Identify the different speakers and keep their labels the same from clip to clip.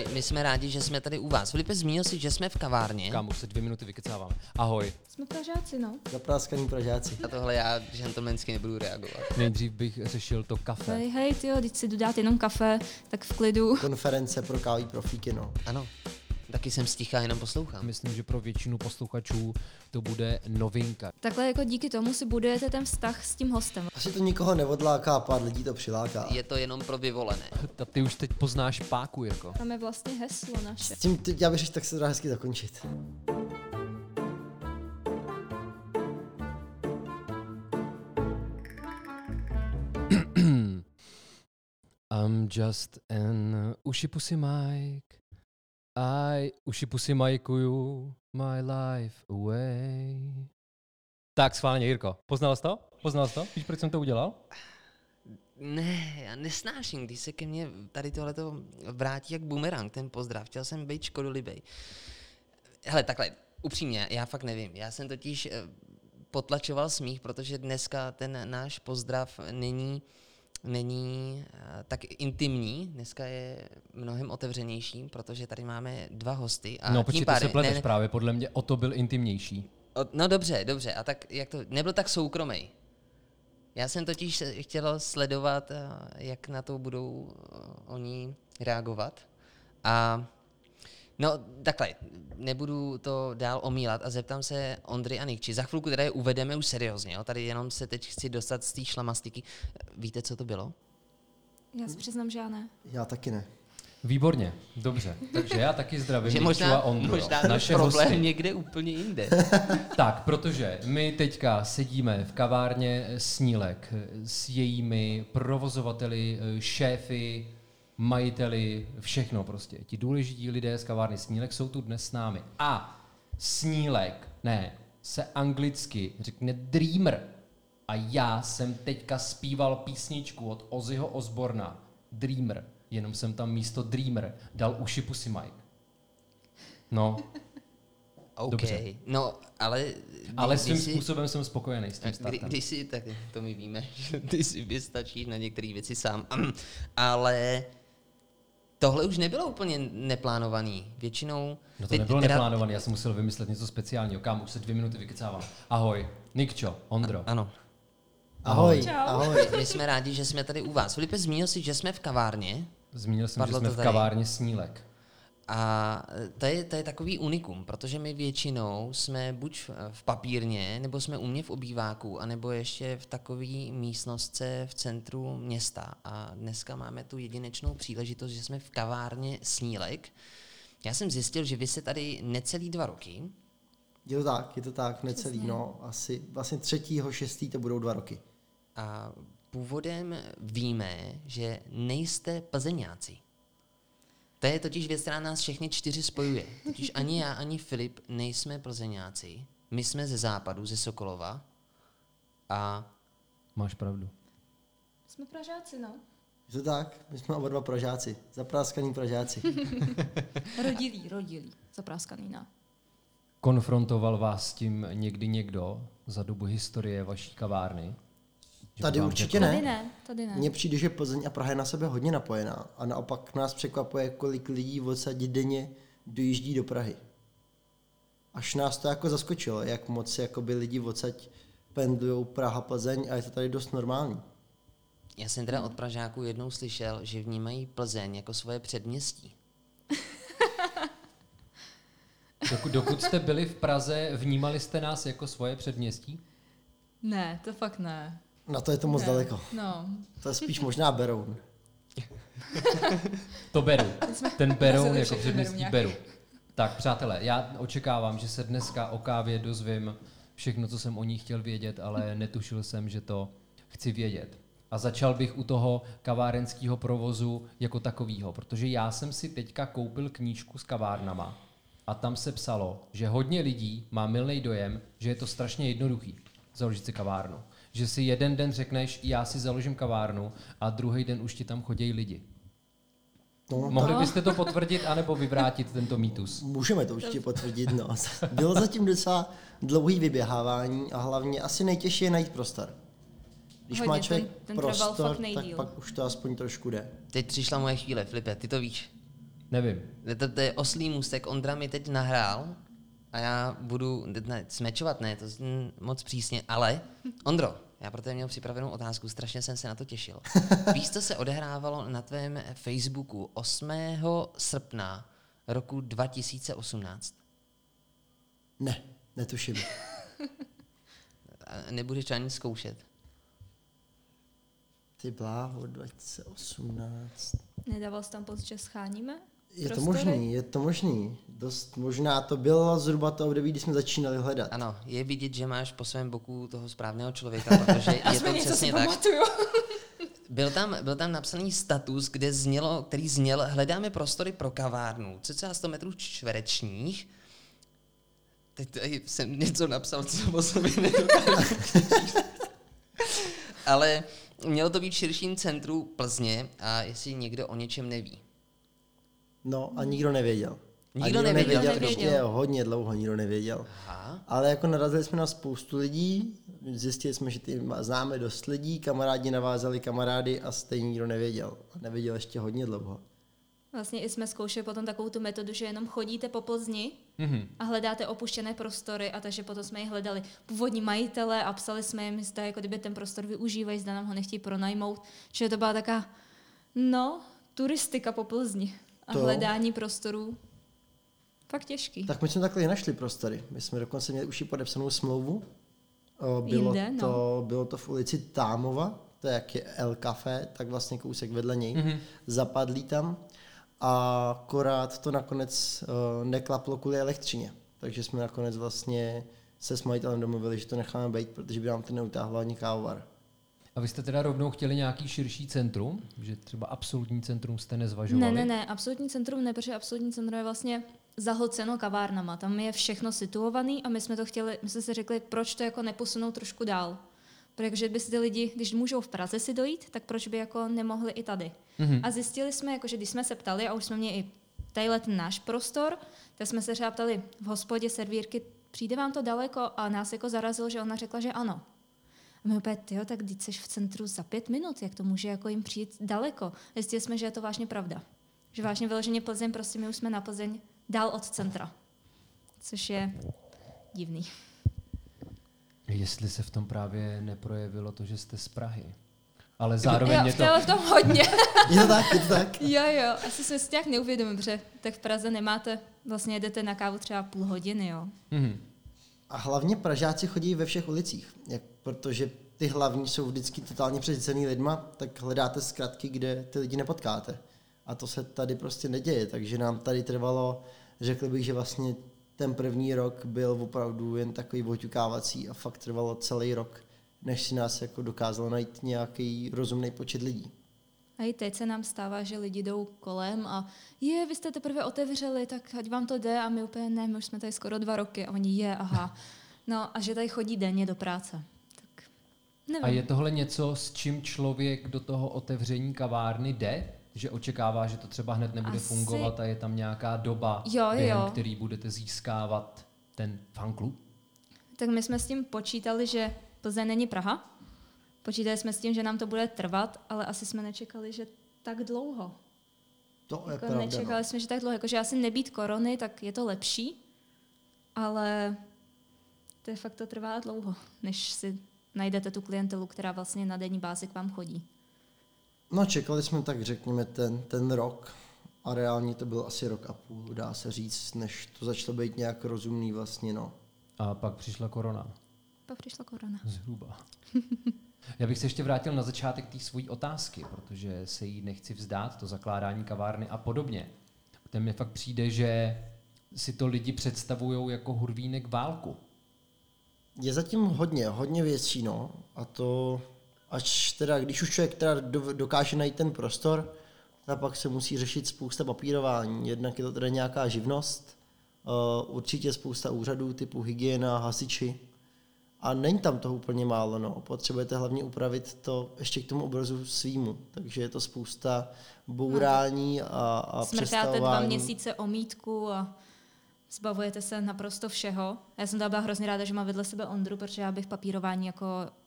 Speaker 1: My jsme rádi, že jsme tady u vás. Filipe, zmínil si, že jsme v kavárně.
Speaker 2: Kámo, už se 2 minuty vykecáváme. Ahoj.
Speaker 3: Jsme Pražáci, no.
Speaker 4: Zapráskaný Pražáci.
Speaker 1: Na tohle já gentlemansky nebudu reagovat.
Speaker 2: Nejdřív bych řešil to kafe.
Speaker 3: Hej, tyjo, když si jdu dát jenom kafe, tak v klidu.
Speaker 4: Konference pro káví profíky, no.
Speaker 1: Ano, taky jsem sticha, jenom poslouchám.
Speaker 2: Myslím, že pro většinu posluchačů to bude novinka.
Speaker 3: Takhle jako díky tomu si budujete ten vztah s tím hostem.
Speaker 4: Asi to nikoho neodláká, pár lidí to přiláká.
Speaker 1: Je to jenom pro vyvolené.
Speaker 2: Ty už teď poznáš páku, jako.
Speaker 3: Tam je vlastně heslo naše.
Speaker 4: S tím teď já bych tak se dá hezky zakončit.
Speaker 2: I'm just an uši-pusi Mike. I uši-pusi Majkuju my life away. Tak schválně, Jirko. Poznal jsi to? Víš, proč jsem to udělal?
Speaker 1: Ne, já nesnáším, když se ke mně tady tohleto vrátí jak bumerang, ten pozdrav. Chtěl jsem být škodolibej. Hele, takhle, upřímně, já fakt nevím. Já jsem totiž potlačoval smích, protože dneska ten náš pozdrav není tak intimní, dneska je mnohem otevřenější, protože tady máme 2 hosty. A
Speaker 2: No počkej, ty se pleteš
Speaker 1: ne,
Speaker 2: právě, podle mě o to byl intimnější.
Speaker 1: No dobře, a tak jak to, nebyl tak soukromý. Já jsem totiž chtěl sledovat, jak na to budou oni reagovat. A no takhle, nebudu to dál omílat a zeptám se Ondry a Nikči. Za chvilku teda je uvedeme už seriózně, jo? Tady jenom se teď chci dostat z té šlamastiky. Víte, co to bylo?
Speaker 3: Já se přiznám, že já ne.
Speaker 4: Já taky ne.
Speaker 2: Výborně, dobře. Takže já taky zdravím
Speaker 1: Že
Speaker 2: Nikču a Ondru.
Speaker 1: možná
Speaker 2: naše
Speaker 1: problém
Speaker 2: hosty.
Speaker 1: někde úplně jinde.
Speaker 2: Tak, protože my teďka sedíme v kavárně Snílek s jejími provozovateli, šéfy, majiteli, všechno prostě. Ti důležití lidé z kavárny Snílek jsou tu dnes s námi. A Snílek, se anglicky řekne Dreamer. A já jsem teďka zpíval písničku od Ozzyho Osborna, Dreamer. Jenom jsem tam místo Dreamer dal uši-pusi Mike. No.
Speaker 1: OK,
Speaker 2: Dobře.
Speaker 1: no, ale...
Speaker 2: Ale svým způsobem jsem spokojený s tím startem.
Speaker 1: Když si, tak to my víme, že ty si vystačíš na některé věci sám, ale tohle už nebylo úplně neplánovaný. Většinou...
Speaker 2: No to nebylo neplánovaný, já jsem musel vymyslet něco speciálního. Kam, už se 2 minuty vykecávám. Ahoj, Nikčo, Ondro.
Speaker 1: Ano.
Speaker 4: Ahoj,
Speaker 3: Čau.
Speaker 4: ahoj.
Speaker 1: My jsme rádi, že jsme tady u vás. Filipe, zmínil si, že jsme v kavárně.
Speaker 2: Zmínil jsem,
Speaker 1: Padlo
Speaker 2: že jsme
Speaker 1: to
Speaker 2: v
Speaker 1: tady.
Speaker 2: kavárně Snílek.
Speaker 1: A to je takový unikum, protože my většinou jsme buď v papírně, nebo jsme u mě v obýváku, anebo ještě v takové místnostce v centru města. A dneska máme tu jedinečnou příležitost, že jsme v kavárně Snílek. Já jsem zjistil, že vy se tady necelý 2 roky.
Speaker 4: Je to tak, necelý,
Speaker 3: Přesně.
Speaker 4: no. Asi vlastně 3.6. to budou 2 roky.
Speaker 1: A původem víme, že nejste plzeňáci. To je totiž věc, která nás všechny 4 spojuje. Totiž ani já, ani Filip nejsme plzeňáci. My jsme ze západu, ze Sokolova. A
Speaker 2: Máš pravdu.
Speaker 3: Jsme Pražáci, no.
Speaker 4: Je to tak, my jsme oba 2 Pražáci. Zapráskaný Pražáci.
Speaker 3: Rodilí. Zapráskaný, no.
Speaker 2: Konfrontoval vás s tím někdy někdo za dobu historie vaší kavárny? Že
Speaker 4: Tady
Speaker 2: vám
Speaker 4: určitě
Speaker 2: řekl-
Speaker 4: ne.
Speaker 3: Tady ne.
Speaker 4: Mně přijde, že Plzeň a Praha je na sebe hodně napojená a naopak nás překvapuje, kolik lidí odsaď denně dojíždí do Prahy. Až nás to jako zaskočilo, jak moc jakoby lidi odsaď pendlujou Praha, Plzeň a je to tady dost normální.
Speaker 1: já jsem teda od Pražáků jednou slyšel, že vnímají Plzeň jako svoje předměstí.
Speaker 2: Dokud jste byli v Praze, vnímali jste nás jako svoje předměstí?
Speaker 3: Ne, to fakt ne.
Speaker 4: Na to je to moc
Speaker 3: Ne.
Speaker 4: daleko.
Speaker 3: No.
Speaker 4: To je spíš možná Beroun.
Speaker 2: To beru. Ten Beroun
Speaker 3: Zase
Speaker 2: jako
Speaker 3: všechny
Speaker 2: předměstí
Speaker 3: beru
Speaker 2: beru. Tak přátelé, já očekávám, že se dneska o kávě dozvím všechno, co jsem o ní chtěl vědět, ale netušil jsem, že to chci vědět. A začal bych u toho kavárenského provozu jako takového, protože já jsem si teďka koupil knížku s kavárnama a tam se psalo, že hodně lidí má mylný dojem, že je to strašně jednoduchý založit si kavárnu. Že si jeden den řekneš, já si založím kavárnu a druhý den už ti tam chodí lidi.
Speaker 4: No,
Speaker 2: Mohli byste to potvrdit anebo vyvrátit tento mýtus?
Speaker 4: můžeme to určitě potvrdit. No. Bylo zatím docela dlouhý vyběhávání a hlavně asi nejtěžší je najít prostor. Když
Speaker 3: Hodně,
Speaker 4: má člověk
Speaker 3: ten trval
Speaker 4: prostor,
Speaker 3: fakt
Speaker 4: tak
Speaker 3: nejdýl.
Speaker 4: pak už to aspoň trošku jde.
Speaker 1: Teď přišla moje chvíle, Filipe, ty to víš.
Speaker 2: Nevím.
Speaker 1: To je oslý můstek, Ondra mi teď nahrál a já budu, smečovat ne, to zní moc přísně, ale Ondro, já pro tebe měl připravenou otázku, strašně jsem se na to těšil. Víš, co se odehrávalo na tvém Facebooku 8. srpna roku 2018?
Speaker 4: Ne, netuším.
Speaker 1: Nebudeš to ani zkoušet.
Speaker 4: Ty bláho, 2018.
Speaker 3: Nedával jsi tam post, že scháníme?
Speaker 4: Je to možný. Dost možná to bylo zhruba to období, kdy jsme začínali hledat.
Speaker 1: Ano, je vidět, že máš po svém boku toho správného člověka, protože je to přesně tak. Byl tam napsaný status, který zněl: hledáme prostory pro kavárnu, cca 100 metrů čtverečních. Teď tady jsem něco napsal, co o sobě nedokážu přečíst. Ale mělo to být v širším centru Plzně a jestli někdo o něčem neví.
Speaker 4: No a nikdo nevěděl.
Speaker 1: Nikdo nevěděl.
Speaker 4: Ještě hodně dlouho nikdo nevěděl.
Speaker 1: Aha.
Speaker 4: Ale jako narazili jsme na spoustu lidí, zjistili jsme, že známe dost lidí, kamarádi navázali kamarády a stejně nikdo nevěděl. A nevěděl ještě hodně dlouho.
Speaker 3: Vlastně i jsme zkoušeli potom takovou tu metodu, že jenom chodíte po Plzni a hledáte opuštěné prostory a takže potom jsme ji hledali původní majitele a psali jsme jim, zda jako kdyby ten prostor využívají, zda nám ho nechtějí pronajmout. Že to byla taká, turistika po Plzni a hledání prostorů. Fakt těžký.
Speaker 4: Tak my jsme takhle našli prostory. My jsme dokonce měli už i podepsanou smlouvu. Bylo to v ulici Támova, to je jak je El Café, tak vlastně kousek vedle něj. Zapadlý tam. A akorát to nakonec neklaplo kvůli elektřině. Takže jsme nakonec vlastně se s majitelem domluvili, že to necháme být, protože by nám to neutáhlo ani kávovar.
Speaker 2: A vy jste teda rovnou chtěli nějaký širší centrum? Že třeba absolutní centrum jste nezvažovali?
Speaker 3: Ne, absolutní centrum ne, protože absolutní centrum je vlastně zahlceno kavárnama. Tam je všechno situovaný a my jsme si řekli, proč to jako neposunout trošku dál. Protože by si ty lidi, když můžou v Praze si dojít, tak proč by jako nemohli i tady. A zjistili jsme, jako, že když jsme se ptali, a už jsme měli i tadyhle ten náš prostor, tak jsme se třeba ptali v hospodě servírky, přijde vám to daleko? A nás jako zarazilo, že ona řekla, že ano. A my opět, tak když jsi v centru za 5 minut, jak to může jako jim přijít daleko? Zjistili jsme, že je to vážně pravda. Že vážně vyloženě Plzeň, prostě my už jsme na Plzeň dál od centra. Což je divný.
Speaker 2: Jestli se v tom právě neprojevilo to, že jste z Prahy. Ale zároveň
Speaker 3: v tom hodně.
Speaker 4: Je to tak.
Speaker 3: Jo, asi se nějak neuvědomím, protože tak v Praze nemáte, vlastně jedete na kávu třeba půl hodiny, jo.
Speaker 4: A hlavně Pražáci chodí ve všech ulicích, protože ty hlavní jsou vždycky totálně přesycený lidma, tak hledáte zkratky, kde ty lidi nepotkáte. A to se tady prostě neděje, takže nám tady trvalo, řekl bych, že vlastně ten první rok byl opravdu jen takový oťukávací a fakt trvalo celý rok, než si nás jako dokázalo najít nějaký rozumný počet lidí.
Speaker 3: A i teď se nám stává, že lidi jdou kolem a vy jste teprve otevřeli, tak ať vám to jde a my úplně ne, my už jsme tady skoro 2 roky a oni aha. No a že tady chodí denně do práce. Tak nevím.
Speaker 2: A je tohle něco, s čím člověk do toho otevření kavárny jde? Že očekává, že to třeba hned nebude fungovat a je tam nějaká doba, během který budete získávat ten fanklub?
Speaker 3: Tak my jsme s tím počítali, že Plzeň není Praha. Počítali jsme s tím, že nám to bude trvat, ale asi jsme nečekali, že tak dlouho.
Speaker 4: To je pravda.
Speaker 3: Nečekali jsme, že tak dlouho. Jakože asi nebýt korony, tak je to lepší, ale to je fakt to trvá dlouho, než si najdete tu klientelu, která vlastně na denní bázi k vám chodí.
Speaker 4: No, čekali jsme tak, řekněme, ten rok a reálně to byl asi 1,5 roku, dá se říct, než to začalo být nějak rozumný vlastně, no.
Speaker 2: A pak přišla korona. Zhruba. Já bych se ještě vrátil na začátek té svojí otázky, protože se jí nechci vzdát, to zakládání kavárny a podobně. Protože mi fakt přijde, že si to lidi představují jako hurvínek válku.
Speaker 4: Je zatím hodně věcí, no. A to až teda, když už člověk teda dokáže najít ten prostor, a pak se musí řešit spousta papírování. Jednak je to teda nějaká živnost, určitě spousta úřadů typu hygiena, hasiči. A není tam toho úplně málo, no. Potřebujete hlavně upravit to ještě k tomu obrazu svýmu. Takže je to spousta bourání a přestavování.
Speaker 3: Smrkáte 2 měsíce omítku a zbavujete se naprosto všeho. Já jsem byla hrozně ráda, že mám vedle sebe Ondru, protože já bych papírování jako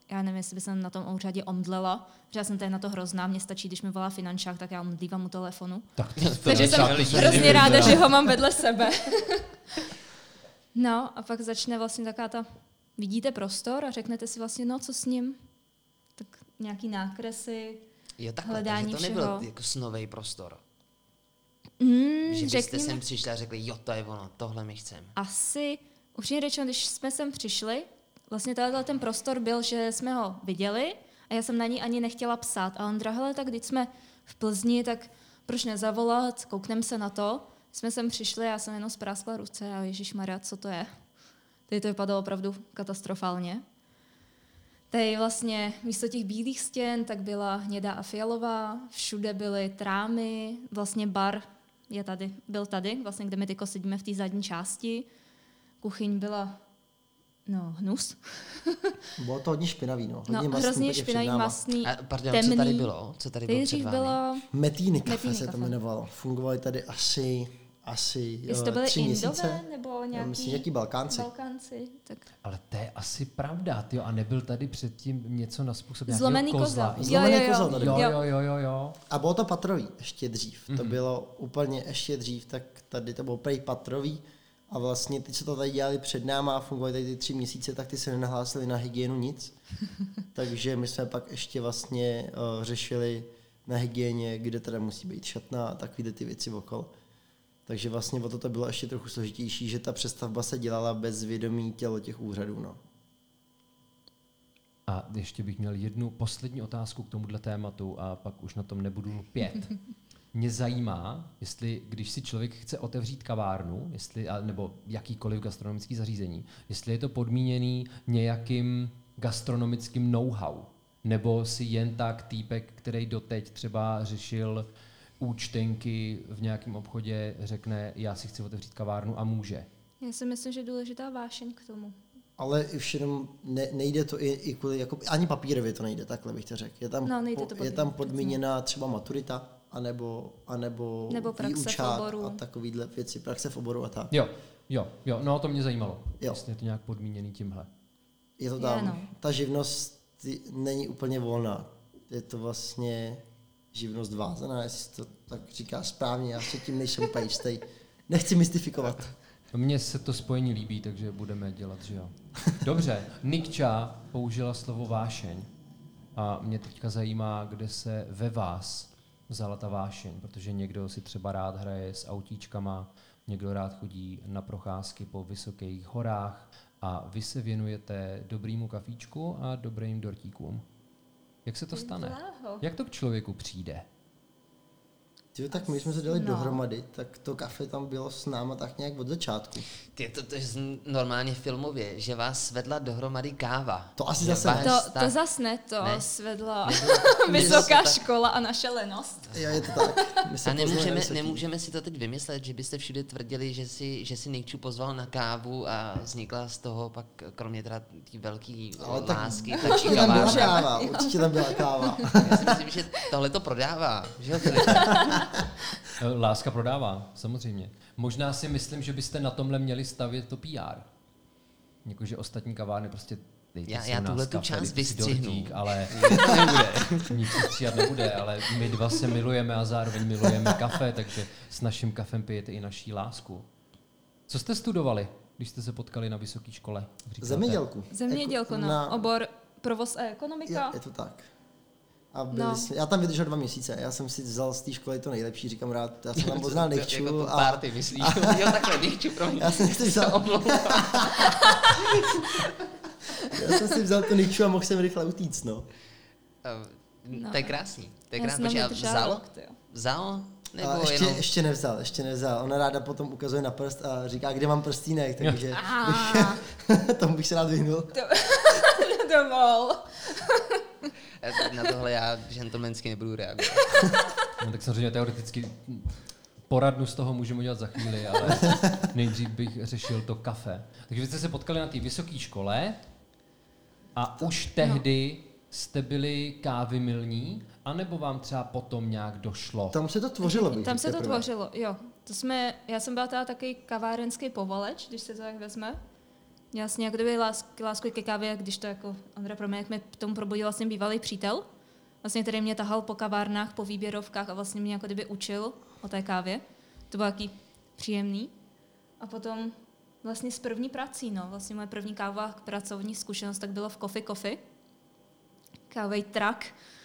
Speaker 3: já nevím, jestli by jsem na tom úřadě omdlela, protože já jsem tady na to hrozná, mně stačí, když mi volá finančák, tak já omdlívám u telefonu. Takže jsem hrozně ráda, že ho mám vedle sebe. No a pak začne vlastně taková ta, vidíte prostor a řeknete si vlastně, no co s ním? Tak nějaký nákresy,
Speaker 1: Jo, takhle,
Speaker 3: hledání
Speaker 1: takže to nebyl
Speaker 3: všeho.
Speaker 1: jako snový prostor. Že byste
Speaker 3: řekněme,
Speaker 1: sem přišli a řekli, jo, to je ono, tohle my chceme.
Speaker 3: asi, upřímně řečeno, když jsme sem přišli, vlastně ten prostor byl, že jsme ho viděli a já jsem na ní ani nechtěla psát. A Ondra, hele, tak když jsme v Plzni, tak proč nezavolat, koukneme se na to. Jsme sem přišli, já jsem jenom spráskla ruce a ježišmarja, co to je? Tady to vypadalo opravdu katastrofálně. Tady vlastně místo těch bílých stěn tak byla hnědá a fialová, všude byly trámy, vlastně bar byl tady, vlastně, kde my tyko sedíme v té zadní části. Kuchyň byla, hnus.
Speaker 4: Bylo to hodně špinavý, no. Hodně
Speaker 3: Hrozně špinavý, masný,
Speaker 1: A pardon,
Speaker 3: temný.
Speaker 1: co tady bylo? Co tady bylo před
Speaker 3: Dřív
Speaker 1: vámi?
Speaker 3: bylo,
Speaker 4: Metýny kafe
Speaker 3: Metýny
Speaker 4: se to
Speaker 3: kafe.
Speaker 4: jmenovalo. Fungovaly tady asi
Speaker 3: jestli to byly
Speaker 4: 3 měsíce.
Speaker 3: Indové, nebo
Speaker 4: Myslím, nějaký Balkánci.
Speaker 3: Balkánci. Tak.
Speaker 2: Ale to je asi pravda, tyjo, a nebyl tady předtím něco na způsob
Speaker 3: Zlomený koza.
Speaker 4: Zlomený kozel tady byl.
Speaker 2: Jo.
Speaker 4: A bylo to patrový ještě dřív. To bylo úplně ještě dřív, tak tady to bylo prej patrový. A vlastně ty, co to tady dělali před náma a fungovali tady ty 3 měsíce, tak ty se nenahlásili na hygienu nic. Takže my jsme pak ještě vlastně řešili na hygieně, kde teda musí být šatna a takovýhle ty věci okolo. Takže vlastně o to bylo ještě trochu složitější, že ta přestavba se dělala bez vědomí tělo těch úřadů. No.
Speaker 2: A ještě bych měl jednu poslední otázku k tomuhle tématu a pak už na tom nebudu lpět. Mě zajímá, jestli, když si člověk chce otevřít kavárnu, nebo jakýkoliv gastronomický zařízení, jestli je to podmíněný nějakým gastronomickým know-how, nebo si jen tak týpek, který doteď třeba řešil účtenky v nějakém obchodě, řekne, já si chci otevřít kavárnu a může.
Speaker 3: Já si myslím, že je důležitá vášeň k tomu.
Speaker 4: Ale už jenom nejde to i kvůli, jako, ani papírově to nejde, takhle bych to řekl. Je tam podmíněná třeba maturita, anebo
Speaker 3: Nebo praxe v
Speaker 4: výučák
Speaker 3: oboru.
Speaker 4: a takovýhle věci, praxe v oboru a tak.
Speaker 2: Jo, no to mě zajímalo,
Speaker 4: Jo.
Speaker 2: jestli je to nějak podmíněný tímhle.
Speaker 4: Je to tam, ta živnost není úplně volná. Je to vlastně živnost vázaná, jestli to tak říká správně, já se tím nejsem úplně jistý. Nechci mystifikovat.
Speaker 2: Mně se to spojení líbí, takže budeme dělat, že jo. Dobře, Nikča použila slovo vášeň a mě teďka zajímá, kde se ve vás vzala ta vášeň, protože někdo si třeba rád hraje s autíčkama, někdo rád chodí na procházky po vysokých horách a vy se věnujete dobrýmu kafíčku a dobrým dortíkům. Jak se to stane? Jak to k člověku přijde?
Speaker 4: Tak my jsme se dali dohromady, tak to kafe tam bylo s náma tak nějak od začátku.
Speaker 1: To je normálně filmově, že vás svedla dohromady káva.
Speaker 4: To asi
Speaker 1: Že
Speaker 4: zase
Speaker 1: vás
Speaker 4: ne.
Speaker 3: To zas ne, to svedla
Speaker 1: Nebylo
Speaker 3: vysoká
Speaker 1: to tak.
Speaker 3: škola a naše lenost.
Speaker 4: Jo, je to tak. My se
Speaker 1: A
Speaker 4: poznali na vysoký.
Speaker 1: nemůžeme si to teď vymyslet, že byste všude tvrdili, že si Nikču pozval na kávu a vznikla z toho pak, kromě teda té velké lásky, tak i
Speaker 4: Určitě tam byla
Speaker 1: kavárna.
Speaker 4: káva, určitě tam byla káva.
Speaker 1: Já si myslím, že tohle to prodává, že jo, Filipe?
Speaker 2: Láska prodává, samozřejmě. Možná si myslím, že byste na tomhle měli stavět to PR. Jakože ostatní kavárny prostě dejte si
Speaker 1: Já
Speaker 2: u nás
Speaker 1: tuhletu
Speaker 2: kafe,
Speaker 1: část
Speaker 2: dejte si
Speaker 1: vystřihnu.
Speaker 2: dortík, ale
Speaker 1: Nebude.
Speaker 2: nic se stříhat nebude, ale my dva se milujeme a zároveň milujeme kafe, takže s naším kafem pijete i naší lásku. Co jste studovali, když jste se potkali na vysoké škole? Říkáte?
Speaker 4: Zemědělku.
Speaker 3: Zemědělku, obor provoz a ekonomika.
Speaker 4: Jo, je to tak. A já tam vydržel 2 měsíce, já jsem si vzal z té školy to nejlepší, říkám rád, já jsem tam poznal Nikču.
Speaker 1: Jako to party, myslíš? Jo, takhle, Nikču, promiň.
Speaker 4: Já jsem si vzal tu Nikču a mohl jsem rychle utíct, no.
Speaker 1: To je krásný. To je
Speaker 3: Já
Speaker 1: krásný.
Speaker 3: jsem
Speaker 1: Počkej, a
Speaker 3: vydržela
Speaker 1: vzal?
Speaker 3: rok, tyjo.
Speaker 1: Vzal? Nebo
Speaker 4: A
Speaker 1: jenom...
Speaker 4: ještě nevzal. Ona ráda potom ukazuje na prst a říká, kde mám prstínek, takže tomu bych se rád vyhnul.
Speaker 3: Dovol.
Speaker 1: Na tohle já gentlemansky nebudu reagovat.
Speaker 2: No, tak samozřejmě teoreticky poradnu z toho můžeme udělat za chvíli, ale nejdřív bych řešil to kafe. Takže vy jste se potkali na té vysoké škole a už tehdy jste byli kávy milní, anebo vám třeba potom nějak došlo?
Speaker 4: Tam se to tvořilo.
Speaker 3: Tam se to tvořilo, jo. Já jsem byla teda takový kavárenský povaleč, když se to tak vezme. Jasně, jako kdyby lásku ke kávě, když to jako Ondra pro mě, jak mě k tomu probudil vlastně bývalý přítel, vlastně, který mě tahal po kavárnách, po výběrovkách a vlastně mě jako kdyby učil o té kávě. To bylo taky příjemný. A potom vlastně s první prací, no, vlastně moje první kávová pracovní zkušenost, tak bylo v Coffee, kávej truck.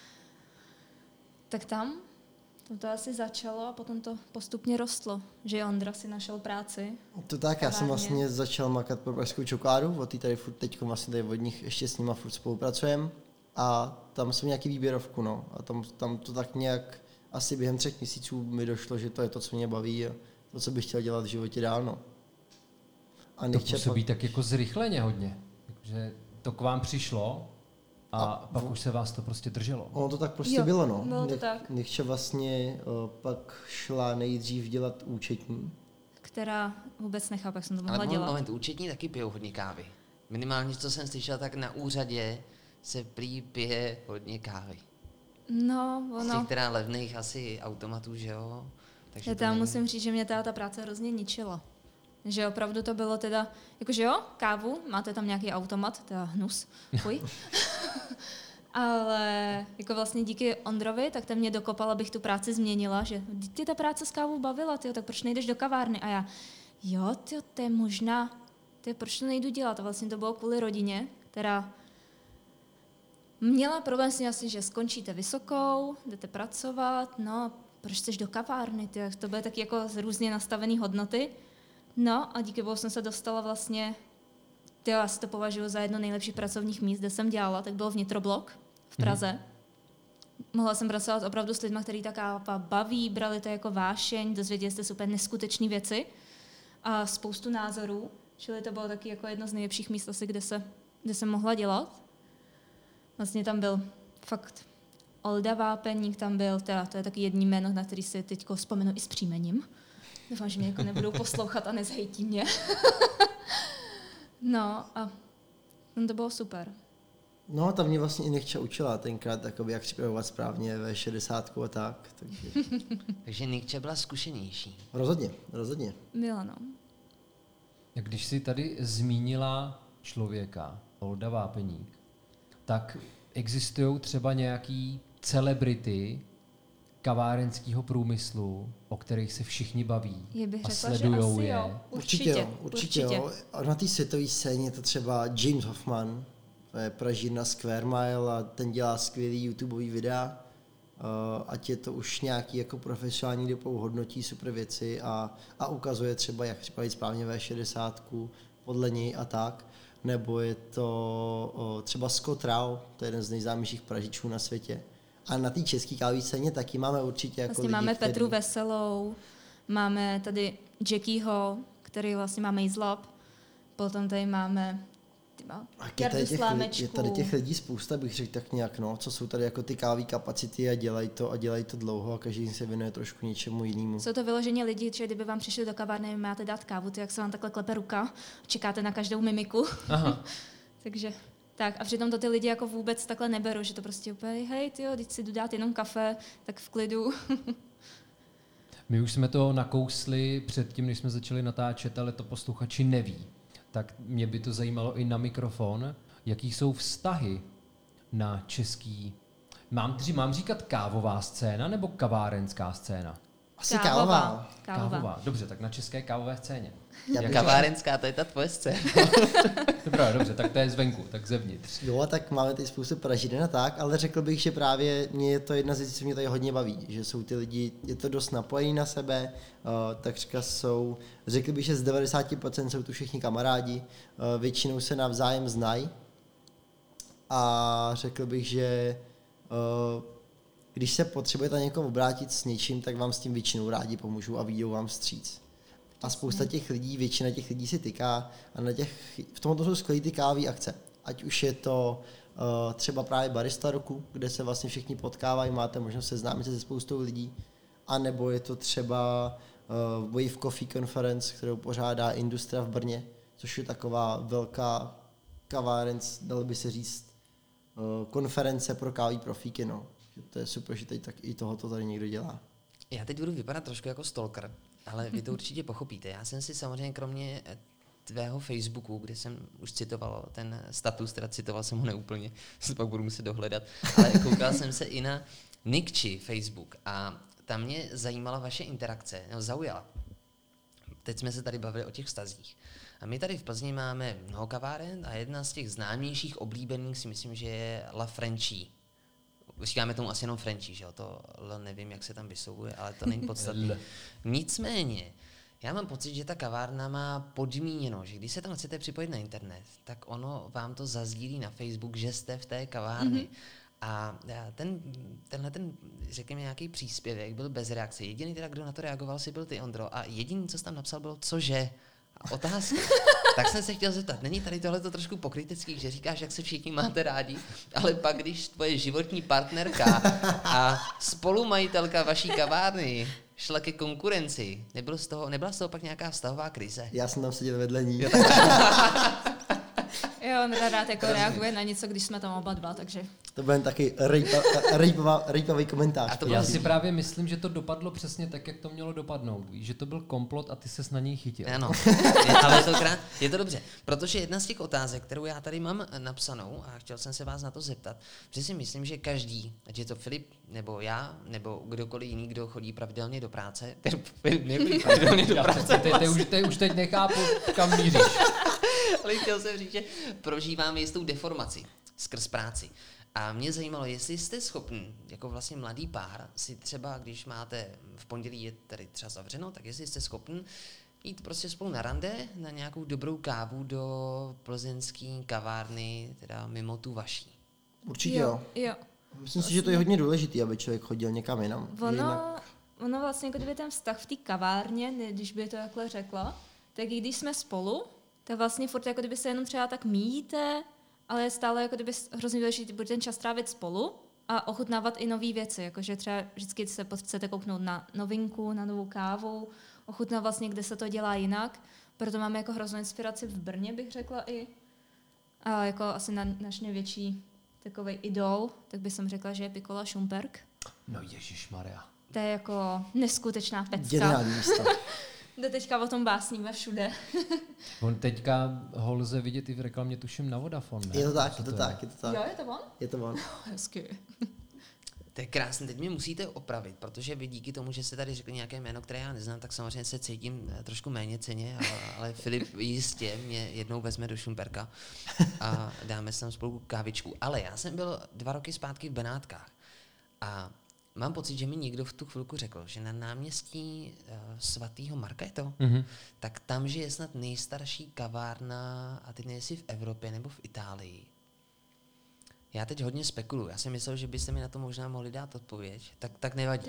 Speaker 3: Tak tam to asi začalo a potom to postupně rostlo, že Ondra si našel práci.
Speaker 4: To tak, já jsem vlastně začal makat pro pražskou čokoládu, od té tady furt teďko vlastně tady od nich ještě s nima furt spolupracujeme a tam jsem nějaký výběrovku, no, a tam to tak nějak asi během 3 měsíců mi došlo, že to je to, co mě baví a to, co bych chtěl dělat v životě dál, no.
Speaker 2: A to působí tak jako zrychleně hodně, že to k vám přišlo a pak už se vás to prostě drželo.
Speaker 4: Ono to tak prostě bylo, no.
Speaker 3: Bylo to tak.
Speaker 4: Nechče vlastně pak šla nejdřív dělat účetní.
Speaker 3: Která vůbec nechápu, jak jsem to mohla dělat.
Speaker 1: Moment, účetní taky pijou hodně kávy. Minimálně, co jsem slyšel, tak na úřadě se prý pije hodně kávy.
Speaker 3: No,
Speaker 1: Z těch teda levných asi automatů, že jo? Takže
Speaker 3: já tam musím říct, že mě ta práce hrozně ničila. Že opravdu to bylo teda, jakože jo, kávu, máte tam nějaký automat, teda hnus, fuj. Ale jako vlastně díky Ondrovi, tak ten mě dokopal, abych tu práci změnila, že ty ta práce s kávou bavila, tyjo, tak proč nejdeš do kavárny? A já, jo, tyjo, to je možná, tyjo, proč to nejdu dělat? A vlastně to bylo kvůli rodině, která měla problém s tím asi, že skončíte vysokou, jdete pracovat, no, proč chceš do kavárny? Tyjo, to bude taky jako z různě nastavené hodnoty. No a díky bohu jsem se dostala vlastně, já si to považuji za jedno nejlepších pracovních míst, kde jsem dělala, tak bylo Vnitroblok v Praze. Mohla jsem pracovat opravdu s lidmi, kteří ta káva baví, brali to jako vášeň, dozvěděli jste super neskutečné věci a spoustu názorů, čili to bylo taky jako jedno z nejlepších míst asi, kde jsem mohla dělat. Vlastně tam byl fakt Olda Vápeník, tam byl, teda to je taky jední jméno, na který si teď vzpomenu i s příjmením. Doufám, že mě jako nebudou poslouchat a nezhejtí mě. No a to bylo super.
Speaker 4: No, tam mě vlastně i Nechča učila tenkrát, jakoby, jak připravovat správně V60 a tak.
Speaker 1: Takže Nechča byla zkušenější.
Speaker 4: Rozhodně.
Speaker 3: Byla, no.
Speaker 2: Když jsi tady zmínila člověka, Olda Vápeník, tak existují třeba nějaký celebrity kavárenského průmyslu, o kterých se všichni baví a sledujou je.
Speaker 3: Jo. Určitě.
Speaker 4: Jo. A na té světové scéně je to třeba James Hoffman, to je Pražír na Square Mile a ten dělá skvělý YouTubeový videa. Ať je to už nějaký jako profesionální dopou, hodnotí super věci a ukazuje třeba, jak připravit správně V60 podle něj a tak. Nebo je to třeba Scott Rao, to je jeden z nejznámějších Pražičů na světě. A na té české kávové scéně taky máme určitě jako
Speaker 3: vlastně
Speaker 4: lidi,
Speaker 3: máme Petru Veselou, máme tady Jackieho, který vlastně má Maze Lab, potom tady máme Jardu Slámečku.
Speaker 4: Je tady těch lidí spousta, bych řekl tak nějak, no, co jsou tady jako ty kávové kapacity a dělají to dlouho a každý se věnuje trošku něčemu jinému.
Speaker 3: Jsou to vyloženě lidi, že kdyby vám přišli do kavárny, máte dát kávu, tak se vám takhle klepe ruka, čekáte na každou mimiku. Aha. Takže tak a přitom to ty lidi jako vůbec takhle neberou, že to prostě úplně, hej, tyjo, teď si jdu dát jenom kafe, tak v klidu.
Speaker 2: My už jsme to nakousli předtím, než jsme začali natáčet, ale to posluchači neví. Tak mě by to zajímalo i na mikrofon, jaký jsou vztahy na český... Mám říkat kávová scéna nebo kavárenská scéna?
Speaker 4: Asi
Speaker 3: Kávová.
Speaker 2: Dobře, tak na české kávové scéně.
Speaker 1: Kavárenská, to je ta tvoje scéna.
Speaker 2: Dobrá, dobře, tak to je zvenku, tak zevnitř.
Speaker 4: Jo, tak máme tady spoustu Pražíren a tak, ale řekl bych, že právě mě je to jedna z věcí, co mě tady hodně baví, že jsou ty lidi, je to dost napojený na sebe, takřka jsou, řekl bych, že z 90% jsou tu všichni kamarádi, většinou se navzájem znají a řekl bych, že když se potřebujete někoho obrátit s něčím, tak vám s tím většinou rádi pomůžou a vyjdou vám vstříc. A spousta těch lidí, většina těch lidí si tyká a v tomto jsou skvělé ty kávové akce. Ať už je to třeba právě Barista roku, kde se vlastně všichni potkávají, máte možnost seznámit se se spoustou lidí, a nebo je to třeba Wave Coffee Conference, kterou pořádá Industria v Brně, což je taková velká kaváren, dalo by se říct, konference pro kávové profíky. No. To je super, že teď tak i tohoto tady někdo dělá.
Speaker 1: Já teď budu vypadat trošku jako stalker, ale vy to určitě pochopíte. Já jsem si samozřejmě kromě tvého Facebooku, kde jsem už citoval ten status, teda citoval jsem ho neúplně, se pak budu muset dohledat, ale koukal jsem se i na Nikči Facebook a tam mě zajímala vaše interakce, zaujala. Teď jsme se tady bavili o těch vztazích. A my tady v Plzni máme mnoho kaváren a jedna z těch známějších, oblíbených si myslím, že je La Frenchie. Říkáme tomu asi jenom Frenchie, že jo? To nevím, jak se tam vyslovuje, ale to není podstatné. Nicméně, já mám pocit, že ta kavárna má podmíněno, že když se tam chcete připojit na internet, tak ono vám to zazdílí na Facebook, že jste v té kavárně. A tenhle, řekněme, nějaký příspěvek byl bez reakce. Jediný teda, kdo na to reagoval, si byl ty, Ondro. A jediný, co jsi tam napsal, bylo cože. A otázka. Tak jsem se chtěl zeptat, není tady tohleto trošku pokrytecký, že říkáš, jak se všichni máte rádi, ale pak, když tvoje životní partnerka a spolumajitelka vaší kavárny šla ke konkurenci, nebyla z toho pak nějaká vztahová krize?
Speaker 4: Já jsem tam seděl vedle ní.
Speaker 3: Jo, on rád jako reaguje na něco, když jsme tam oba dva, takže...
Speaker 4: To byl taky rejpavý komentář.
Speaker 2: Já si právě myslím, že to dopadlo přesně tak, jak to mělo dopadnout. Víš, že to byl komplot a ty ses na něj chytil.
Speaker 1: Ano, ale je to dobře, protože jedna z těch otázek, kterou já tady mám napsanou a chtěl jsem se vás na to zeptat, že si myslím, že každý, ať je to Filip, nebo já, nebo kdokoliv jiný, kdo chodí pravidelně do práce, Filip nechodí pravidelně do práce.
Speaker 2: Ty už teď nechápu, kam míříš.
Speaker 1: Ale chtěl jsem říct, že prožíváme jistou deformaci skrz práci. A mě zajímalo, jestli jste schopni, jako vlastně mladý pár, si třeba, když máte v pondělí je tady třeba zavřeno, tak jestli jste schopni jít prostě spolu na rande, na nějakou dobrou kávu do plzeňské kavárny, teda mimo tu vaší.
Speaker 4: Určitě jo. Myslím si, že to je hodně důležité, aby člověk chodil někam jinam.
Speaker 3: Ono vlastně, jako kdyby ten vztah v té kavárně, když by to takhle řekla, tak i když jsme spolu, tak vlastně furt jako kdyby se jenom třeba tak míjíte, ale stále jako kdyby hrozně důležitý bude ten čas trávit spolu a ochutnávat i nové věci, jakože třeba vždycky se chcete kouknout na novinku, na novou kávu, ochutnat vlastně, kde se to dělá jinak, proto máme jako hroznou inspiraci v Brně, bych řekla i. A jako asi náš největší takovej idol, tak bych jsem řekla, že je Piccola Šumperk.
Speaker 2: No ježišmarja.
Speaker 3: To je jako neskutečná pecka.
Speaker 4: Geniální místo.
Speaker 3: Do teďka o tom básníme všude.
Speaker 2: On teďka ho lze vidět i v reklamě, tuším, na Vodafone. Ne?
Speaker 4: Je to tak.
Speaker 3: Jo, je to on?
Speaker 4: Je to on.
Speaker 3: Hezky.
Speaker 1: To je krásné, teď mě musíte opravit, protože vy díky tomu, že jste tady řekli nějaké jméno, které já neznám, tak samozřejmě se cítím trošku méně ceně, ale Filip jistě mě jednou vezme do Šumperka a dáme si tam spolu kávičku. Ale já jsem byl 2 roky zpátky v Benátkách a mám pocit, že mi někdo v tu chvilku řekl, že na náměstí svatého Marka je to, tak tam, že je snad nejstarší kavárna, a teď nevím, jestli v Evropě nebo v Itálii. Já teď hodně spekuluju. Já jsem myslel, že byste mi na to možná mohli dát odpověď. Tak nevadí.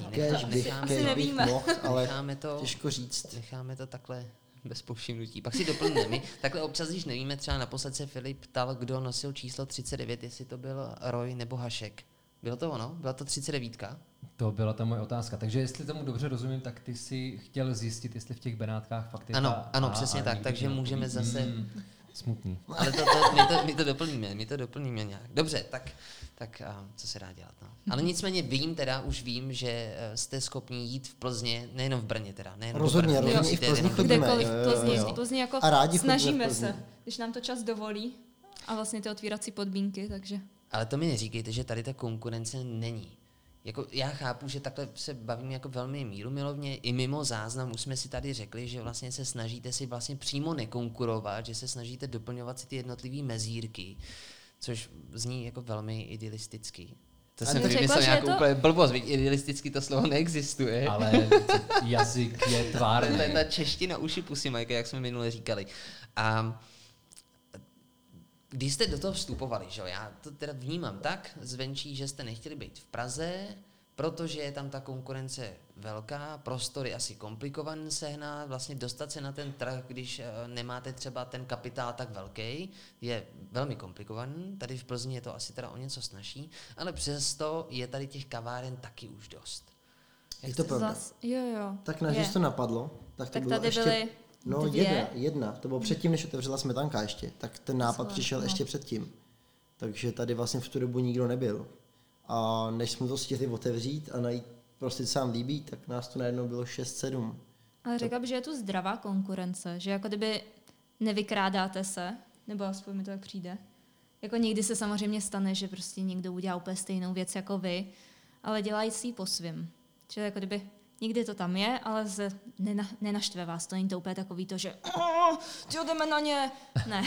Speaker 1: Necháme to,
Speaker 4: těžko říct.
Speaker 1: Necháme to takhle bez povšimnutí. Pak si doplňme. My takhle občas, když nevíme, třeba naposled se Filip ptal, kdo nosil číslo 39, jestli to byl Roy nebo Hašek. Bylo to ono? Byla to 39?
Speaker 2: To byla ta moje otázka. Takže jestli tomu dobře rozumím, tak ty si chtěl zjistit, jestli v těch Benátkách fakt je
Speaker 1: Ano, přesně tak. Takže můžeme zase...
Speaker 2: Smutný.
Speaker 1: Ale my to doplníme nějak. Dobře, tak co se dá dělat. No. Ale nicméně už vím, že jste schopni jít v Plzně, nejenom v Brně teda.
Speaker 4: Rozhodně i v Plzni chodíme.
Speaker 3: Kdekoliv v Plzni jako
Speaker 4: a rádi
Speaker 3: snažíme se, když nám to čas dovolí a vlastně ty otvírací podmínky, takže...
Speaker 1: Ale to mi neříkejte, že tady ta konkurence není. Jako já chápu, že takhle se bavíme jako velmi mírumilovně, i mimo záznam už jsme si tady řekli, že vlastně se snažíte si vlastně přímo nekonkurovat, že se snažíte doplňovat si ty jednotlivé mezírky, což zní jako velmi idylisticky. To jsem vymyslel nějakou úplně blbost, idylisticky to slovo neexistuje.
Speaker 2: Ale jazyk je tvárný.
Speaker 1: To je ta čeština uši pusy, Majka, jak jsme minule říkali. A když jste do toho vstupovali, že jo, já to teda vnímám tak zvenčí, že jste nechtěli být v Praze, protože je tam ta konkurence velká, prostory asi komplikovaný sehnat, vlastně dostat se na ten trh, když nemáte třeba ten kapitál tak velký, je velmi komplikovaný, tady v Plzni je to asi teda o něco snazší, ale přesto je tady těch kaváren taky už dost.
Speaker 4: Je to pravda.
Speaker 3: Jo.
Speaker 4: Tak než to napadlo, tak to bylo
Speaker 3: tady
Speaker 4: ještě...
Speaker 3: byly
Speaker 4: No jedna. To bylo předtím, než otevřela Smetanka ještě. Tak ten nápad přišel ještě předtím. Takže tady vlastně v tu dobu nikdo nebyl. A než jsme to stihli otevřít a najít prostě co nám líbí, tak nás tu najednou bylo 6-7.
Speaker 3: Ale řekla bych, že je tu zdravá konkurence. Že jako kdyby nevykrádáte se, nebo aspoň mi to tak přijde. Jako někdy se samozřejmě stane, že prostě někdo udělá úplně stejnou věc jako vy, ale dělají si ji po svým. Čili jako kdyby někdy to tam je, ale nenaštve vás. To není to úplně takový to, že jdeme na ně. Ne.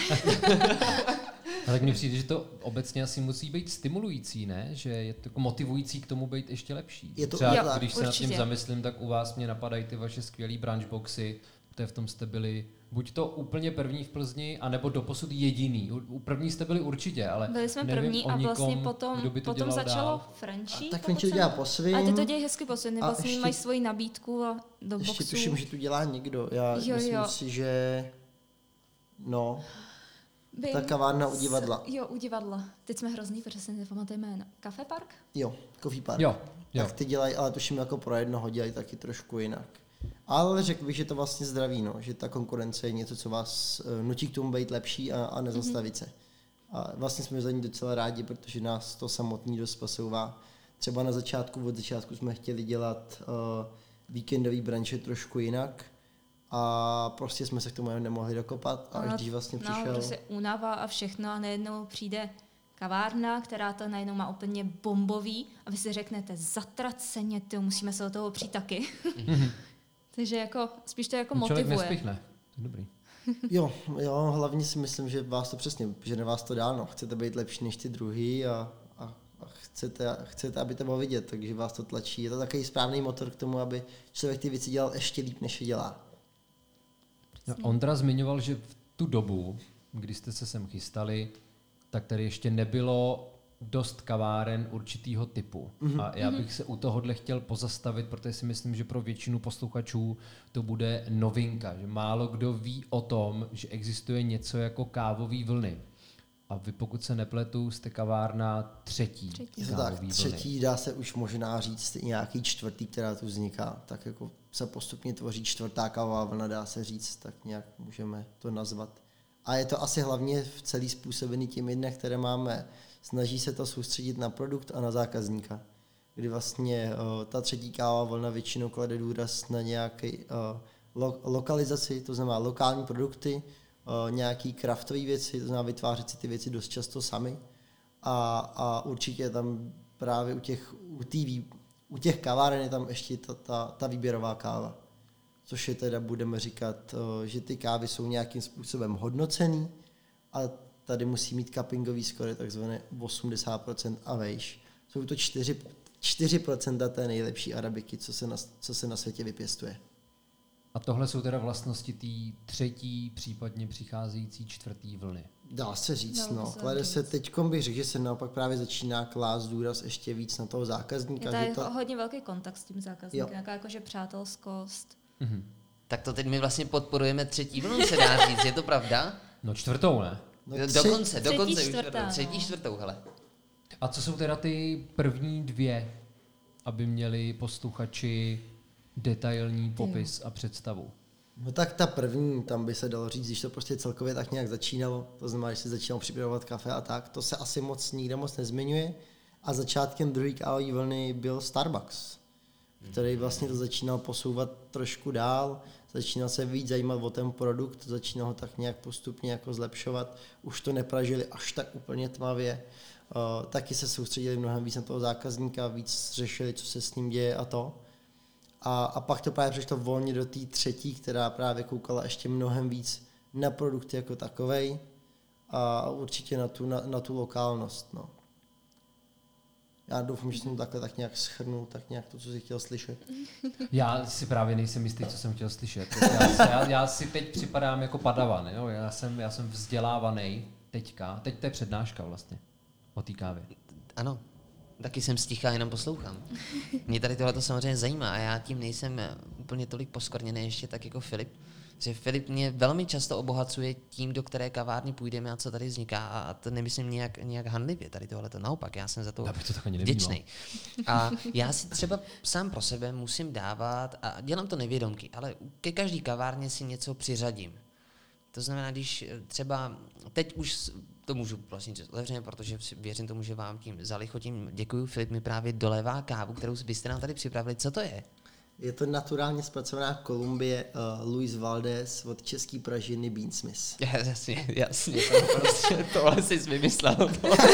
Speaker 2: Ale tak mně přijde, že to obecně asi musí být stimulující, ne? Že je to jako motivující k tomu být ještě lepší.
Speaker 4: Je to
Speaker 2: třeba,
Speaker 3: jo,
Speaker 2: když se nad tím
Speaker 3: určitě.
Speaker 2: zamyslím, tak u vás mě napadají ty vaše skvělý branchboxy, protože v tom jste byli buď to úplně první v Plzni, anebo doposud jediný. U první jste byli určitě, ale
Speaker 3: Byli jsme
Speaker 2: nevím
Speaker 3: první
Speaker 2: o
Speaker 3: a vlastně
Speaker 2: nikom,
Speaker 3: potom,
Speaker 2: kdo by to
Speaker 3: potom
Speaker 2: dělal
Speaker 3: začalo
Speaker 2: dál.
Speaker 3: Frenchie.
Speaker 4: Tak
Speaker 3: pokud
Speaker 4: Frenchie to
Speaker 3: jsem-
Speaker 4: dělá po svým.
Speaker 3: A ty to dělají hezky po svým,
Speaker 4: A
Speaker 3: vlastně
Speaker 4: ještě-
Speaker 3: mají svoji nabídku a do
Speaker 4: Ještě
Speaker 3: boxu.
Speaker 4: tuším, že tu dělá někdo. Já
Speaker 3: Jo,
Speaker 4: myslím
Speaker 3: jo.
Speaker 4: si, že no,
Speaker 3: Vím,
Speaker 4: ta kavárna u divadla.
Speaker 3: Jo, u divadla. Teď jsme hrozný, protože si nepamatuji jméno. Cafe Park?
Speaker 4: Jo, Coffee Park.
Speaker 2: Jo.
Speaker 4: Tak ty dělají, ale tuším jako pro jednoho dělají taky trošku jinak. Ale řekl bych, že to vlastně zdraví, no, že ta konkurence je něco, co vás nutí k tomu být lepší a nezastavit se. A vlastně jsme za ní docela rádi, protože nás to samotný dost posouvá. Třeba od začátku jsme chtěli dělat víkendový branče trošku jinak a prostě jsme se k tomu nemohli dokopat a až když vlastně přišel...
Speaker 3: No, prostě únava a všechno a najednou přijde kavárna, která to najednou má úplně bombový a vy si řeknete, zatraceně, ty musíme se do toho přijít taky. Takže jako, spíš to jako
Speaker 2: Člověk
Speaker 3: motivuje.
Speaker 2: nespichne. To je dobrý.
Speaker 4: Jo, hlavně si myslím, že vás to přesně, že vás to dá, no. Chcete být lepší než ty druhý a chcete, aby to bylo vidět, takže vás to tlačí. Je to takový správný motor k tomu, aby člověk ty věci dělal ještě líp, než je dělá.
Speaker 2: No, Ondra zmiňoval, že v tu dobu, kdy jste se sem chystali, tak tady ještě nebylo dost kaváren určitýho typu. A já bych se u tohohle chtěl pozastavit, protože si myslím, že pro většinu posluchačů to bude novinka, že málo kdo ví o tom, že existuje něco jako kávový vlny. A vy, pokud se nepletu, jste kavárna třetí.
Speaker 4: Je to tak, třetí, dá se už možná říct nějaký čtvrtý, která tu vzniká, tak jako se postupně tvoří čtvrtá kávová vlna, dá se říct, tak nějak můžeme to nazvat. A je to asi hlavně v celý způsobený těmi dny, které máme. Snaží se to soustředit na produkt a na zákazníka, kdy vlastně ta třetí kávová vlna většinou klade důraz na nějaký lokalizaci, to znamená lokální produkty, nějaký kraftové věci, to znamená vytvářet si ty věci dost často sami. A určitě tam právě u těch kaváren je tam ještě ta výběrová káva. Což je teda, budeme říkat, že ty kávy jsou nějakým způsobem hodnocený a tady musí mít cuppingový skóre takzvané 80% a vejš. Jsou to 4% té nejlepší arabiky, co se na světě vypěstuje.
Speaker 2: A tohle jsou teda vlastnosti té třetí, případně přicházející čtvrtý vlny.
Speaker 4: Dá se říct,
Speaker 3: Dalo by
Speaker 4: no.
Speaker 3: se
Speaker 4: Klade
Speaker 3: říct.
Speaker 4: se teďkom bych řekl, že se naopak právě začíná klást důraz ještě víc na toho zákazníka.
Speaker 3: Je tady
Speaker 4: že to...
Speaker 3: hodně velký kontakt s tím zákazníkem,
Speaker 4: Jo.
Speaker 3: nějaká jakože přátelskost.
Speaker 1: Tak to teď my vlastně podporujeme třetí vlnu, se dá říct, je to pravda?
Speaker 2: No čtvrtou, ne?
Speaker 4: No,
Speaker 1: Dokonce
Speaker 3: Třetí,
Speaker 1: už
Speaker 3: čtvrtá, no.
Speaker 1: třetí, čtvrtou, hele.
Speaker 2: A co jsou teda ty první dvě, aby měli posluchači detailní popis a představu?
Speaker 4: No tak ta první, tam by se dalo říct, když to prostě celkově tak nějak začínalo, to znamená, že se začínalo připravovat kafe a tak, to se asi nikde moc nezmiňuje. A začátkem druhé kávové vlny byl Starbucks, který vlastně to začínal posouvat trošku dál, začínal se víc zajímat o ten produkt, začínal ho tak nějak postupně jako zlepšovat, už to nepražili až tak úplně tmavě, taky se soustředili mnohem víc na toho zákazníka, víc řešili, co se s ním děje a to. A pak to právě přešlo volně do té třetí, která právě koukala ještě mnohem víc na produkty jako takovej a určitě na tu lokálnost. No. Já doufám, že jsem takhle tak nějak shrnul, tak nějak to, co jsi chtěl slyšet.
Speaker 2: Já si právě nejsem jistý, co jsem chtěl slyšet. Já si teď připadám jako padavan. Jo? Já jsem vzdělávaný teďka. Teď to je přednáška vlastně o té kávě.
Speaker 1: Ano, taky jsem sticha, jenom poslouchám. Mě tady tohle to samozřejmě zajímá a já tím nejsem úplně tolik poskorněný ještě tak jako Filip. Že Filip mě velmi často obohacuje tím, do které kavárny půjdeme a co tady vzniká a to nemyslím nějak hanlivě, tady tohle to naopak, já jsem za to
Speaker 2: Já bych to tak ani nevnímal.
Speaker 1: vděčný. A já si třeba sám pro sebe musím dávat, a dělám to nevědomky, ale ke každý kavárně si něco přiřadím. To znamená, když třeba, teď už to můžu vlastně říct otevřeně, protože věřím tomu, že vám tím zalichotím. Děkuju, Filip mi právě dolevá kávu, kterou byste nám tady připravili. Co to je?
Speaker 4: Je to naturálně zpracovaná Kolumbie Luis Valdez od český pražiny Beansmith.
Speaker 1: Jasně, tohle jsi vymyslel.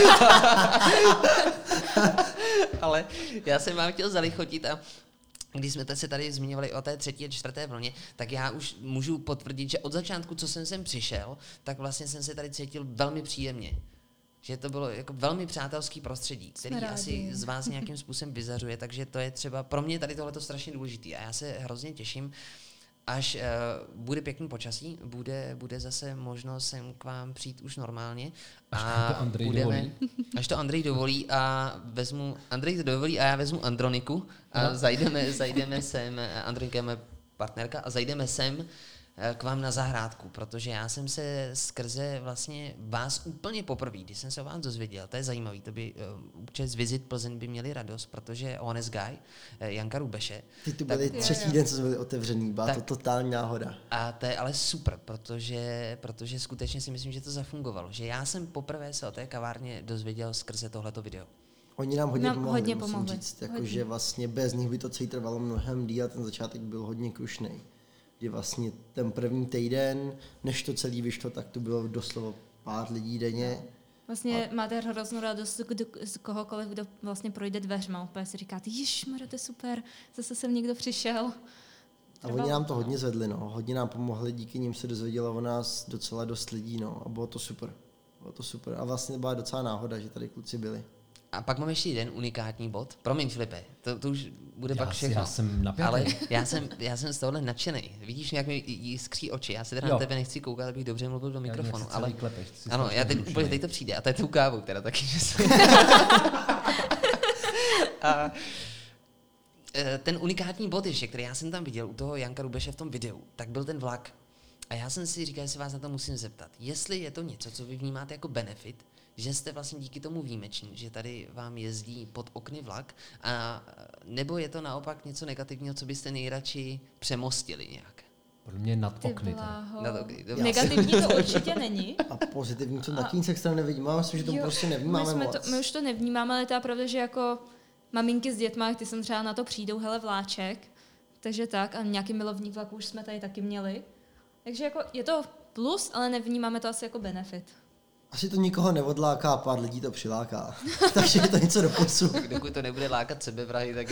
Speaker 1: Ale já jsem vám chtěl zalichotit a když jsme se tady zmiňovali o té 3. a 4. vlně, tak já už můžu potvrdit, že od začátku, co jsem sem přišel, tak vlastně jsem se tady cítil velmi příjemně. Že to bylo jako velmi přátelský prostředí, který asi z vás nějakým způsobem vyzařuje, takže to je třeba pro mě tady tohleto strašně důležitý a já se hrozně těším, až bude pěkný počasí, bude zase možnost sem k vám přijít už normálně. Až to Andrej dovolí a já vezmu Androniku a zajdeme sem, Andronika je moje partnerka, a zajdeme sem k vám na zahrádku, protože já jsem se skrze vlastně vás úplně poprvé, když jsem se o vás dozvěděl, to je zajímavý, to by přes Visit Plzeň by měli radost, protože Honest Guy, Janka Rubeše.
Speaker 4: Ty tu byli třetí den, co jsme byli otevřený, byla to totální náhoda.
Speaker 1: A to je ale super, protože skutečně si myslím, že to zafungovalo, že já jsem poprvé se o té kavárně dozvěděl skrze tohleto video.
Speaker 4: Oni nám hodně pomohli, musím říct, jakože vlastně bez nich by to celý trvalo mnohem díl a ten začátek byl hodně krušnej. Kdy vlastně ten první týden, než to celý vyšlo, tak to bylo doslova pár lidí denně.
Speaker 3: Vlastně máte hroznou radost z kohokoliv, kdo vlastně projde dveřma. Úplně si říkáte, ježišmarja, to je super, zase sem někdo přišel.
Speaker 4: A oni nám to hodně zvedli, no. Hodně nám pomohli, díky nim se dozvědělo o nás docela dost lidí, no. A bylo to super. A vlastně byla docela náhoda, že tady kluci byli.
Speaker 1: A pak mám ještě jeden unikátní bod. Promiň, Filipe, to už bude pak všechno.
Speaker 2: Já jsem napjatý.
Speaker 1: Ale já jsem z tohohle nadšený. Vidíš, jak mi jiskří oči. Já se teda na tebe nechci koukat, abych dobře mluvil do mikrofonu. Ale ano, já teď to přijde. A to je tou kávou teda taky. A ten unikátní bod ještě, který já jsem tam viděl u toho Janka Rubeše v tom videu, tak byl ten vlak. A já jsem si říkal, že se vás na to musím zeptat. Jestli je to něco, co vy vnímáte jako benefit, že jste vlastně díky tomu výjimeční, že tady vám jezdí pod okny vlak, a nebo je to naopak něco negativního, co byste nejradši přemostili nějak?
Speaker 2: Podle mě nad okny.
Speaker 3: Negativní to určitě není.
Speaker 4: A pozitivní to taky nic extra nevidím. Já myslím, že to prostě nevnímáme moc.
Speaker 3: My už to nevnímáme, ale to je pravda, že jako maminky s dětma, ty sem třeba na to přijdou, hele vláček, takže tak, a nějaký milovník vlaku už jsme tady taky měli. Takže jako je to plus, ale nevnímáme to asi jako benefit.
Speaker 4: Asi to nikoho neodláká a pár lidí to přiláká. Takže je to něco do pusu.
Speaker 1: Tak dokud to nebude lákat sebevrahy, tak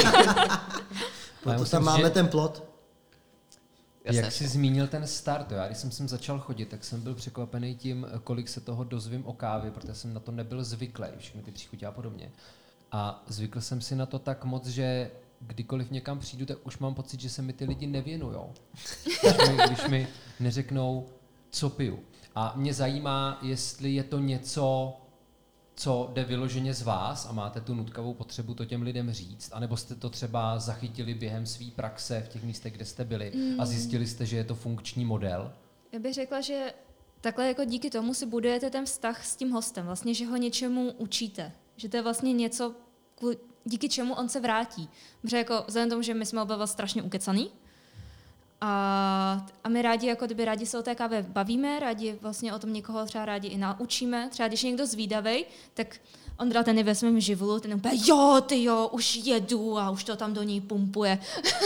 Speaker 4: proto tam máme ten plot.
Speaker 2: Jasně. Jak jsi zmínil ten start, já když jsem sem začal chodit, tak jsem byl překvapený tím, kolik se toho dozvím o kávě, protože jsem na to nebyl zvyklý, všechny ty příchutě a podobně. A zvykl jsem si na to tak moc, že kdykoliv někam přijdu, tak už mám pocit, že se mi ty lidi nevěnujou. Když mi neřeknou, co piju. A mě zajímá, jestli je to něco, co jde vyloženě z vás a máte tu nutkavou potřebu to těm lidem říct, anebo jste to třeba zachytili během své praxe v těch místech, kde jste byli a zjistili jste, že je to funkční model?
Speaker 3: Já bych řekla, že takhle jako díky tomu si budujete ten vztah s tím hostem, vlastně, že ho něčemu učíte, že to je vlastně něco, díky čemu on se vrátí. Protože jako vzhledem tomu, že my jsme oba strašně ukecaný, a my rádi se o té kávě bavíme, rádi vlastně o tom někoho třeba rádi i naučíme. Třeba když je někdo zvídavej, tak Ondra ten je ve svém živlu, ten úplně jo, už jedu a už to tam do něj pumpuje.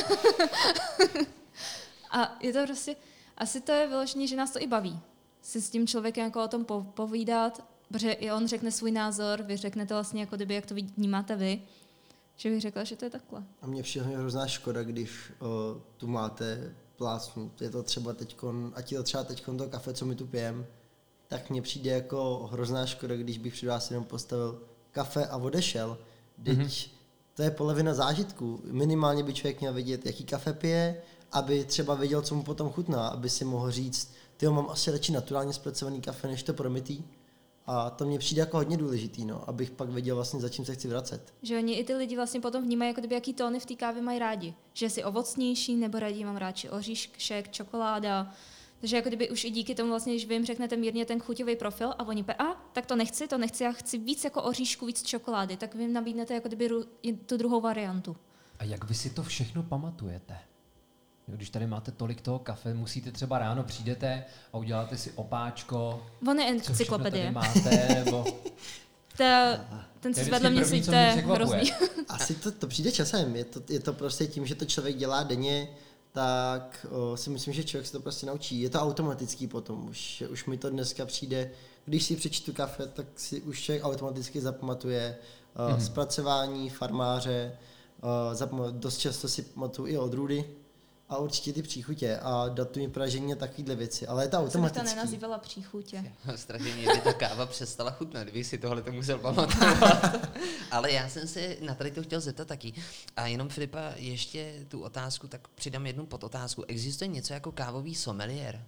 Speaker 3: A je to prostě, asi to je vyloženě, že nás to i baví. Si s tím člověkem jako o tom povídat, protože i on řekne svůj názor, vy řeknete vlastně jako kdyby, jak to vnímáte vy. Že bych řekla, že to je takhle.
Speaker 4: A mě přijde hrozná škoda, když tu máte plácnout. Je to třeba teďkon, ať je to třeba teďkon to kafe, co my tu pijeme, tak mně přijde jako hrozná škoda, když bych před vás jenom postavil kafe a odešel. Teď to je polovina zážitku. Minimálně by člověk měl vědět, jaký kafe pije, aby třeba věděl, co mu potom chutná, aby si mohl říct, tyjo, mám asi radši naturálně zpracovaný kafe, než to promytý. A to mně přijde jako hodně důležitý, no, abych pak věděl vlastně, za čím se chci vracet.
Speaker 3: Že oni i ty lidi vlastně potom vnímají, jako kdyby, jaký tóny v té kávě mají rádi. Že si ovocnější, nebo rádi mám radši oříšek, čokoláda. Takže jako kdyby už i díky tomu vlastně, když vy jim řeknete mírně ten chuťový profil a oni tak to nechci, já chci víc jako oříšku, víc čokolády, tak vy jim nabídnete jako kdyby tu druhou variantu.
Speaker 2: A jak vy si to všechno pamatujete? Když tady máte tolik toho kafe, musíte třeba ráno přijdete a uděláte si opáčko.
Speaker 3: On je encyklopedie.
Speaker 2: Máte, nebo...
Speaker 3: Ten si vedle mě sedí, to je hrozný.
Speaker 4: Asi to přijde časem. Je to prostě tím, že to člověk dělá denně, tak si myslím, že člověk se to prostě naučí. Je to automatický potom. Už mi to dneska přijde, když si přečtu kafe, tak si už člověk automaticky zapamatuje zpracování, farmáře, dost často si pamatuju i odrůdy a určitě ty příchutě a datují pražení a takovýhle věci, ale je to automatický.
Speaker 3: Já jsem to nenazývala příchutě.
Speaker 1: Strašně mě by ta káva přestala chutnat, kdybych si tohle to musel pamatovat. Ale já jsem se na tady to chtěl zeptat taky. A jenom Filipa, ještě tu otázku, tak přidám jednu podotázku. Existuje něco jako kávový sommelier?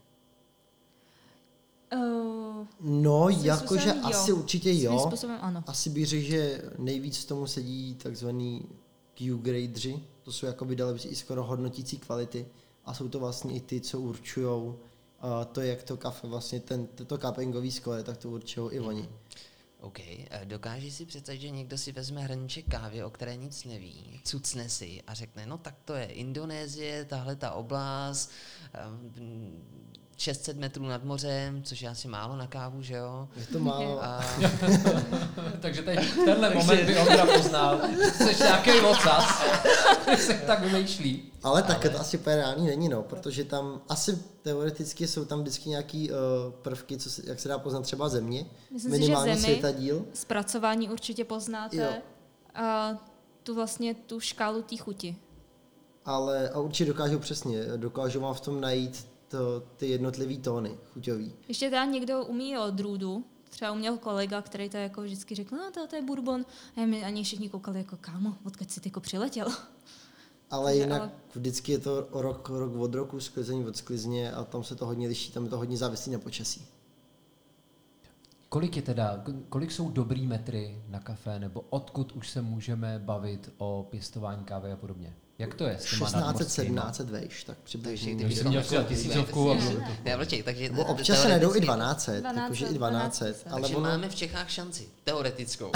Speaker 4: No, jakože asi určitě jo.
Speaker 3: Svým způsobem ano.
Speaker 4: Asi bych řekl, že nejvíc tomu sedí takzvaný Q-gradeři. To jsou jakoby dali i skoro hodnotící kvality. A jsou to vlastně i ty, co určujou to, jak to kafe, vlastně to cuppingový skóre, tak to určují i oni.
Speaker 1: OK. Dokážeš si představit, že někdo si vezme hrníček kávy, o které nic neví, cucne si a řekne, no tak to je Indonésie, tahle ta oblast, 600 metrů nad mořem, což je asi málo na kávu, že jo?
Speaker 4: Je to málo.
Speaker 2: Takže tady v tenhle moment by Ondra poznal, že jsi nějaký ocas, když se tak vymýšlí.
Speaker 4: Ale tak to asi úplně reálný není, no, protože tam asi teoreticky jsou tam vždycky nějaký prvky, jak se dá poznat třeba země,
Speaker 3: Myslím
Speaker 4: minimálně
Speaker 3: si, že zemi,
Speaker 4: světadíl.
Speaker 3: zpracování určitě poznáte
Speaker 4: Jo.
Speaker 3: a tu škálu té chuti.
Speaker 4: Ale a určitě dokážou vám v tom najít ty jednotlivý tóny chuťový.
Speaker 3: Ještě teda někdo umí odrůdu, třeba uměl kolega, který to jako vždycky řekl, no to je bourbon. A my ani všichni koukali jako, kámo, odkud jsi jako přiletěl?
Speaker 4: Ale jinak vždycky je to rok od roku, sklizení od sklizně a tam se to hodně liší, tam je to hodně závislý na počasí.
Speaker 2: Kolik jsou dobrý metry na kafe, nebo odkud už se můžeme bavit o pěstování kávy a podobně? Jak to je s těma
Speaker 4: 1600-1700 vejš, tak přibližně.
Speaker 2: Takže jsem měl třeba 1000 a
Speaker 1: takže
Speaker 4: občas se najdou i 1200, jakože i 1200. Ale
Speaker 1: takže máme v Čechách šanci, teoretickou.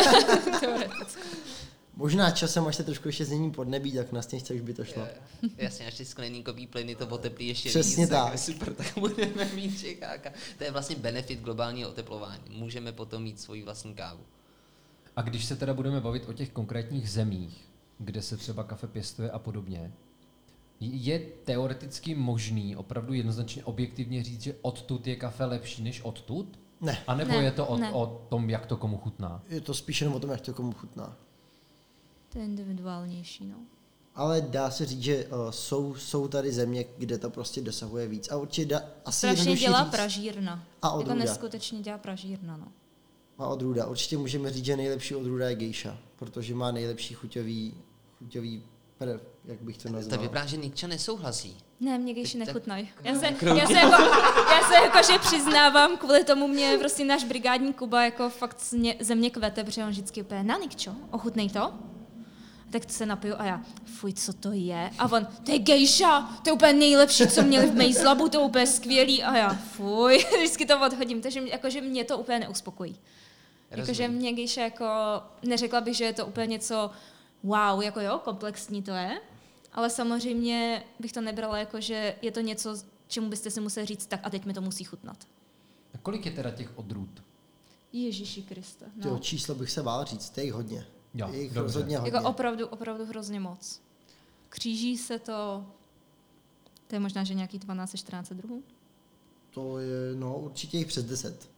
Speaker 4: Možná časem, až se trošku ještě změní podnebí, tak na sněžce už by to šlo.
Speaker 1: Jasně, až ty skleníkový plyny to oteplí ještě
Speaker 4: Přesně
Speaker 1: víc,
Speaker 4: tak.
Speaker 1: Super, tak budeme mít v Čechách. To je vlastně benefit globálního oteplování. Můžeme potom mít svoji vlastní kávu.
Speaker 2: A když se teda budeme bavit o těch konkrétních zemích, kde se třeba kafe pěstuje a podobně, je teoreticky možný opravdu jednoznačně objektivně říct, že odtud je kafe lepší než odtud?
Speaker 4: Ne.
Speaker 2: A nebo je to o tom, jak to komu chutná?
Speaker 4: Je to spíš jenom o tom, jak to komu chutná.
Speaker 3: To je individuálnější, no.
Speaker 4: Ale dá se říct, že jsou tady země, kde to prostě dosahuje víc. A určitě asi
Speaker 3: Strašně dělá
Speaker 4: říct.
Speaker 3: pražírna.
Speaker 4: A odrůda.
Speaker 3: Jako neskutečně dělá pražírna, no.
Speaker 4: A odrůda. Určitě můžeme říct, že nejlepší odrůda je gejša, protože má nejlepší chuťový prv, jak bych to nazval.
Speaker 1: To vypadá, že Nikča nesouhlasí.
Speaker 3: Ne, mě gejši nechutnají. Já se jakože přiznávám, kvůli tomu mě prostě náš brigádní Kuba jako fakt ze mě kvete, protože on vždycky úplně, na Nikčo, ochutnej to. Tak se napiju a já, fuj, co to je? A on, to je gejša, to je úplně nejlepší, co měli v Mejzlabu, to je úplně skvělý. A já, fuj, vždycky to odhodím, takže jakože mě to úplně neuspokojí. Jakože mě gejša jako, neřekla bych, že je to úplně něco, wow, jako jo, komplexní to je, ale samozřejmě bych to nebrala jako, že je to něco, čemu byste si museli říct, tak a teď mi to musí chutnat.
Speaker 2: A kolik je teda těch odrůd?
Speaker 3: Ježíši Kriste.
Speaker 4: No. Číslo bych se bál říct, to je jich hodně.
Speaker 2: Jo,
Speaker 4: je jich
Speaker 2: dobře.
Speaker 4: rozhodně hodně.
Speaker 3: Jako opravdu hrozně moc. Kříží se to je možná, že nějaký 12-14 druhů?
Speaker 4: To je, no, určitě jich přes 10.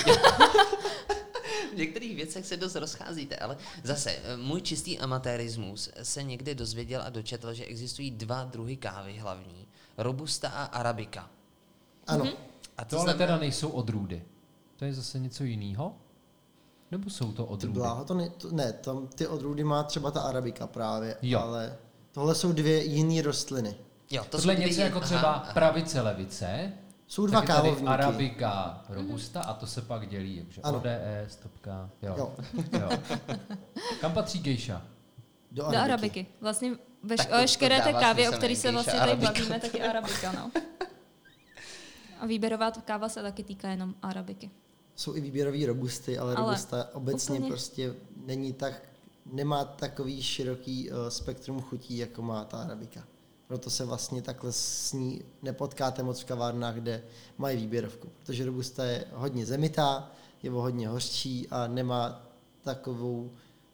Speaker 1: V některých věcech se dost rozcházíte, ale zase můj čistý amatérismus se někde dozvěděl a dočetl, že existují 2 druhy kávy hlavní. Robusta a arabika.
Speaker 4: Ano.
Speaker 1: A
Speaker 2: To ale teda nejsou odrůdy. To je zase něco jiného? Nebo jsou to odrůdy?
Speaker 4: Ty odrůdy má třeba ta arabika právě,
Speaker 2: jo.
Speaker 4: Ale tohle jsou 2 jiné rostliny.
Speaker 1: Jo,
Speaker 2: tohle je něco jako třeba pravice, levice.
Speaker 4: Jsou 2 kávovníky.
Speaker 2: Arabika, robusta a to se pak dělí. Takže ODS, topka, jo. Kam patří gejša?
Speaker 3: Do arabiky. Vlastně veškeré té kávy, o které se vlastně tady bavíme, tak je arabika, no. A výběrová káva se taky týká jenom arabiky.
Speaker 4: Jsou i výběrový robusty, ale robusta obecně úplně prostě nemá takový široký spektrum chutí, jako má ta arabika. Proto se vlastně takhle s ní nepotkáte moc v kavárnách, kde mají výběrovku. Protože robusta je hodně zemitá, je hodně hořčí a nemá takovou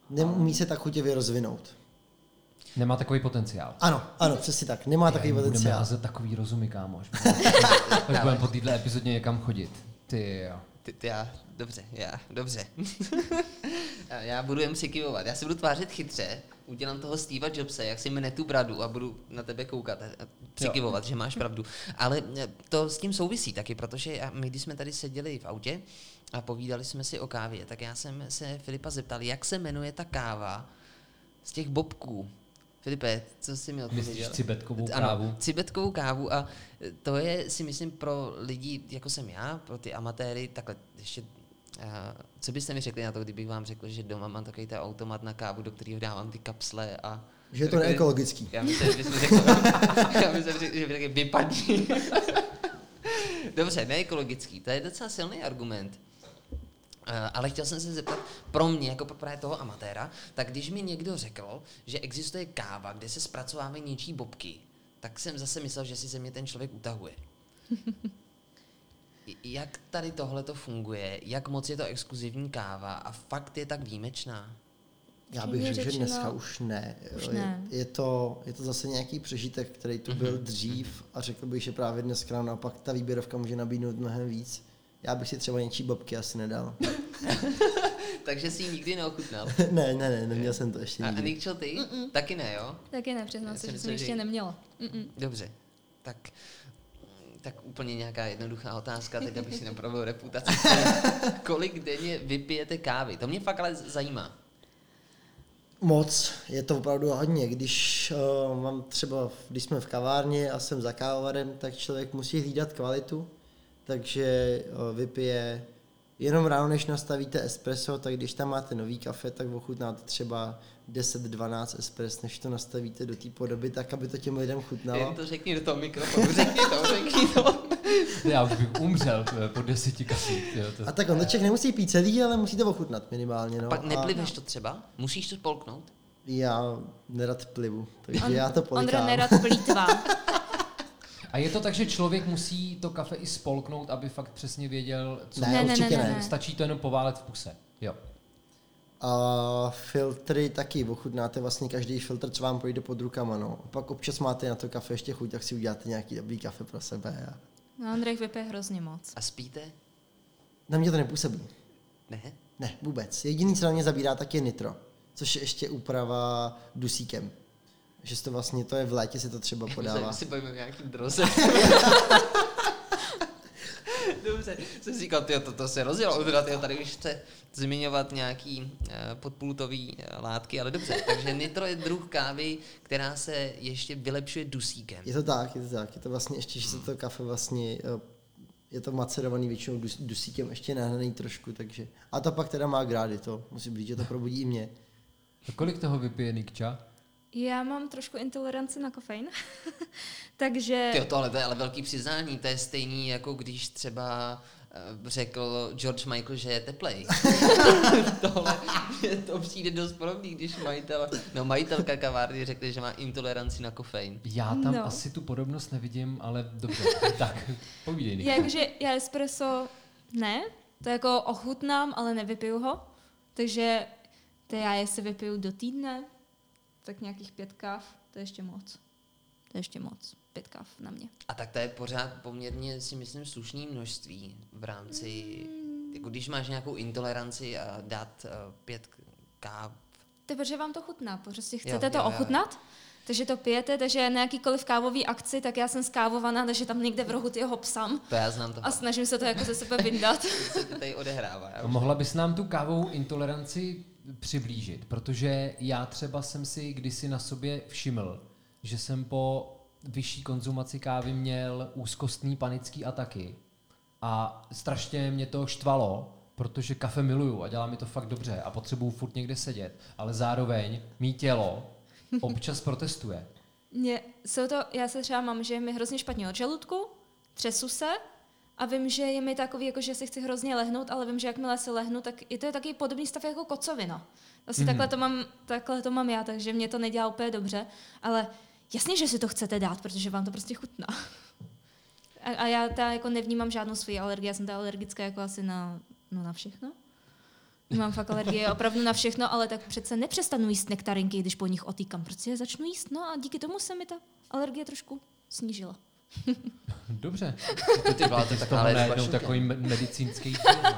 Speaker 4: Neumí se tak chutivě rozvinout.
Speaker 2: Nemá takový potenciál.
Speaker 4: Ano, přesně tak. Nemá takový
Speaker 2: Budeme
Speaker 4: potenciál.
Speaker 2: házet takový rozumy, kámo. Až budeme po této epizodě někam chodit. Ty jo.
Speaker 1: Dobře. Já budu jen přikyvovat. Já se budu tvářit chytře, udělám toho Steva Jobse, jak si mne tu bradu a budu na tebe koukat a přikyvovat, že máš pravdu. Ale to s tím souvisí taky, protože my, když jsme tady seděli v autě a povídali jsme si o kávě, tak já jsem se Filipa zeptal, jak se jmenuje ta káva z těch bobků. Filipe, co jsi mi odpověděl?
Speaker 2: Myslíš cibetkovou kávu?
Speaker 1: Ano, cibetkovou kávu a to je, si myslím, pro lidi, jako jsem já, pro ty amatéry, takhle ještě, co byste mi řekli na to, kdybych vám řekl, že doma mám takový ten automat na kávu, do kterého dávám ty kapsle a...
Speaker 4: Že je to neekologický.
Speaker 1: Já myslím, že bych řekl, že by taky vypadní. Dobře, neekologický, to je docela silný argument. Ale chtěl jsem se zeptat, pro mě, jako pro právě toho amatéra, tak když mi někdo řekl, že existuje káva, kde se zpracovávají něčí bobky, tak jsem zase myslel, že si ze mě ten člověk utahuje. Jak tady tohle to funguje? Jak moc je to exkluzivní káva? A fakt je tak výjimečná?
Speaker 4: Já bych řekl, že dneska už ne. Je to zase nějaký přežitek, který tu byl dřív a řekl bych, že právě dneska naopak ta výběrovka může nabídnout mnohem víc. Já bych si třeba něčí bobky asi nedal.
Speaker 1: Takže jsi ji nikdy neochutnal?
Speaker 4: Ne, neměl jsem to ještě nikdy.
Speaker 1: A Nikčo, ty? Taky ne, jo?
Speaker 3: Taky ne, přiznám se, že jsem ještě neměla.
Speaker 1: Dobře, tak úplně nějaká jednoduchá otázka, teď abych si napravil reputaci. Kolik denně vypijete kávy? To mě fakt ale zajímá.
Speaker 4: Moc, je to opravdu hodně. Když jsme v kavárně a jsem za kávovarem, tak člověk musí hlídat kvalitu, takže vypije jenom ráno, než nastavíte espresso, tak když tam máte nový kafe, tak ochutnáte třeba 10-12 espres, než to nastavíte do té podoby, tak aby to těm lidem chutnalo.
Speaker 1: Jen to řekni do toho mikrofonu, řekni to.
Speaker 2: Já už bych umřel po 10 kafích.
Speaker 4: A tak on to člověk nemusí pít celý, ale musí to ochutnat minimálně. No.
Speaker 1: A pak nepliveš to třeba? Musíš to spolknout?
Speaker 4: Já nerad plivu, takže já to polikám.
Speaker 3: Ondra nerad plýtvá.
Speaker 2: A je to tak, že člověk musí to kafe i spolknout, aby fakt přesně věděl, co...
Speaker 4: Ne, určitě ne.
Speaker 2: Stačí to jenom poválet v puse. Jo.
Speaker 4: A filtry taky, ochutnáte vlastně každý filtr, co vám projde pod rukama, no. A pak občas máte na to kafe ještě chuť, tak si uděláte nějaký dobrý kafe pro sebe.
Speaker 3: No, Ondřej vypije hrozně moc.
Speaker 1: A spíte?
Speaker 4: Na mě to nepůsobí.
Speaker 1: Ne?
Speaker 4: Ne, vůbec. Jediný, co na mě zabírá, tak je nitro, což je ještě úprava dusíkem. Že to je v létě, se to třeba podává.
Speaker 1: My si bavíme o nějakým droze. Dobře, jsem si říkal, to se rozjelo, tady už chce zmiňovat nějaký podpulutový látky, ale dobře. Takže nitro je druh kávy, která se ještě vylepšuje dusíkem.
Speaker 4: Je to tak. Je to vlastně ještě, že se to kafe vlastně, je to macerovaný většinou dusíkem, ještě nahnaný trošku, takže. A to pak teda má grády, to musím říct, že to probudí i mě.
Speaker 2: A kolik toho vypije Nikča?
Speaker 3: Já mám trošku intoleranci na kofein, takže...
Speaker 1: Tohle to je ale velký přiznání, to je stejný, jako když třeba řekl George Michael, že je teplej. Tohle, to přijde dost podobný, když majitelka kavárny řekne, že má intoleranci na kofein.
Speaker 2: Já tam asi tu podobnost nevidím, ale dobře, tak povídej, Nikča.
Speaker 3: Takže já espresso ne, to jako ochutnám, ale nevypiju ho, takže to já jestli vypiju do týdne, tak nějakých 5 káv, to je ještě moc. 5 káv na mě.
Speaker 1: A tak to je pořád poměrně, si myslím, slušný množství v rámci, jako když máš nějakou intoleranci a dát 5 káv.
Speaker 3: To protože vám to chutná, prostě chcete to ochutnat, takže to pijete, takže na jakýkoliv kávový akci, tak já jsem skávovaná, takže tam někde v rohu tyho psám.
Speaker 1: To já znám to.
Speaker 3: A snažím se to jako ze sebe vyndat.
Speaker 1: Co se tady odehrává?
Speaker 2: Mohla bys nám tu kávovou intoleranci přiblížit, protože já třeba jsem si kdysi na sobě všiml, že jsem po vyšší konzumaci kávy měl úzkostný panický ataky a strašně mě to štvalo, protože kafe miluju a dělá mi to fakt dobře a potřebuju furt někde sedět, ale zároveň mý tělo občas protestuje.
Speaker 3: Já se třeba mám, že je mi hrozně špatně od žaludku, třesu se a vím, že je mi takový, jako že si chci hrozně lehnout, ale vím, že jakmile se lehnu, tak je to takový podobný stav jako kocovina. Asi takhle to mám já, takže mě to nedělá úplně dobře, ale jasně, že si to chcete dát, protože vám to prostě chutná. A já jako nevnímám žádnou svoji alergii, já jsem ta alergická jako asi na všechno. Mám fakt alergie opravdu na všechno, ale tak přece nepřestanu jíst nektarinky, když po nich otýkám. Prostě je začnu jíst, no a díky tomu se mi ta alergie trošku snížila.
Speaker 2: Dobře.
Speaker 1: Ty byla to
Speaker 2: Teď z
Speaker 1: taková
Speaker 2: toho
Speaker 1: léčba
Speaker 2: najednou
Speaker 1: šokem.
Speaker 2: takový medicínský díl.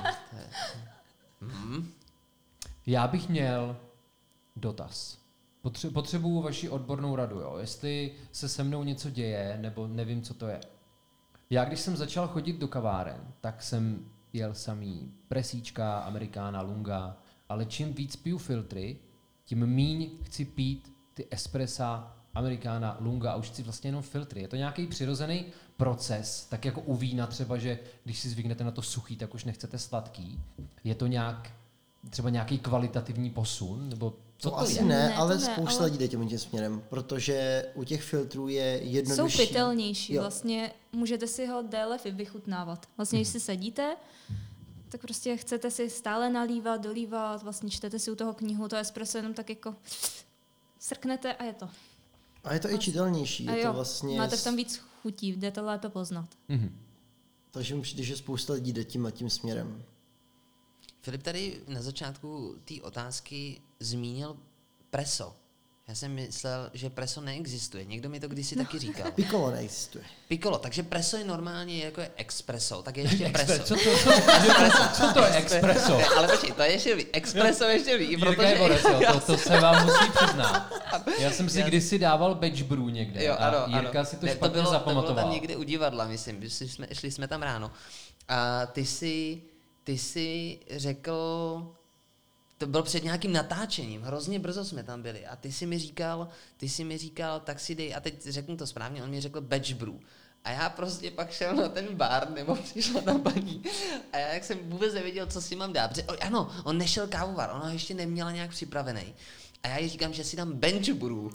Speaker 2: Já bych měl dotaz. Potřebuju vaši odbornou radu, jo? Jestli se mnou něco děje, nebo nevím, co to je. Já, když jsem začal chodit do kaváren, tak jsem jel samý presíčka, amerikána, lunga, ale čím víc piju filtry, tím míň chci pít ty espressa, amerikána, lunga a už chci vlastně jenom filtry. Je to nějaký přirozený proces, tak jako u vína třeba, že když si zvyknete na to suchý, tak už nechcete sladký. Je to třeba nějaký kvalitativní posun, nebo co
Speaker 4: To
Speaker 2: to
Speaker 4: asi
Speaker 2: je?
Speaker 4: ne,
Speaker 3: Ne,
Speaker 4: ale
Speaker 3: to ne,
Speaker 4: spousta
Speaker 3: ale-
Speaker 4: lidí jde tím směrem, protože u těch filtrů je jednodušší.
Speaker 3: Jsou pitelnější,
Speaker 4: Jo.
Speaker 3: vlastně můžete si ho déle vychutnávat. Vlastně, když si sedíte, tak prostě chcete si stále nalívat, dolívat, vlastně čtete si u toho knihu, to espresso jenom tak jako srknete a je to.
Speaker 4: A je to i čitelnější.
Speaker 3: A
Speaker 4: Je to
Speaker 3: jo,
Speaker 4: vlastně
Speaker 3: máte v tom víc chutí, jde to lépe poznat.
Speaker 2: Mhm.
Speaker 4: Takže mi přijde, že spousta lidí jde tím směrem.
Speaker 1: Filip tady na začátku té otázky zmínil preso. Já jsem myslel, že preso neexistuje. Někdo mi to kdysi taky říkal.
Speaker 4: Piccolo neexistuje.
Speaker 1: Piccolo, takže preso je normálně jako je espresso, tak je ještě preso.
Speaker 2: Co to je espresso?
Speaker 1: Ne, ale počkej, to je ještě líp. Espresso je ještě líp,
Speaker 2: Jirka
Speaker 1: protože...
Speaker 2: je borec, jo, to se vám musí přiznat. Já jsem si kdysi dával batch brew někde
Speaker 1: Jo, ano,
Speaker 2: a Jirka
Speaker 1: ano.
Speaker 2: si to
Speaker 1: Ne,
Speaker 2: špatně
Speaker 1: to bylo
Speaker 2: zapamatoval.
Speaker 1: tam někde u divadla, myslím, šli jsme tam ráno. A ty jsi řekl, to bylo před nějakým natáčením, hrozně brzo jsme tam byli a ty jsi mi říkal, tak si dej, a teď řeknu to správně, on mi řekl batch brew. A já prostě pak šel na ten bar, nebo přišla na paní. A já jak jsem vůbec nevěděl, co si mám dát. Ano, on nešel kávovar, ona ho ještě neměla nějak připravený. A já jí říkám, že si dám bench brew.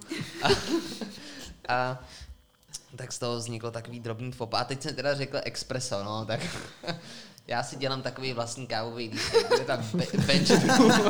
Speaker 1: A tak z toho vzniklo takový drobný fop. A teď jsem teda řekl espresso, no, tak já si dělám takový vlastní kávový lístek, bude tam bench brew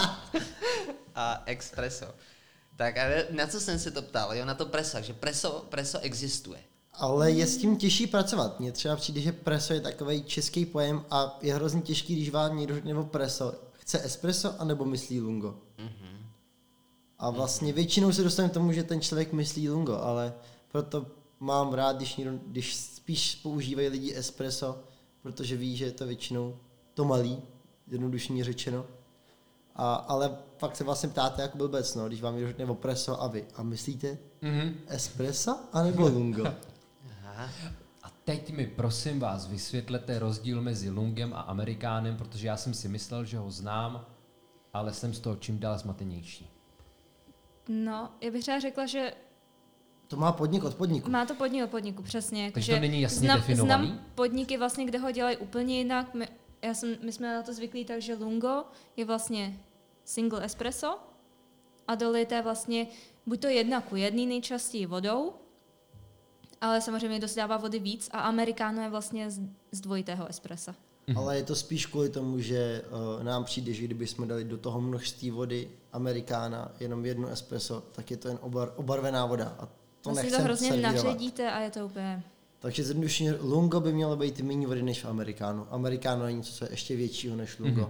Speaker 1: a espresso. Tak a na co jsem se to ptal? Jo, na to preso, že preso existuje.
Speaker 4: Ale je s tím těžší pracovat. Mně třeba přijde, že preso je takový český pojem a je hrozně těžký, když vám někdo řekne nebo preso. Chce espresso anebo myslí lungo. A vlastně většinou se dostaneme k tomu, že ten člověk myslí lungo, ale proto mám rád, když spíš používají lidi espresso, protože ví, že je to většinou to malý, jednodušně řečeno. Ale pak se vlastně ptáte jako blbec, no, když vám někdo řekne preso a vy. A myslíte espresso anebo lungo?
Speaker 1: Aha.
Speaker 2: A teď mi prosím vás vysvětlete rozdíl mezi lungem a amerikánem, protože já jsem si myslel, že ho znám, ale jsem z toho čím dál zmatenější.
Speaker 3: No, já bych třeba řekla, že
Speaker 4: To má podnik od podniku.
Speaker 3: má to podnik od podniku, přesně.
Speaker 2: Takže to není jasně definovaný?
Speaker 3: Znám podniky vlastně, kde ho dělají úplně jinak. My jsme na to zvyklí tak, že lungo je vlastně single espresso a dolijete vlastně buď to 1:1 nejčastěji vodou, ale samozřejmě kdo si dává vody víc a americano je vlastně z dvojitého espressa.
Speaker 4: Ale je to spíš kvůli tomu, že nám přijde, že kdybychom dali do toho množství vody amerikána jenom jedno espresso, tak je to jen obarvená voda. A to
Speaker 3: Vlastně to
Speaker 4: nechcem
Speaker 3: hrozně
Speaker 4: servírovat.
Speaker 3: naředíte a je to úplně...
Speaker 4: Takže zjednodušeně lungo by mělo být méně vody než v amerikánu. Amerikáno je něco, co je ještě většího než lungo.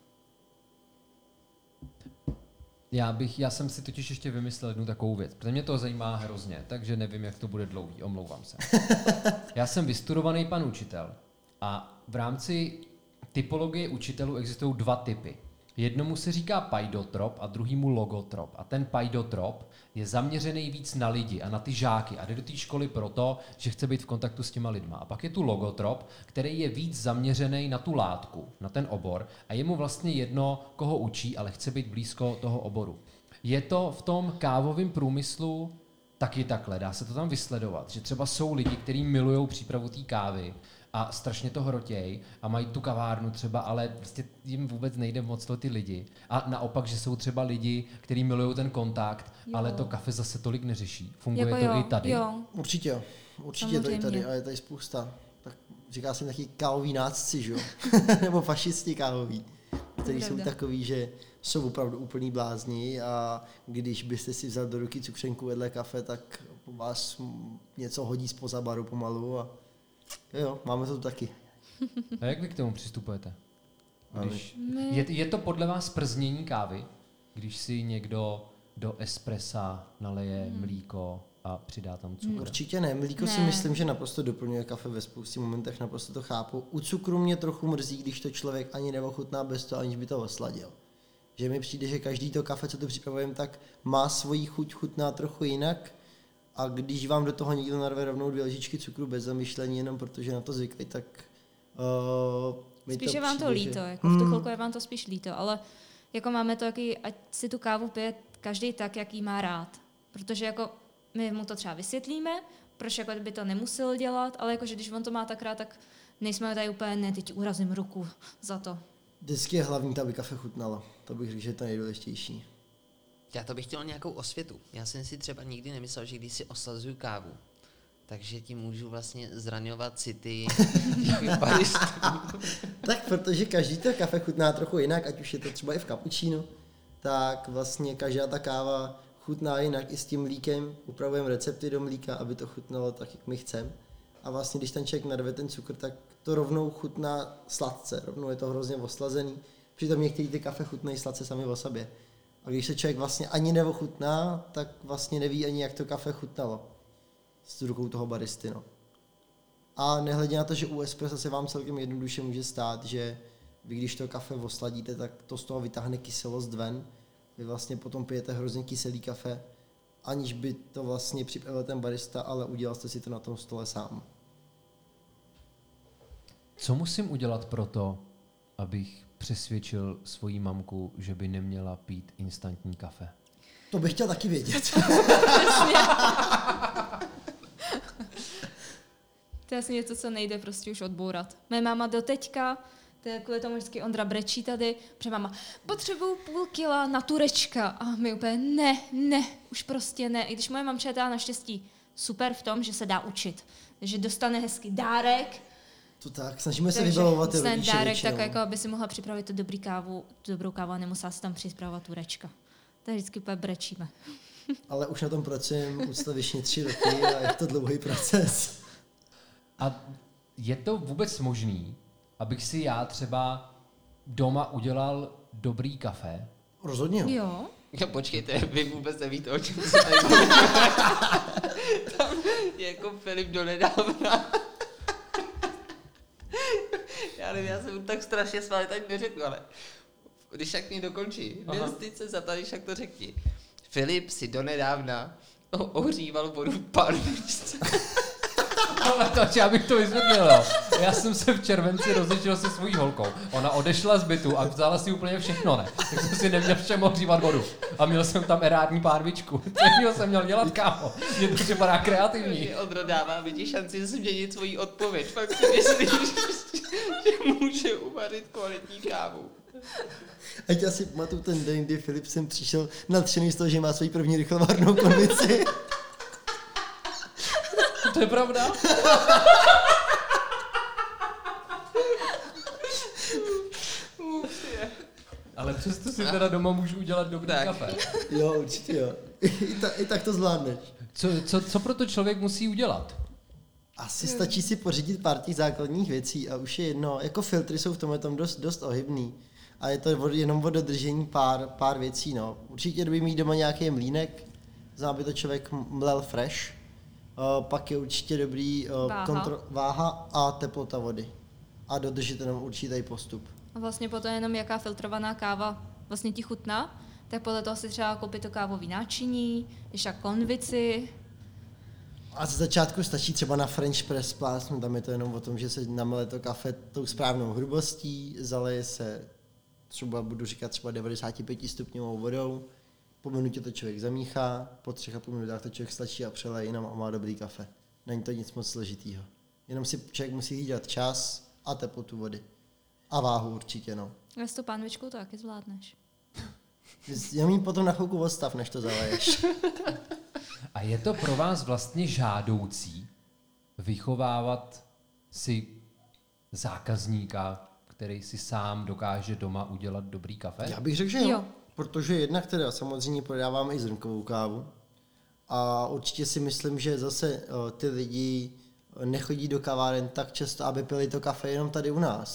Speaker 2: Já jsem si totiž ještě vymyslel jednu takovou věc, protože mě to zajímá hrozně, takže nevím, jak to bude dlouhý, omlouvám se. Já jsem vystudovaný pan učitel a v rámci typologie učitelů existují dva typy. Jednomu se říká paidotrop a druhýmu logotrop. A ten paidotrop je zaměřený víc na lidi a na ty žáky a jde do té školy proto, že chce být v kontaktu s těma lidma. A pak je tu logotrop, který je víc zaměřený na tu látku, na ten obor a je mu vlastně jedno, koho učí, ale chce být blízko toho oboru. Je to v tom kávovém průmyslu taky takhle, dá se to tam vysledovat, že třeba jsou lidi, kteří milují přípravu té kávy a strašně to hrotěj a mají tu kavárnu třeba, ale prostě jim vůbec nejde moc to ty lidi. A naopak, že jsou třeba lidi, kteří milují ten kontakt,
Speaker 3: Jo.
Speaker 2: ale to kafe zase tolik neřeší. Funguje
Speaker 3: Jako
Speaker 2: to
Speaker 3: jo,
Speaker 2: i tady?
Speaker 3: Jo.
Speaker 4: Určitě jo. Určitě je to i tady
Speaker 3: Samozřejmě.
Speaker 4: a je tady spousta. Tak říká se jim taky kávový nácci, že jo? Nebo fašisti kávoví, kteří jsou
Speaker 3: Pravda.
Speaker 4: takový, že jsou opravdu úplný blázni a když byste si vzal do ruky cukřenku vedle kafe, tak po vás něco hodí zpoza baru pomalu a jo, máme to tu taky.
Speaker 2: A jak vy k tomu přistupujete? Je to podle vás prznění kávy, když si někdo do espressa naleje mlíko a přidá tam cukr?
Speaker 4: Určitě ne. Mlíko si myslím, že naprosto doplňuje kafe ve spoustě momentech, naprosto to chápu. U cukru mě trochu mrzí, když to člověk ani neochutná bez toho, aniž by to osladil. Že mi přijde, že každý to kafe, co tu připravujeme, tak má svoji chuť, chutná trochu jinak. A když vám do toho někdo narve rovnou 2 lžičky cukru bez zamyšlení, jenom protože na to zvyklí, tak
Speaker 3: spíš je vám to líto, jako v tu chvilku je vám to spíš líto, ale jako máme to, ať si tu kávu pije každý tak, jaký má rád. Protože jako my mu to třeba vysvětlíme, proč jako by to nemusel dělat, ale jakože když on to má tak rád, tak nejsme tady úplně, ne, teď urazím ruku za to.
Speaker 4: Vždycky je hlavní, aby kafe chutnalo. To bych řekl, že je to nejdůležitější.
Speaker 1: Já to bych chtěl nějakou osvětu. Já jsem si třeba nikdy nemyslel, že když si oslazuju kávu, takže tím můžu vlastně zraňovat city baristů.
Speaker 4: Tak protože každý to kafe chutná trochu jinak, ať už je to třeba i v kapučínu, tak vlastně každá ta káva chutná jinak i s tím mlíkem. Upravujeme recepty do mlíka, aby to chutnalo tak, jak my chceme. A vlastně, když ten člověk narve ten cukr, tak to rovnou chutná sladce, rovnou je to hrozně oslazený. Přitom některé ty kafe chutnají sladce sami o sobě. A když se člověk vlastně ani neochutná, tak vlastně neví ani, jak to kafe chutnalo s rukou toho baristy. No. A nehledě na to, že u espressa se vám celkem jednoduše může stát, že vy když to kafe osladíte, tak to z toho vytáhne kyselost ven. Vy vlastně potom pijete hrozně kyselý kafe, aniž by to vlastně připravil ten barista, ale udělal jste si to na tom stole sám.
Speaker 2: Co musím udělat pro to, abych přesvědčil svoji mamku, že by neměla pít instantní kafe?
Speaker 4: To bych chtěl taky vědět.
Speaker 3: To je asi něco, co nejde prostě už odbourat. Moje máma doteďka, to je kvůli tomu vždycky Ondra brečí tady, protože máma, potřebuju 0,5 kila na turečka. A my úplně, ne, už prostě ne. I když moje mamča je teda naštěstí super v tom, že se dá učit. Takže dostane hezký dárek.
Speaker 4: To tak, snažíme se vybavovat ty
Speaker 3: rodiče dárek, tak jako aby si mohla připravit tu dobrou kávu a nemusela si tam připravovat turečka. Tak vždycky úplně brečíme.
Speaker 4: Ale už na tom pracujeme ústavičně 3 roky a je to dlouhý proces.
Speaker 2: A je to vůbec možný, abych si já třeba doma udělal dobrý kafe?
Speaker 4: Rozhodně.
Speaker 3: Jo.
Speaker 1: Jo, počkejte, vy vůbec nevíte, o čem se tady mluví. Tam je jako Filip donedávna. Já nevím, já jsem tak strašně sváli tak neřekl, ale když tak mě dokončí. Ty se za to, když tak to řekni. Filip si donedávna ohříval vodu v pánvičce.
Speaker 2: Ale to, já bych to vysvětlil, jo. Já jsem se v červenci rozličil se svojí holkou. Ona odešla z bytu a vzala si úplně všechno, ne? Tak jsem si neměl v čem ohřívat vodu. A měl jsem tam erádní párvičku. Co jsem měl dělat, kámo? Je to připadá kreativní.
Speaker 1: Ondro dává mi ti šanci změnit svoji odpověď. Fakt si myslíš, že může uvařit kvalitní kávu.
Speaker 4: Ať asi pamatuju ten den, kdy Filip sem přišel nadšený z toho, že má svoji první rychlovárnou konvici.
Speaker 2: To je pravda? Ale přesto si teda doma můžu udělat dobrý kafe.
Speaker 4: Jo, určitě jo. I tak to zvládneš.
Speaker 2: Co pro to člověk musí udělat?
Speaker 4: Asi stačí si pořídit pár těch základních věcí a už je jedno. Jako filtry jsou v tomhle tom dost ohybný. A je to jenom o dodržení pár věcí. No. Určitě dobrý mít doma nějaký mlýnek, aby to člověk mlel fresh. Pak je určitě dobrý váha a teplota vody. A dodržet jenom určitý postup.
Speaker 3: A vlastně potom jenom jaká filtrovaná káva vlastně ti chutná, tak podle toho si třeba koupit to kávový náčiní, když tak konvici.
Speaker 4: A ze začátku stačí třeba na French press plásnu, tam je to jenom o tom, že se namele to kafe tou správnou hrubostí, zaleje se třeba, budu říkat třeba 95 stupňovou vodou, po minutě to člověk zamíchá, po 3,5 minutách to člověk stačí a přeleje jinam a má dobrý kafe. Není to nic moc složitýho. Jenom si člověk musí hlídat čas a teplotu vody. A váhu určitě, no.
Speaker 3: A s tou pánvičkou to taky zvládneš.
Speaker 4: Já mít potom na chvilku odstav, než to zaleješ.
Speaker 2: A je to pro vás vlastně žádoucí vychovávat si zákazníka, který si sám dokáže doma udělat dobrý kafe?
Speaker 4: Já bych řekl, že jo. Protože jednak teda samozřejmě prodáváme i zrnkovou kávu. A určitě si myslím, že zase ty lidi nechodí do kaváren tak často, aby pili to kafe jenom tady u nás.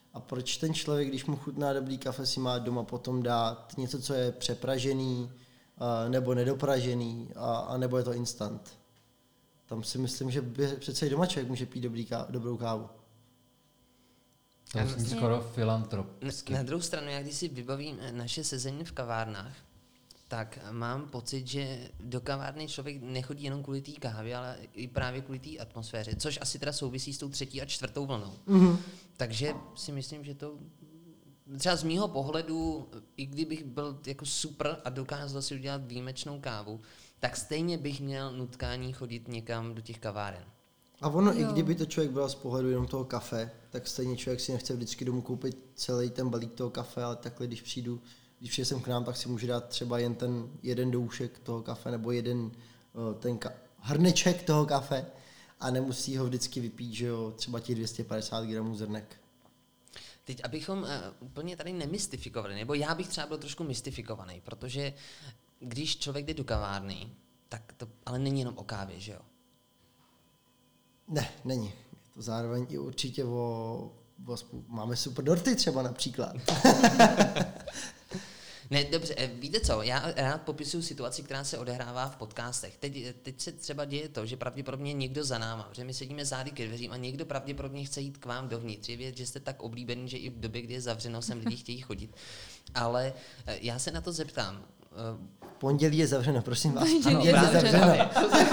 Speaker 4: A proč ten člověk, když mu chutná dobrý kafe, si má doma potom dát něco, co je přepražený, nebo nedopražený, a nebo je to instant. Tam si myslím, že přece i doma člověk může pít dobrou kávu.
Speaker 2: To musím skoro filantrop.
Speaker 1: Na druhou stranu, já když si vybavím naše sezení v kavárnách, tak mám pocit, že do kavárny člověk nechodí jenom kvůli té kávě, ale i právě kvůli té atmosféře, což asi teda souvisí s tou 3. a 4. vlnou. Mm-hmm. Takže si myslím, že to třeba z mýho pohledu, i kdybych byl jako super a dokázal si udělat výjimečnou kávu, tak stejně bych měl nutkání chodit někam do těch kaváren.
Speaker 4: A ono, i kdyby to člověk byl z pohledu jenom toho kafe, tak stejně člověk si nechce vždycky domů koupit celý ten balík toho kafe, ale takhle, když přijdu sem k nám, tak si můžu dát třeba jen ten jeden doušek toho kafe nebo jeden hrneček toho kafe a nemusí ho vždycky vypít, že jo, třeba těch 250 gramů zrnek.
Speaker 1: Teď, abychom úplně tady nemystifikovali, nebo já bych třeba byl trošku mystifikovaný, protože když člověk jde do kavárny, tak to ale není jenom o kávě, že jo?
Speaker 4: Ne, není. Je to zároveň i určitě máme super dorty třeba například.
Speaker 1: Ne, dobře, víte co, já rád popisuju situaci, která se odehrává v podcastech. Teď se třeba děje to, že pravděpodobně někdo za náma, protože my sedíme zády ke dveřím a někdo pravděpodobně chce jít k vám dovnitř. Je věc, že jste tak oblíbený, že i v době, kdy je zavřeno, sem lidi chtějí chodit. Ale já se na to zeptám.
Speaker 4: Pondělí je zavřeno, prosím vás.
Speaker 1: Ano,
Speaker 4: je zavřeno.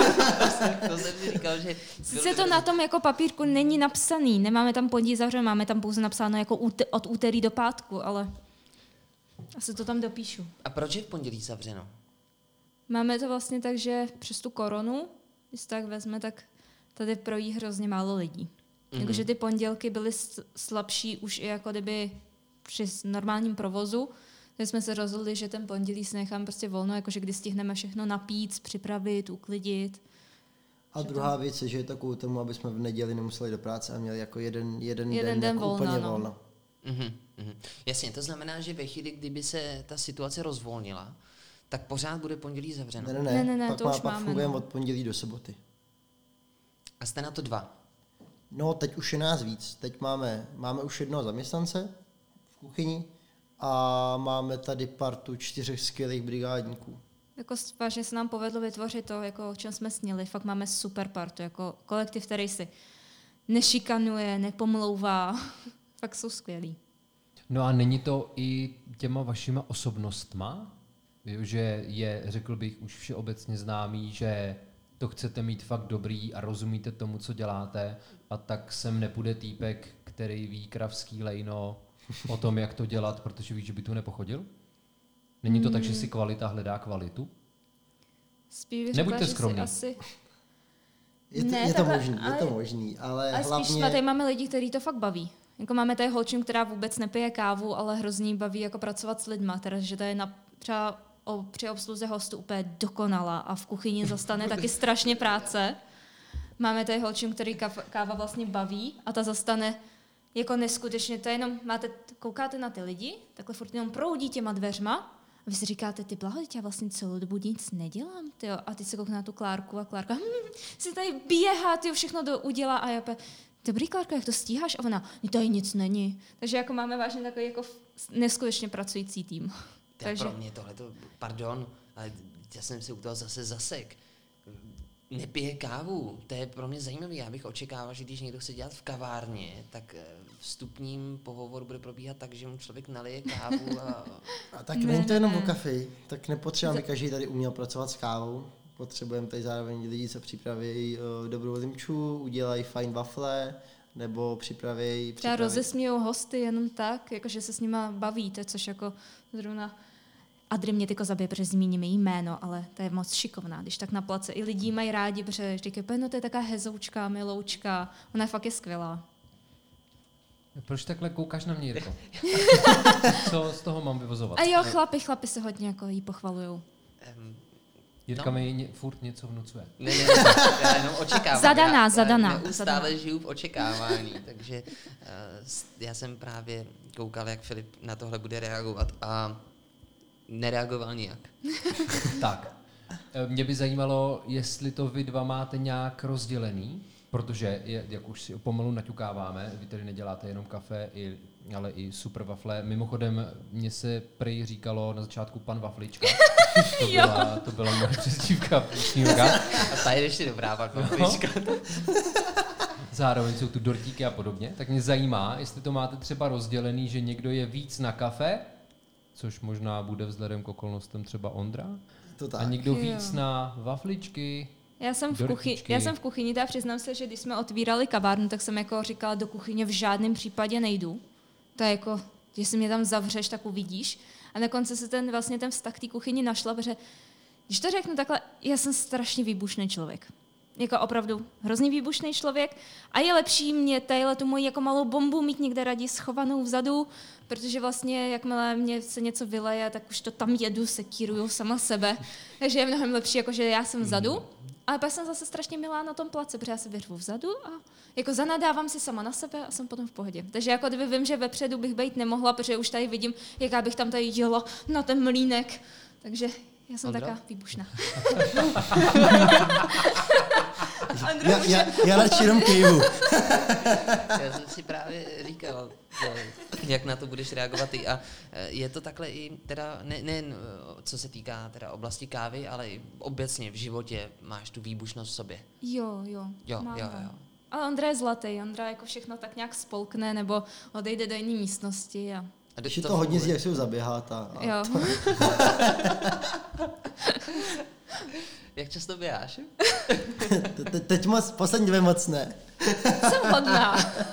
Speaker 1: To jsem si říkal, že...
Speaker 3: Sice to na tom jako papírku není napsaný, nemáme tam pondělí zavřeno, máme tam pouze napsáno jako od úterý do pátku, ale asi to tam dopíšu.
Speaker 1: A proč je v pondělí zavřeno?
Speaker 3: Máme to vlastně tak, že přes tu koronu, když tak vezme, tak tady projí hrozně málo lidí. Mm-hmm. Jakože ty pondělky byly slabší už i jako kdyby při normálním provozu, takže jsme se rozhodli, že ten pondělí si nechám prostě volno, jakože kdy stihneme všechno napít, připravit, uklidit.
Speaker 4: A druhá věc je, že je to kvůli tomu, aby jsme v neděli nemuseli do práce a měli jako jeden den jako
Speaker 3: volna,
Speaker 4: úplně
Speaker 3: no.
Speaker 4: volno.
Speaker 1: Jasně, to znamená, že ve chvíli, kdyby se ta situace rozvolnila, tak pořád bude pondělí zavřeno.
Speaker 3: Ne,
Speaker 4: pak
Speaker 3: to už
Speaker 4: pak
Speaker 3: máme,
Speaker 4: fungujeme od pondělí do soboty.
Speaker 1: A jste na to 2?
Speaker 4: No, teď už je nás víc. Teď máme už jednoho zaměstnance v kuchyni a máme tady partu 4 skvělých brigádníků.
Speaker 3: Jako vážně se nám povedlo vytvořit to, jako o čem jsme snili. Fakt máme super partu, jako kolektiv, který si nešikanuje, nepomlouvá. Fakt jsou skvělí.
Speaker 2: No a není to i těma vašima osobnostma, že je, řekl bych, už všeobecně známý, že to chcete mít fakt dobrý a rozumíte tomu, co děláte, a tak sem nepůjde týpek, který ví kravský lejno o tom, jak to dělat, protože ví, že by tu nepochodil? Není to tak, že si kvalita hledá kvalitu?
Speaker 3: Spíš
Speaker 2: nebuďte
Speaker 3: řekla,
Speaker 2: skromní.
Speaker 3: Asi...
Speaker 4: Je to možný, ale hlavně...
Speaker 3: spíš tady máme lidi, kteří to fakt baví. Jako máme tady holčinu, která vůbec nepije kávu, ale hrozně baví jako pracovat s lidma, takže to je třeba při obsluze hostů úplně dokonalá a v kuchyni zastane taky strašně práce. Máme tady holčinu, který káva vlastně baví a ta zastane jako neskutečně, to je jenom, koukáte na ty lidi, takhle furt jenom proudí těma dveřma a vy si říkáte, ty blaho, já vlastně celou dobu nic nedělám, tyjo. A teď se koukne na tu Klárku a Klárka si tady běhá, tyjo, všechno udělá a já dobrý, Klárka, jak to stíháš? A ona, tady nic není. Takže jako máme vážně takový jako neskutečně pracující tým.
Speaker 1: Takže... Pro mě tohleto, pardon, ale já jsem si u toho zase zasek. Nepije kávu, to je pro mě zajímavé. Já bych očekával, že když někdo chce dělat v kavárně, tak vstupním pohovor bude probíhat tak, že mu člověk nalije kávu
Speaker 4: a tak není to jenom o kafi, tak nepotřebujeme každý tady uměl pracovat s kávou. Potřebujeme tady zároveň lidi, co připraví dobrou limču, udělají fajn wafle, nebo připraví...
Speaker 3: Já rozesměju hosty jenom tak, jakože se s nima bavíte, což jako zrovna... Adry mě tyko zabije, protože zmíním její jméno, ale to je moc šikovná, když tak na place. I lidi mají rádi, protože říkají, no to je taká hezoučka, miloučka, ona je fakt skvělá.
Speaker 2: Proč takhle koukáš na mě, Jirko? Co z toho mám vyvozovat?
Speaker 3: A jo, chlapi se hodně jako jí pochvalujou.
Speaker 2: Jirka mi furt něco vnucuje.
Speaker 1: Ne, já jenom očekávám.
Speaker 3: Zadaná.
Speaker 1: Já neustále žiju v očekávání, takže já jsem právě koukal, jak Filip na tohle bude reagovat a nereagoval nijak.
Speaker 2: Tak, mě by zajímalo, jestli to vy dva máte nějak rozdělený, protože, jak už si pomalu naťukáváme, vy tady neděláte jenom kafe, i ale i super wafle. Mimochodem, mně se prej říkalo na začátku pan Waflička. To byla moje přezdívka Snílka.
Speaker 1: A ta je ještě dobrá, pak Waflička.
Speaker 2: Zároveň jsou tu dortíky a podobně. Tak mě zajímá, jestli to máte třeba rozdělený, že někdo je víc na kafe, což možná bude vzhledem k okolnostem třeba Ondra,
Speaker 4: To tak.
Speaker 2: a někdo víc na wafličky.
Speaker 3: Já jsem v kuchyni, teda přiznám se, že když jsme otvírali kavárnu, tak jsem jako říkala, do kuchyně v žádném případě nejdu. To je jako, jestli mě tam zavřeš, tak uvidíš. A na konci se ten vztah té kuchyni našla, protože když to řeknu takhle, já jsem strašně výbušný člověk. Jako opravdu hrozně výbušný člověk a je lepší mě tu moji jako malou bombu mít někde raději schovanou vzadu, protože vlastně jakmile mě se něco vyleje, tak už to tam jedu, sekíruju sama sebe. Takže je mnohem lepší, jako že já jsem vzadu. Ale pak jsem zase strašně milá na tom place, protože já se vyřvu vzadu a jako zanadávám si sama na sebe a jsem potom v pohodě. Takže jako kdyby vím, že vepředu bych být nemohla, protože už tady vidím, jaká bych tam tady jela na ten mlýnek. Takže já jsem taká výbušná.
Speaker 4: Já radši jenom kejvu.
Speaker 1: Já jsem si právě říkal, jak na to budeš reagovat ty. A je to takhle i teda nejen co se týká teda oblasti kávy, ale i obecně v životě máš tu výbušnost v sobě.
Speaker 3: Jo. Ale Ondra je zlatý, Ondra jako všechno tak nějak spolkne nebo odejde do jiné místnosti. A
Speaker 4: Když je to hodně jak se ho zaběhat.
Speaker 3: Jo.
Speaker 1: Jak často běháš?
Speaker 4: Teď moc, poslední 2 moc ne.
Speaker 3: Jsem hodná.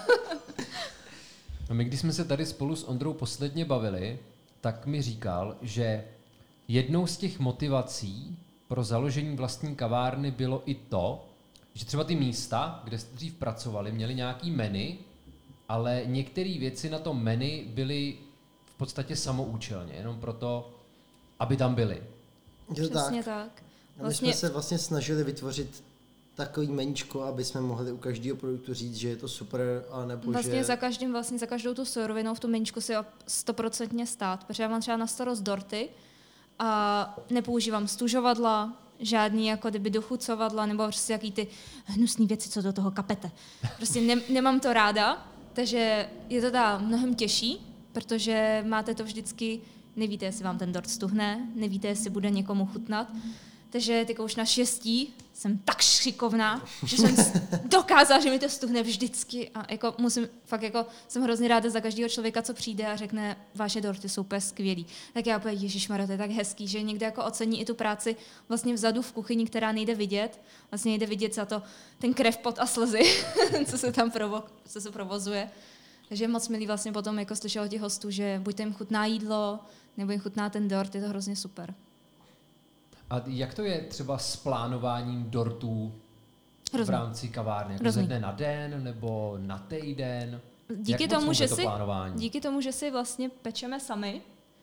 Speaker 2: A my, když jsme se tady spolu s Ondrou posledně bavili, tak mi říkal, že jednou z těch motivací pro založení vlastní kavárny bylo i to, že třeba ty místa, kde jste dřív pracovali, měli nějaký menu, ale některé věci na tom menu byly v podstatě samoučelně, jenom proto, aby tam byly.
Speaker 3: Přesně tak.
Speaker 4: A my jsme se vlastně snažili vytvořit takový meníčko, aby jsme mohli u každého produktu říct, že je to super, anebo
Speaker 3: vlastně
Speaker 4: že...
Speaker 3: za každou tu surovinou v tom meníčku si 100% stát, protože já mám třeba na starost dorty a nepoužívám stužovadla, žádný jako kdyby dochucovadla, nebo prostě jaký ty hnusný věci, co do toho kapete. Prostě nemám to ráda, takže je to mnohem těžší, protože máte to vždycky, nevíte, jestli vám ten dort stuhne, nevíte, jestli bude někomu chutnat. Takže teď už naštěstí jsem tak šikovná, že jsem dokázala, že mi to stuhne vždycky. A jako jsem hrozně ráda za každého člověka, co přijde a řekne, vaše dorty jsou úplně skvělý. Tak já úplně, ježišmarja, to je tak hezký, že někde jako ocení i tu práci vlastně vzadu v kuchyni, která nejde vidět. Vlastně nejde vidět za to ten krev, pot a slzy, co se provozuje. Takže je moc milý vlastně potom jako slyšet od těch hostů, že buď jim chutná jídlo, nebo jim chutná ten dort, je to hrozně super.
Speaker 2: A jak to je třeba s plánováním dortů v rámci kavárny? Jako ze dne na den nebo na týden?
Speaker 3: Díky tomu, že si vlastně pečeme sami,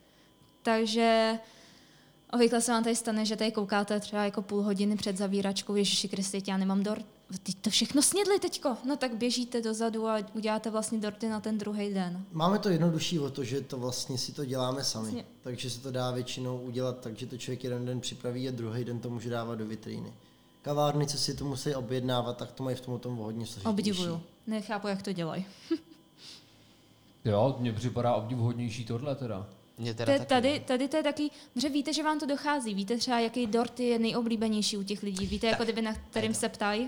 Speaker 3: takže obvykle se vám tady stane, že tady koukáte třeba jako půl hodiny před zavíračkou, Ježiši Kriste, já nemám dort. Ty to všechno snědli teďko. No tak běžíte dozadu a uděláte vlastně dorty na ten druhý den.
Speaker 4: Máme to jednodušší o to, že to vlastně si to děláme sami. Vlastně. Takže se to dá většinou udělat tak, že to člověk jeden den připraví a druhý den to může dávat do vitríny. Kavárny, co si to musí objednávat, tak to mají v tom hodně složitější.
Speaker 3: Obdivuju. Nechápu, jak to dělají.
Speaker 2: Jo, mně připadá obdivuhodnější tohle teda.
Speaker 3: Tady to je taky, že víte, že vám to dochází. Víte třeba, jaký dort je nejoblíbenější u těch lidí. Víte, jako kdyby na kterým se ptají.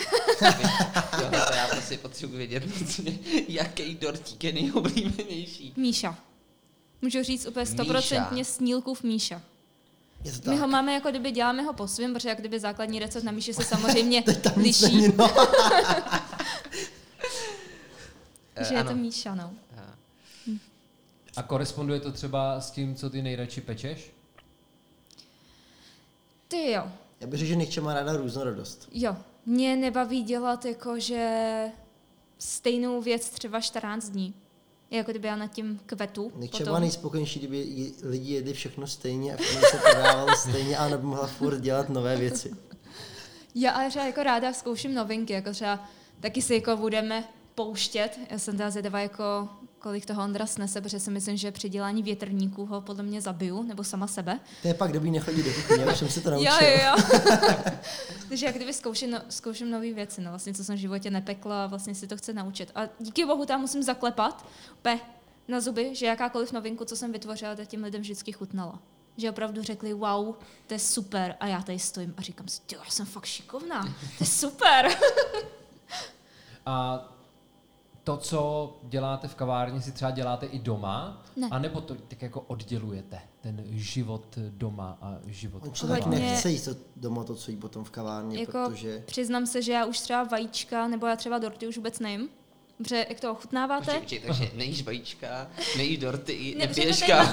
Speaker 1: To já prostě potřebuji vědět, jaký dortík je nejoblíbenější.
Speaker 3: Míša. Můžu říct úplně 100% Snílkův Míša. My ho máme jako kdyby, děláme ho po svým, protože jak kdyby základní recept na Míši se samozřejmě liší. Že je to Míša, no.
Speaker 2: A koresponduje to třeba s tím, co ty nejradši pečeš?
Speaker 3: Ty jo.
Speaker 4: Já bych řekl, že Nikča má ráda různorodost.
Speaker 3: Jo. Mě nebaví dělat jakože stejnou věc třeba 14 dní. Jako kdyby já nad tím kvetu.
Speaker 4: Nikča má nejspokojenější, kdyby lidi jedli všechno stejně a všechno se podávalo stejně a nemohla furt dělat nové věci.
Speaker 3: Já ale třeba jako ráda zkouším novinky, jako třeba taky si jako budeme pouštět. Já jsem teda zvědavá, jako kolik toho Ondra snese, protože si myslím, že při dělání větrníků ho podle mě zabiju, nebo sama sebe.
Speaker 4: To je pak dobrý nechodit do kuchyně, už jsem se to naučil.
Speaker 3: Jo. Takže jak kdyby zkouším nové věci, no vlastně, co jsem v životě nepekla, vlastně si to chci naučit. A díky bohu tam musím zaklepat. na zuby, že jakákoliv novinku, co jsem vytvořila, tak těm lidem vždycky chutnala. Že opravdu řekli, wow, to je super. A já tady stojím a říkám si, já jsem fakt šikovná, to je super.
Speaker 2: A to, co děláte v kavárně, si třeba děláte i doma?
Speaker 3: Ne.
Speaker 2: A nebo to tak jako oddělujete, ten život doma a život v
Speaker 4: Člověk
Speaker 2: kavárně?
Speaker 4: nechce jíst doma to, co jí potom v kavárně,
Speaker 3: Jako,
Speaker 4: protože...
Speaker 3: přiznám se, že já už třeba vajíčka, nebo já třeba dorty už vůbec nejím. Protože jak to ochutnáváte?
Speaker 1: Počkej, takže nejíš vajíčka, nejíš dorty,
Speaker 3: Ne,
Speaker 1: nepiješ
Speaker 3: protože
Speaker 1: kávu.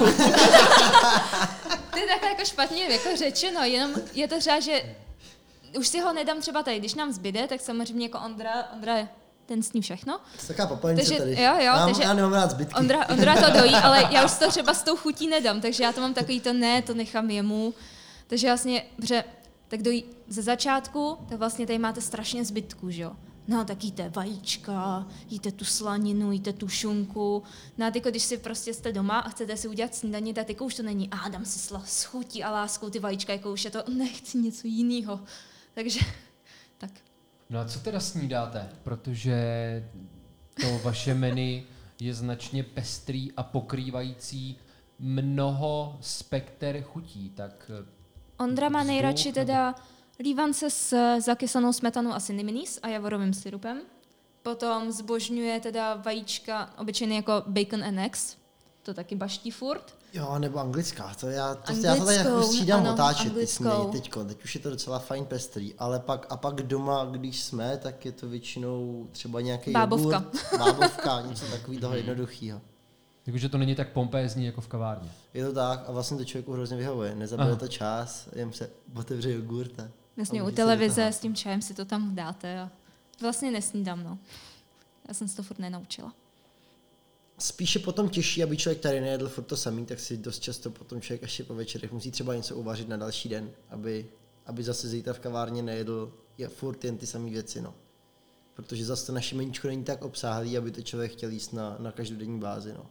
Speaker 3: To je takhle jako špatně jako řečeno, jenom je to třeba, že už si ho nedám třeba tady, když nám zbyde, tak samozřejmě jako Ondra ten sní všechno.
Speaker 4: Taková popelnice
Speaker 3: Takže,
Speaker 4: tady.
Speaker 3: jo, takže
Speaker 4: já nemám rád zbytky.
Speaker 3: Ondra to dojí, ale já už to třeba s tou chutí nedám, takže já to mám takový to ne, to nechám jemu. Takže vlastně, protože tak dojí ze začátku, tak vlastně tady máte strašně zbytků, že jo. No, tak jíte vajíčka, jíte tu slaninu, jíte tu šunku. No a tyko, když si prostě jste doma a chcete si udělat snídaní, tak tyko už to není, dám si s chutí a láskou ty vajíčka, jako už je to, nechci něco jiného. Takže, tak.
Speaker 2: No a co teda snídáte? Protože to vaše menu je značně pestrý a pokrývající mnoho spekter chutí, tak...
Speaker 3: Ondra má
Speaker 2: vzduch,
Speaker 3: nejradši
Speaker 2: nebo-
Speaker 3: teda lívance s zakysanou smetanou a cinnamonies a javorovým syrupem. Potom zbožňuje teda vajíčka, obyčejný jako bacon and eggs, to taky baští furt.
Speaker 4: Jo, nebo anglická, to já to tady
Speaker 3: Anglickou,
Speaker 4: jako střídám
Speaker 3: ano,
Speaker 4: otáčet ty
Speaker 3: anglickou.
Speaker 4: sny teďko, teď už je to docela fajn pestrý, ale pak doma, když jsme, tak je to většinou třeba nějaký
Speaker 3: Bábovka.
Speaker 4: jogurt, bábovka, něco takového jednoduchého.
Speaker 2: Takže to není tak pompézní jako v kavárně.
Speaker 4: Je to tak a vlastně to člověku hrozně vyhovuje, nezabije to čas, jen se otevře jogurt a
Speaker 3: Vlastně
Speaker 4: a
Speaker 3: u
Speaker 4: může se
Speaker 3: televize
Speaker 4: do
Speaker 3: s tím čajem si to tam dáte a vlastně nesnídám, no. Já jsem se to furt nenaučila.
Speaker 4: Spíše potom těžší, aby člověk tady nejedl furt to samý, tak si dost často potom člověk ještě po večerech musí třeba něco uvařit na další den, aby zase zítra v kavárně nejedl furt jen ty samé věci, no. Protože zase to naše meníčko není tak obsáhlý, aby to člověk chtěl jíst na každodenní bázi, no.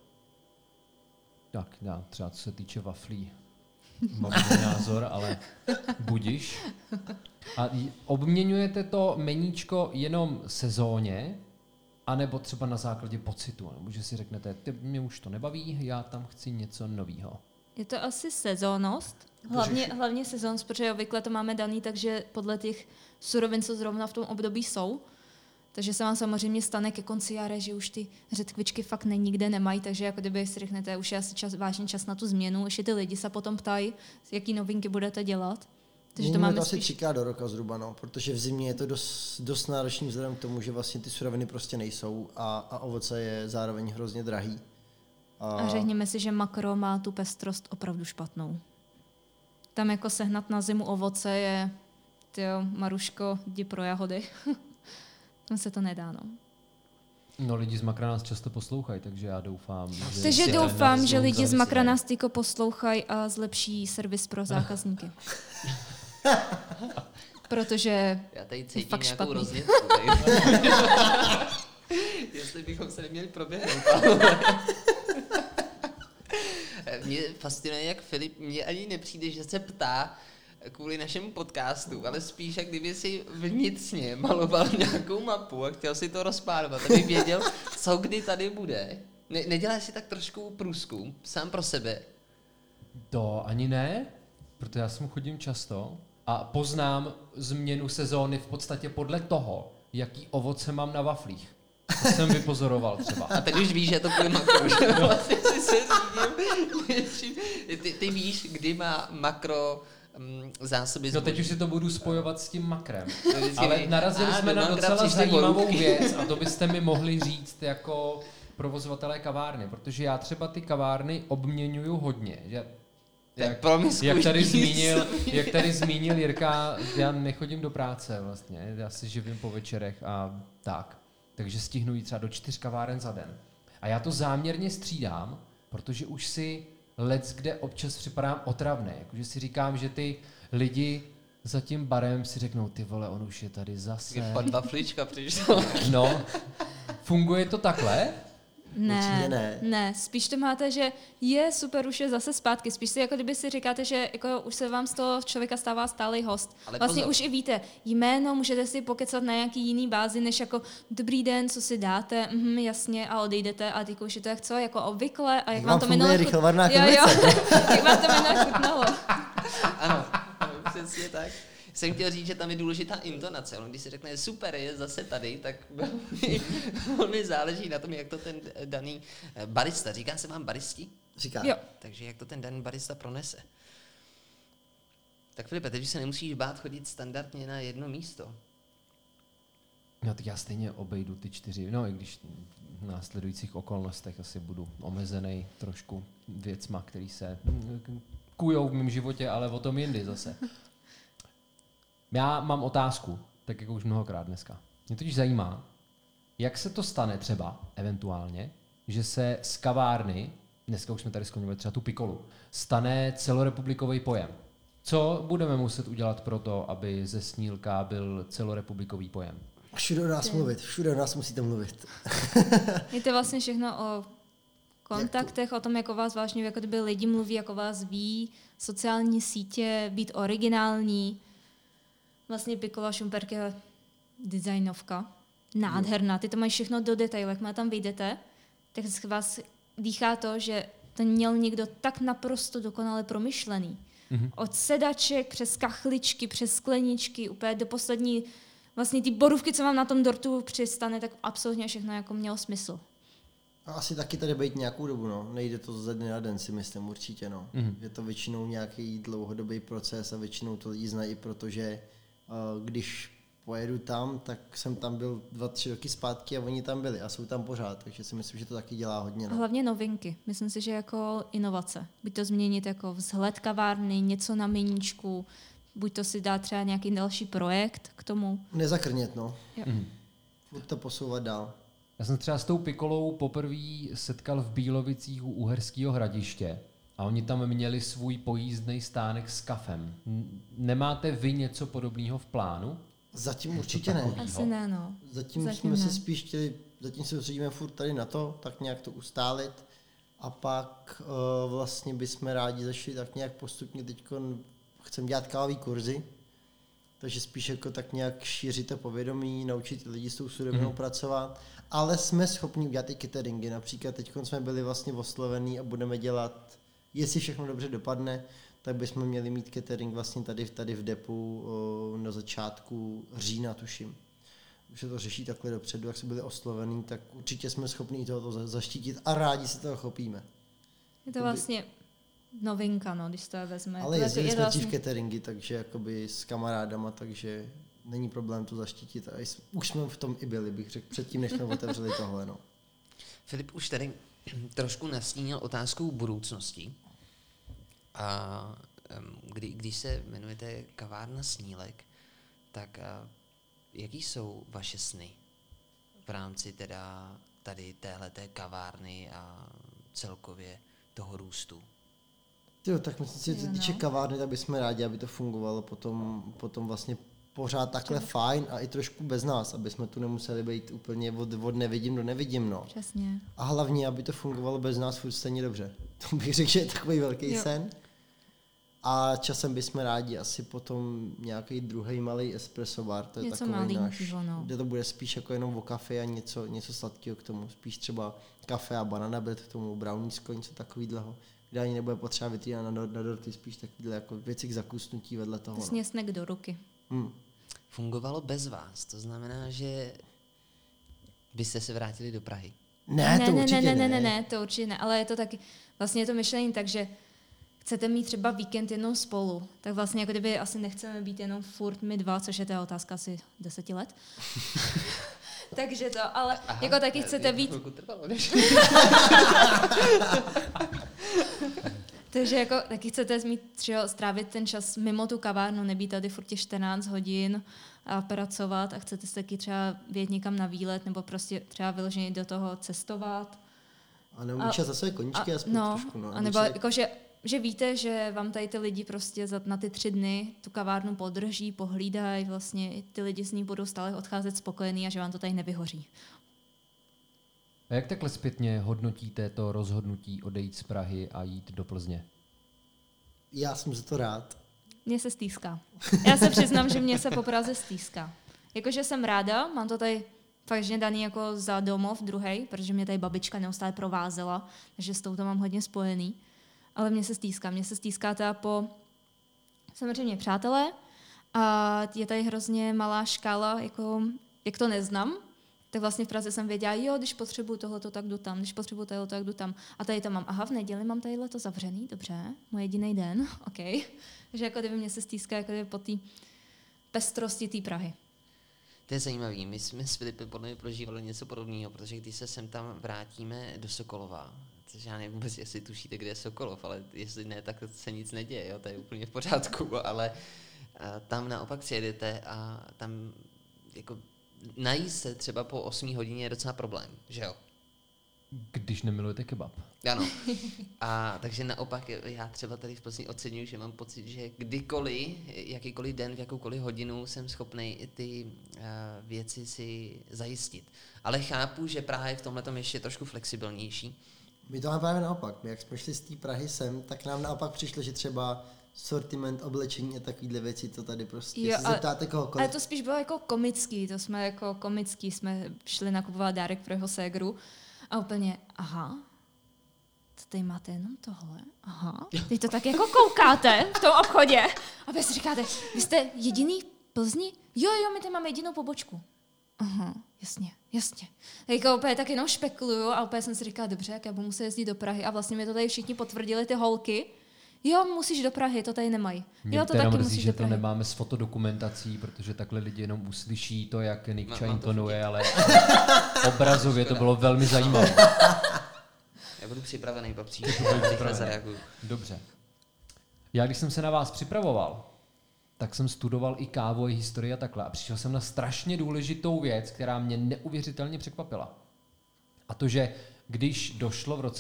Speaker 2: Tak, já třeba co se týče waflí, mám jiný názor, ale budiš. A obměňujete to meníčko jenom sezóně, anebo třeba na základě pocitu, nebo že si řeknete, mě už to nebaví, já tam chci něco novýho.
Speaker 3: Je to asi sezónnost, hlavně sezónnost, protože obvykle to máme daný, takže podle těch surovin, co zrovna v tom období jsou. Takže se vám samozřejmě stane ke konci jara, že už ty řetkvičky fakt nikde nemají, takže jako kdyby si řeknete, už je asi vážně čas na tu změnu, ještě ty lidi se potom ptají, jaký novinky budete dělat. Takže to
Speaker 4: Měníme
Speaker 3: máme
Speaker 4: to asi
Speaker 3: spíš...
Speaker 4: 3krát do roka zhruba, no, protože v zimě je to dost náročný vzhledem k tomu, že vlastně ty suroviny prostě nejsou a ovoce je zároveň hrozně drahý.
Speaker 3: A řekněme si, že makro má tu pestrost opravdu špatnou. Tam jako sehnat na zimu ovoce je, tyjo, Maruško, jdi pro jahody. Tam se to nedá, no.
Speaker 2: No lidi z Makra nás často poslouchají, takže já doufám, že...
Speaker 3: Takže
Speaker 2: si
Speaker 3: doufám,
Speaker 2: nás
Speaker 3: že lidi z
Speaker 2: zamyslí.
Speaker 3: Makra nás tyko poslouchají a zlepší servis pro zákazníky. Protože
Speaker 1: Já tady
Speaker 3: je
Speaker 1: cítím
Speaker 3: fakt
Speaker 1: nějakou
Speaker 3: špatný.
Speaker 1: roznětku. Jestli bychom se neměli proběhnout. Mě fascinuje, jak Filip, mně ani nepřijde, že se ptá kvůli našemu podcastu, ale spíš, jak kdyby si vnitřně maloval nějakou mapu a chtěl si to rozpárovat, aby věděl, co kdy tady bude. Neděláš si tak trošku průzkum sám pro sebe?
Speaker 2: To ani ne, protože já sem chodím často a poznám změnu sezóny v podstatě podle toho, jaký ovoce mám na waflích. To jsem vypozoroval třeba.
Speaker 1: A teď už víš, že to bude makro, že vlastně si se řídím. Ty víš, kdy má makro zásoby
Speaker 2: No
Speaker 1: zboží.
Speaker 2: teď už si to budu spojovat s tím makrem.
Speaker 1: vždycky
Speaker 2: Ale
Speaker 1: ví,
Speaker 2: narazili jsme
Speaker 1: do
Speaker 2: na
Speaker 1: makra
Speaker 2: docela
Speaker 1: přišly
Speaker 2: zajímavou
Speaker 1: borůvky.
Speaker 2: věc a to byste mi mohli říct jako provozovatelé kavárny, protože já třeba ty kavárny obměňuju hodně. Že jak tady zmínil Jirka, já nechodím do práce vlastně, já si živím po večerech a tak. Takže stihnu jít třeba do 4 kaváren za den. A já to záměrně střídám, protože už si kde občas připadám otravné. Jakože si říkám, že ty lidi za tím barem si řeknou, ty vole, on už je tady zase.
Speaker 1: Pan Waflička přišel.
Speaker 2: No, funguje to takhle?
Speaker 4: Určitě ne.
Speaker 3: Ne, spíš to máte, že je super, už je zase zpátky. Spíš si jako kdyby si říkáte, že jako už se vám z toho člověka stává stálý host.
Speaker 1: Ale
Speaker 3: vlastně
Speaker 1: pozor.
Speaker 3: už i víte jméno, můžete si pokecat na nějaký jiný bázi, než jako dobrý den, co si dáte, jasně, a odejdete a teď už je to jak co, jako obvykle a jak vám to minule
Speaker 4: rychlovarná
Speaker 3: jo, jak vám to minule chutnalo.
Speaker 1: Ano, přesně tak. Jsem chtěl říct, že tam je důležitá intonace. Když se řekne super, je zase tady, tak velmi záleží na tom, jak to ten daný barista, říká se vám baristi?
Speaker 4: Říká.
Speaker 3: Jo.
Speaker 1: Takže jak to ten daný barista pronese. Tak Filipe, teď už se nemusíš bát chodit standardně na jedno místo.
Speaker 2: No tak já stejně obejdu ty 4, no i když v následujících okolnostech asi budu omezený trošku věcma, který se kujou v mém životě, ale o tom jindy zase. Já mám otázku, tak jako už mnohokrát dneska. Mě totiž zajímá, jak se to stane třeba, eventuálně, že se z kavárny, dneska už jsme tady skloňovali třeba tu Piccolu, stane celorepublikový pojem. Co budeme muset udělat pro to, aby ze Snílka byl celorepublikový pojem?
Speaker 4: Všude o nás mluvit, všude o nás musíte mluvit.
Speaker 3: Je to vlastně všechno o kontaktech, o tom, jako vás vážně, jako kdyby lidi mluví, jako vás ví, sociální sítě, být originální. Vlastně Piccola Šumperk je designovka, nádherná, ty to mají všechno do detailu, jak má tam vyjdete, tak z vás dýchá to, že to měl někdo tak naprosto dokonale promyšlený. Od sedaček, přes kachličky, přes skleničky, úplně do poslední, vlastně ty borůvky, co mám na tom dortu přistane, tak absolutně všechno jako mělo smysl.
Speaker 4: A asi taky tady být nějakou dobu, no. Nejde to ze dne na den, si myslím, určitě, no. Je to většinou nějaký dlouhodobý proces a většinou to lidi znají, protože když pojedu tam, tak jsem tam byl 2-3 roky zpátky a oni tam byli a jsou tam pořád, takže si myslím, že to taky dělá hodně. No.
Speaker 3: Hlavně novinky. Myslím si, že jako inovace. Buď to změnit jako vzhled kavárny, něco na meníčku, buď to si dát třeba nějaký další projekt k tomu.
Speaker 4: Nezakrnět, no.
Speaker 3: Jo.
Speaker 4: Furt to posouvat dál.
Speaker 2: Já jsem třeba s tou Piccolou poprvé setkal v Bílovicích u Uherského Hradiště a oni tam měli svůj pojízdný stánek s kafem. Nemáte vy něco podobného v plánu?
Speaker 4: Zatím určitě ne.
Speaker 3: Asi ne, no.
Speaker 4: Zatím jsme se spíš chtěli, zatím se soustředíme furt tady na to, tak nějak to ustálit a pak vlastně bychom rádi zašli tak nějak postupně teďkon chceme dělat kávový kurzy, takže spíš jako tak nějak šířit to povědomí, naučit lidi s tou surovinou pracovat, ale jsme schopni udělat i cateringy. Například teď jsme byli vlastně oslovení a budeme dělat, jestli všechno dobře dopadne, tak bychom měli mít catering vlastně tady v depu na začátku října, tuším. Už se to řeší takhle dopředu, jak jsme byli oslovení, tak určitě jsme schopni i tohoto zaštítit a rádi se toho chopíme.
Speaker 3: Je to vlastně novinka, no, když to vezme.
Speaker 4: Ale jezdili jsme
Speaker 3: vlastně
Speaker 4: dřív cateringy, takže jakoby s kamarádama, takže není problém to zaštítit. A už jsme v tom i byli, bych řekl, předtím, než jsme otevřeli tohle. No.
Speaker 1: Filip už tady trošku nastínil otázkou budoucnosti. A když se jmenujete Kavárna Snílek, tak jaký jsou vaše sny v rámci teda tady téhleté kavárny a celkově toho růstu?
Speaker 4: Jo, tak myslím si, že se týče kavárny, tak bychom rádi, aby to fungovalo potom vlastně pořád takhle fajn a i trošku bez nás, aby jsme tu nemuseli být úplně od nevidím do nevidím, no.
Speaker 3: Přesně.
Speaker 4: A hlavně, aby to fungovalo bez nás furt stejně dobře. To bych řekl, že je takový velký sen. A časem bychom rádi asi potom nějaký druhý malý espresso bar, to je
Speaker 3: něco
Speaker 4: takový náš,
Speaker 3: no.
Speaker 4: kde to bude spíš jako jenom o kafe a něco sladkého k tomu, spíš třeba kafe a banana bread k tomu, browniesko, něco takového, kde ani nebude potřeba vytřídat na dorty, spíš takovýhle jako věci k zakusnutí vedle toho.
Speaker 3: Přesně snek do ruky.
Speaker 1: Fungovalo bez vás, to znamená, že byste se vrátili do Prahy.
Speaker 4: Ne, to určitě
Speaker 3: ne, to určitě ne, ale je to taky, vlastně je to myšlení tak, že chcete mít třeba víkend jednou spolu, tak vlastně jako kdyby asi nechceme být jenom furt my dva, což je ta otázka asi 10 let. Takže to, ale jako taky chcete být... Takže jako taky chcete mít třeba strávit ten čas mimo tu kavárnu, nebýt tady furt těch 14 hodin a pracovat a chcete se taky třeba vyjet někam na výlet nebo prostě třeba vyloženě do toho cestovat.
Speaker 4: A nebo čas za své koníčky aspoň trošku. No.
Speaker 3: A nebo jako, že víte, že vám tady ty lidi prostě na ty 3 dny tu kavárnu podrží, pohlídají, vlastně ty lidi z ní budou stále odcházet spokojení a že vám to tady nevyhoří.
Speaker 2: A jak takhle zpětně hodnotíte to rozhodnutí odejít z Prahy a jít do Plzně?
Speaker 4: Já jsem za to rád.
Speaker 3: Mně se stýská. Já se přiznám, že mě se po Praze stýská. Jakože jsem ráda, mám to tady fakt že daný jako za domov druhej, protože mě tady babička neustále provázela, takže s tou to mám hodně spojený. Ale mně se stýská. Mně se stýská teda po samozřejmě přátelé a je tady hrozně malá škála, jako, jak to neznám, tak vlastně v Praze jsem věděla, jo, když potřebuju tohleto, tak jdu tam, když potřebuju tohleto, tak jdu tam. A tady to mám, aha, v neděli mám tadyhle to zavřený, dobře, můj jediný den, OK. Takže jako kdyby mě se stýská jako kdyby po té pestrosti té Prahy.
Speaker 1: To je zajímavý. My jsme s Filipem podle mě prožívali něco podobného, protože když se sem tam vrátíme do Sokolova, což já nevím vůbec, jestli tušíte, kde je Sokolov, ale jestli ne, tak se nic neděje, jo, to je úplně v pořádku, ale tam naopak přijedete a tam jako najíst se třeba po 8 hodině je docela problém, že jo?
Speaker 2: Když nemilujete kebab.
Speaker 1: Ano. A takže naopak já třeba tady v Plzni oceňuji, že mám pocit, že kdykoliv, jakýkoliv den, v jakoukoliv hodinu jsem schopný ty věci si zajistit. Ale chápu, že Praha je v tomhletom ještě trošku flexibilnější.
Speaker 4: My to máme právě naopak. My jak jsme šli z té Prahy sem, tak nám naopak přišlo, že třeba sortiment oblečení a takovýhle věci, to tady prostě,
Speaker 3: Jo,
Speaker 4: se zeptáte kohokoliv.
Speaker 3: Ale to spíš bylo jako komický, to jsme jako komický, jsme šli nakupovat dárek pro jeho ségru a úplně, aha, to tady máte jenom tohle, aha, teď to tak jako koukáte v tom obchodě a vy si říkáte, vy jste jediný v Plzni? Jo, my tady máme jedinou pobočku. Aha, jasně. Tak jako úplně tak jenom špekuluju a úplně jsem si říkala, dobře, jak já budu muset jezdit do Prahy a vlastně mi to tady všichni potvrdili, ty holky. Jo, musíš do Prahy, to tady nemají.
Speaker 2: Mě
Speaker 3: Jo, to
Speaker 2: teda
Speaker 3: taky
Speaker 2: mrzí,
Speaker 3: musíš
Speaker 2: že
Speaker 3: do
Speaker 2: to
Speaker 3: Prahy.
Speaker 2: nemáme s fotodokumentací, protože takhle lidi jenom uslyší to, jak Nikča
Speaker 1: Mám to
Speaker 2: intonuje, ale obrazově to bylo velmi zajímavé.
Speaker 1: Já budu připravený, papřík, rychle zareaguju.
Speaker 2: Dobře. Já když jsem se na vás připravoval, tak jsem studoval i kávu, i historii a takhle. A přišel jsem na strašně důležitou věc, která mě neuvěřitelně překvapila. A to, že když došlo v roce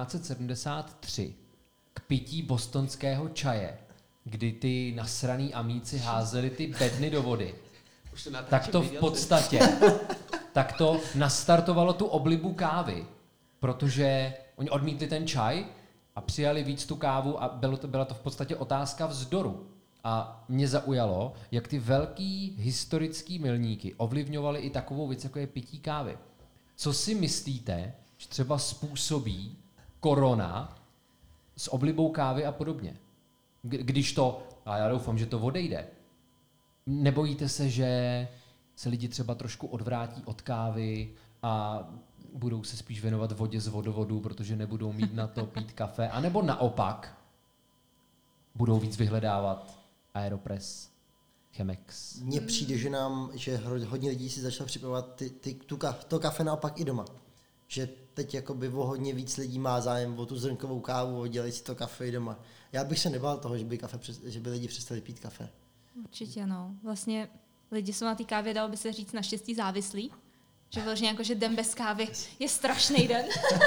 Speaker 2: 1773 k pití bostonského čaje, kdy ty nasraný amíci házeli ty bedny do vody, tak to v podstatě tak to nastartovalo tu oblibu kávy, protože oni odmítli ten čaj a přijali víc tu kávu a byla to v podstatě otázka vzdoru. A mě zaujalo, jak ty velký historický milníky ovlivňovaly i takovou věc, jako je pití kávy. Co si myslíte, že třeba způsobí korona s oblibou kávy a podobně? Když to, a já doufám, že to odejde, nebojíte se, že se lidi třeba trošku odvrátí od kávy a budou se spíš věnovat vodě z vodovodu, protože nebudou mít na to pít kafe, anebo naopak budou víc vyhledávat Aeropress, Chemex.
Speaker 4: Mně přijde, že hodně lidí si začalo připravovat to kafe naopak i doma. Že teď jakoby o hodně víc lidí má zájem o tu zrnkovou kávu, dělají si to kafe i doma. Já bych se nebál toho, že by lidi přestali pít kafe.
Speaker 3: Určitě, no. Vlastně lidi jsou na té kávě, dalo by se říct, naštěstí závislí. Že vlastně jako, že den bez kávy je strašný den.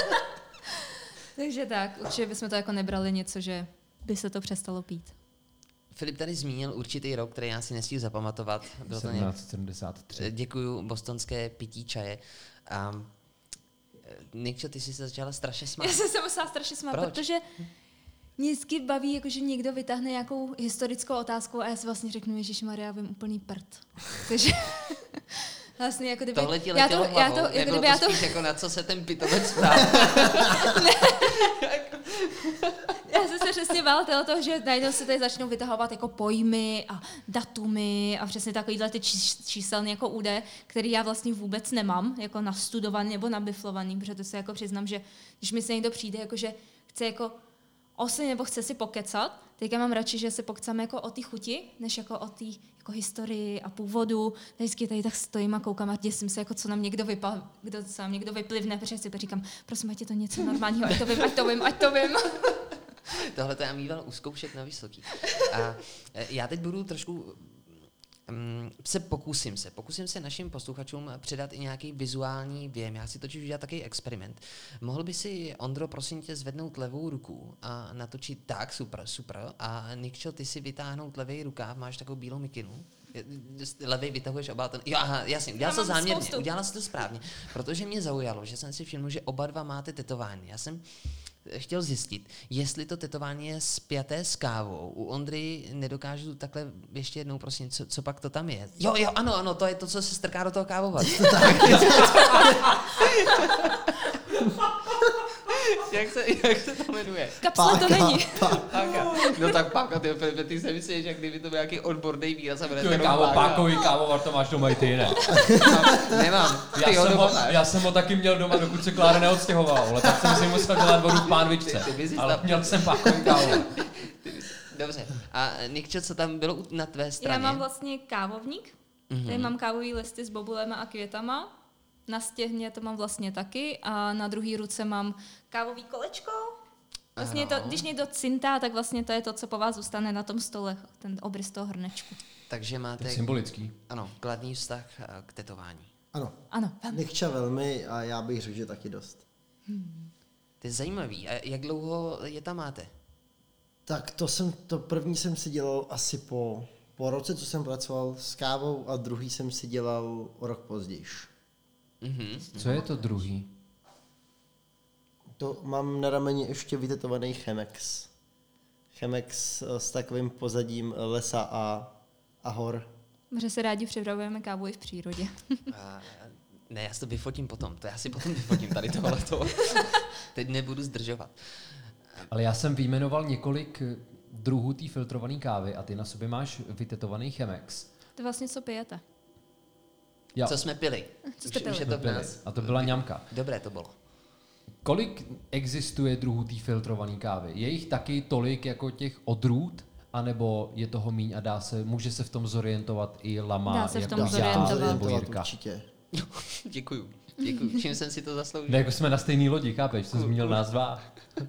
Speaker 3: Takže tak, určitě bychom to jako nebrali něco, že by se to přestalo pít.
Speaker 1: Filip tady zmínil určitý rok, který já si nestihl zapamatovat. Bylo to
Speaker 2: 1773.
Speaker 1: Děkuju, bostonské pití čaje. Nikčo, ty jsi se začala strašně smát.
Speaker 3: Já jsem se musela strašně smát,
Speaker 1: Proč?
Speaker 3: protože mě vždycky baví, jako, že někdo vytáhne nějakou historickou otázku a já si vlastně řeknu, ježišmarja, vím úplný prd. Takže vlastně jako kdyby...
Speaker 1: Tohle ti letělo hlavou, nebylo to spíš jako na co se ten pitomec ptá.
Speaker 3: Já jsem se přesně bála toho, že najednou se tady začnou vytahovat jako pojmy a datumy a přesně takovýhle ty číselné jako údaje, který já vlastně vůbec nemám, jako nastudovaný nebo nabiflovaný, protože to se jako přiznám, že když mi se někdo přijde, jako že chce jako osy nebo chce si pokecat, tak já mám radši, že se pokecáme jako o té chuti, než jako o té jako historii a původu. Vždycky tady tak stojím a koukám a děsím se, jako co nám někdo vyplivne, protože si říkám, prosím, ať je to něco normálního, ať to vím.
Speaker 1: Tohle to já mýval u zkoušek na vysoký. A já teď budu trošku pokusím se našim posluchačům předat i nějaký vizuální věm. Já si totiž udělat takový experiment. Mohl by si, Ondro, prosím tě, zvednout levou ruku a natočit tak, super. A Nikčo, ty si vytáhnout levý rukáv, máš takovou bílou mikinu. levej vytahuješ oba ten... Jo, aha, jasně, udělala jsi to správně, protože mě zaujalo, že jsem si všiml, že oba dva máte tetování. Já jsem chtěl zjistit, jestli to tetování je spjaté s kávou. U Ondry nedokážu takhle ještě jednou, prosím, co pak to tam je. Jo, ano, to je to, co se strká do toho kávovaru. Jak se to jmenuje?
Speaker 3: Kapsle to není.
Speaker 1: Páka. No tak páka, ty se myslíš, jak kdyby to byl nějaký odborný výraz.
Speaker 2: To je pákový kávovar, to máš doma i ty, ne?
Speaker 1: Nemám.
Speaker 2: Já jsem ho taky měl doma, dokud se Klára neodstěhovala, ale tak jsem si musel dělat vodu v pánvičce. Ale měl jsem pákový kávovar.
Speaker 1: Dobře. A Nikčo, co tam bylo na tvé straně?
Speaker 3: Já mám vlastně kávovník. Tady mám kávový listy s bobulema a květama. Na stěhně to mám vlastně taky a na druhé ruce mám kávový kolečko. Vlastně to, když někdo cintá, tak vlastně to je to, co po vás zůstane na tom stole, ten obrys toho hrnečku.
Speaker 1: Takže máte...
Speaker 2: To je symbolický.
Speaker 1: Ano, kladný vztah k tetování.
Speaker 4: Ano. Nikča velmi a já bych řekl, že taky dost.
Speaker 1: To je zajímavý. A jak dlouho je tam máte?
Speaker 4: Tak to první jsem si dělal asi po roce, co jsem pracoval s kávou a druhý jsem si dělal o rok později.
Speaker 2: Co je to druhý?
Speaker 4: To mám na rameni ještě vytetovaný Chemex. Chemex s takovým pozadím lesa a hor.
Speaker 3: Že se rádi připravujeme kávu i v přírodě.
Speaker 1: Ne, já si to vyfotím potom. To já si potom vyfotím tady tohleto. Teď nebudu zdržovat.
Speaker 2: Ale já jsem vyjmenoval několik druhů té filtrované kávy a ty na sobě máš vytetovaný Chemex.
Speaker 3: To je vlastně co pijete.
Speaker 2: Jo.
Speaker 1: Co jsme pili.
Speaker 3: Co jste pili?
Speaker 1: Už je to v nás.
Speaker 2: A to byla ňamka.
Speaker 1: Dobré to bylo.
Speaker 2: Kolik existuje druhů té filtrované kávy? Je jich taky tolik jako těch odrůd? anebo je toho míň a může se v tom zorientovat i lama,
Speaker 3: dá se v tom
Speaker 2: jako
Speaker 3: zorientovat.
Speaker 2: nebo Jirka.
Speaker 4: Určitě.
Speaker 1: Děkuju. Čím jsem si to zasloužil?
Speaker 2: Ne, jako jsme na stejný lodi, chápeš, jsem zmínil nás dva.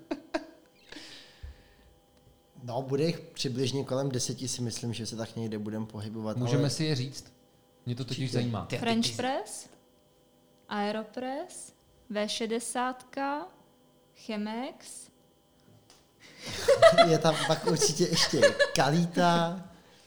Speaker 4: No, bude jich přibližně kolem 10, si myslím, že se tak někde budeme pohybovat.
Speaker 2: Můžeme si je říct? Mě to totiž zajímá.
Speaker 3: French press, Aeropress, V60, Chemex.
Speaker 4: Je tam pak určitě ještě Kalita.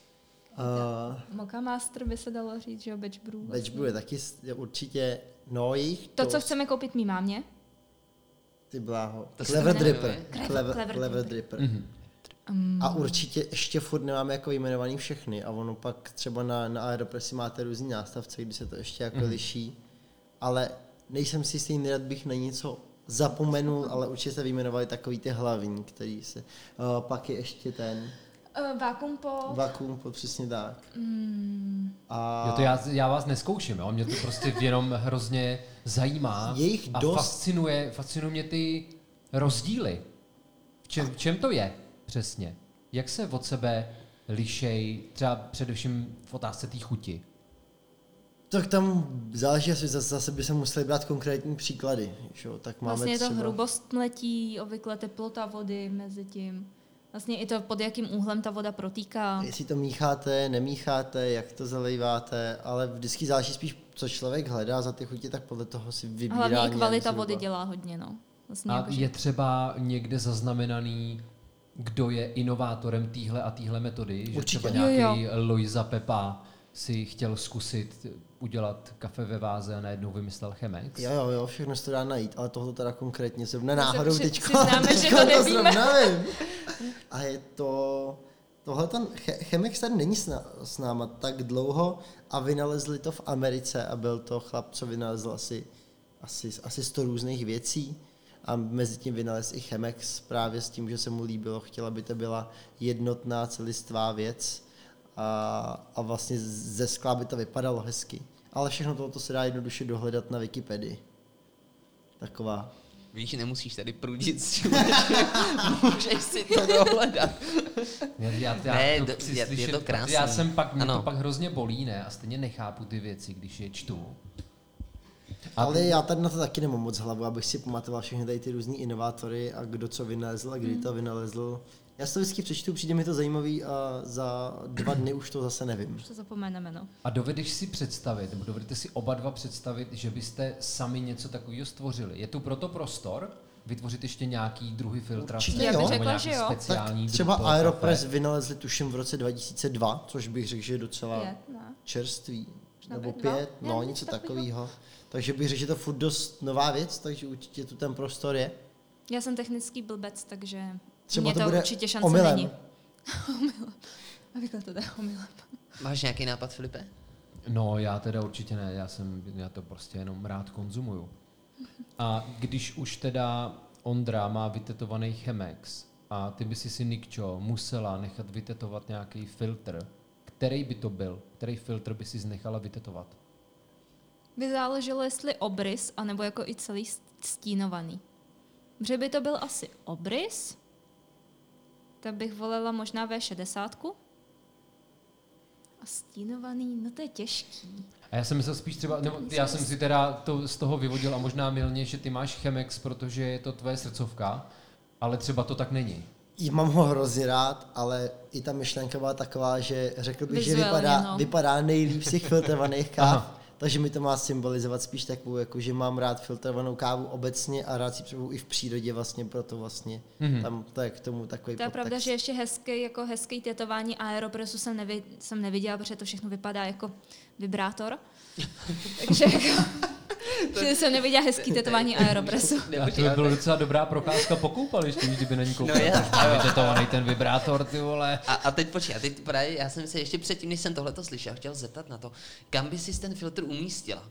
Speaker 3: Mocha Master by se dalo říct, že jo, Batch Brew.
Speaker 4: Batch Brew je taky určitě, no jich
Speaker 3: to, co chceme koupit mý mámě.
Speaker 4: Ty bláho.
Speaker 1: To se
Speaker 4: Clever
Speaker 1: to jmenuje?
Speaker 4: Dripper. Clever Dripper.
Speaker 2: Mm-hmm.
Speaker 4: A určitě ještě furt nemáme jako jmenovaný všechny a ono pak třeba na Aeropressi máte různý nástavce, kdy se to ještě jako liší, ale nejsem si jistý, nerad bych na něco zapomenul, ale určitě se vyjmenovali takový ty hlavní, který se, pak je ještě ten Vacuum Pop, přesně tak. A
Speaker 2: Jo, to já vás neskouším, jo? Mě to prostě jenom hrozně zajímá a fascinuje mě ty rozdíly. V čem to je přesně? Jak se od sebe lišej, třeba především v otázce té chuti?
Speaker 4: Tak tam záleží, asi zase by se museli brát konkrétní příklady. Že? Tak máme
Speaker 3: vlastně je to
Speaker 4: třeba
Speaker 3: hrubost mletí, obvykle teplota vody mezi tím. Vlastně i to, pod jakým úhlem ta voda protýká.
Speaker 4: Jestli to mícháte, nemícháte, jak to zalejváte, ale vždycky záleží spíš, co člověk hledá za ty chutě, tak podle toho si vybírá.
Speaker 3: Hlavně i kvalita vody dělá hodně, no. Vlastně
Speaker 2: A
Speaker 3: jako,
Speaker 2: je třeba někde zaznamenaný, kdo je inovátorem téhle a téhle metody? Že
Speaker 4: Určitě.
Speaker 2: třeba nějaký Loiza Pepa si chtěl zkusit udělat kafe ve váze a najednou vymyslel Chemex?
Speaker 4: Jo, všechno se to dá najít, ale tohle teda konkrétně zrovna náhodou teďko.
Speaker 3: Přiznáme, že to nevíme.
Speaker 4: A je to... Tohle Chemex tady není s náma tak dlouho a vynalezli to v Americe a byl to chlap, co vynalezl asi 100 různých věcí a mezi tím vynalez i Chemex právě s tím, že se mu líbilo, chtěl, aby to byla jednotná celistvá věc a vlastně ze skla by to vypadalo hezky. Ale všechno tohoto se dá jednoduše dohledat na Wikipedii. Taková.
Speaker 1: Víš, nemusíš tady prudit s tím, můžeš si to dohledat. Je to krásný.
Speaker 2: Mě to pak hrozně bolí, ne? A stejně nechápu ty věci, když je čtu.
Speaker 4: Ale já tady na to taky nemám moc hlavu, abych si pamatoval všechny tady ty různý inovátory a kdo co vynalezl a kdy to vynalezl. Já si to vždycky přečtu, přijde mi to zajímavý a za 2 dny už to zase nevím.
Speaker 3: Už to zapomeneme, no.
Speaker 2: A dovedeš si představit, nebo dovedete si oba dva představit, že byste sami něco takového stvořili? Je tu proto prostor? vytvořit ještě nějaký druhy filtrace?
Speaker 4: Určitě jo.
Speaker 3: Já bych
Speaker 2: Nebo
Speaker 3: řekla,
Speaker 2: nějaký
Speaker 3: že jo.
Speaker 2: speciální
Speaker 4: Tak třeba
Speaker 2: druh toho
Speaker 4: Aeropress
Speaker 2: kafe?
Speaker 4: vynalezli tuším v roce 2002, což bych řekl, že je docela
Speaker 3: 5, ne?
Speaker 4: čerstvý.
Speaker 3: Možná
Speaker 4: Nebo
Speaker 3: 5, 2?
Speaker 4: 5, no něco takového. Takže bych řekl, že to furt dost nová věc, takže určitě tu ten prostor je.
Speaker 3: Já jsem technický blbec, takže
Speaker 4: Třeba
Speaker 3: mě
Speaker 4: to
Speaker 3: to
Speaker 4: bude
Speaker 3: určitě šance
Speaker 4: omylem.
Speaker 3: není. Obvykle to jde omylem.
Speaker 1: Máš nějaký nápad, Filipe?
Speaker 2: No, já teda určitě ne, já to prostě jenom rád konzumuju. A když už teda Ondra má vytetovaný Chemex a ty by si Nikčo musela nechat vytetovat nějaký filtr, který by to byl? Který filtr by si nechala vytetovat?
Speaker 3: By záleželo, jestli obrys, anebo jako i celý stínovaný. Protože by to byl asi obrys, tak bych volila možná V60. A stínovaný, no to je těžký.
Speaker 2: A já jsem myslel spíš třeba, nebo já jsem si teda to z toho vyvodil a možná mylně, že ty máš Chemex, protože je to tvoje srdcovka, ale třeba to tak není.
Speaker 4: Mám ho hrozně rád, ale i ta myšlenka byla taková, že řekl bych, že
Speaker 3: Vizuálně,
Speaker 4: vypadá nejlíp z těch filtrovaných káv,
Speaker 2: Aha.
Speaker 4: takže mi to má symbolizovat spíš takovou, jako že mám rád filtrovanou kávu obecně a rád si připravuju i v přírodě vlastně, proto vlastně tam to je k tomu takový
Speaker 3: To je
Speaker 4: podtext.
Speaker 3: pravda, že ještě hezký tetování Aeropressu jsem neviděla, protože to všechno vypadá jako vibrátor. Takže jako, že jsem neviděla hezký tetování Aeropressu.
Speaker 2: A to by byla docela dobrá procházka po koupališti, kdyby na ní koukal.
Speaker 1: No je,
Speaker 2: Tam vytetovaný ten vibrátor, ty vole.
Speaker 1: A teď počkej, a teď právě já jsem se ještě předtím, než jsem tohleto slyšel, chtěl zeptat na to, kam by si ten filtr umístila?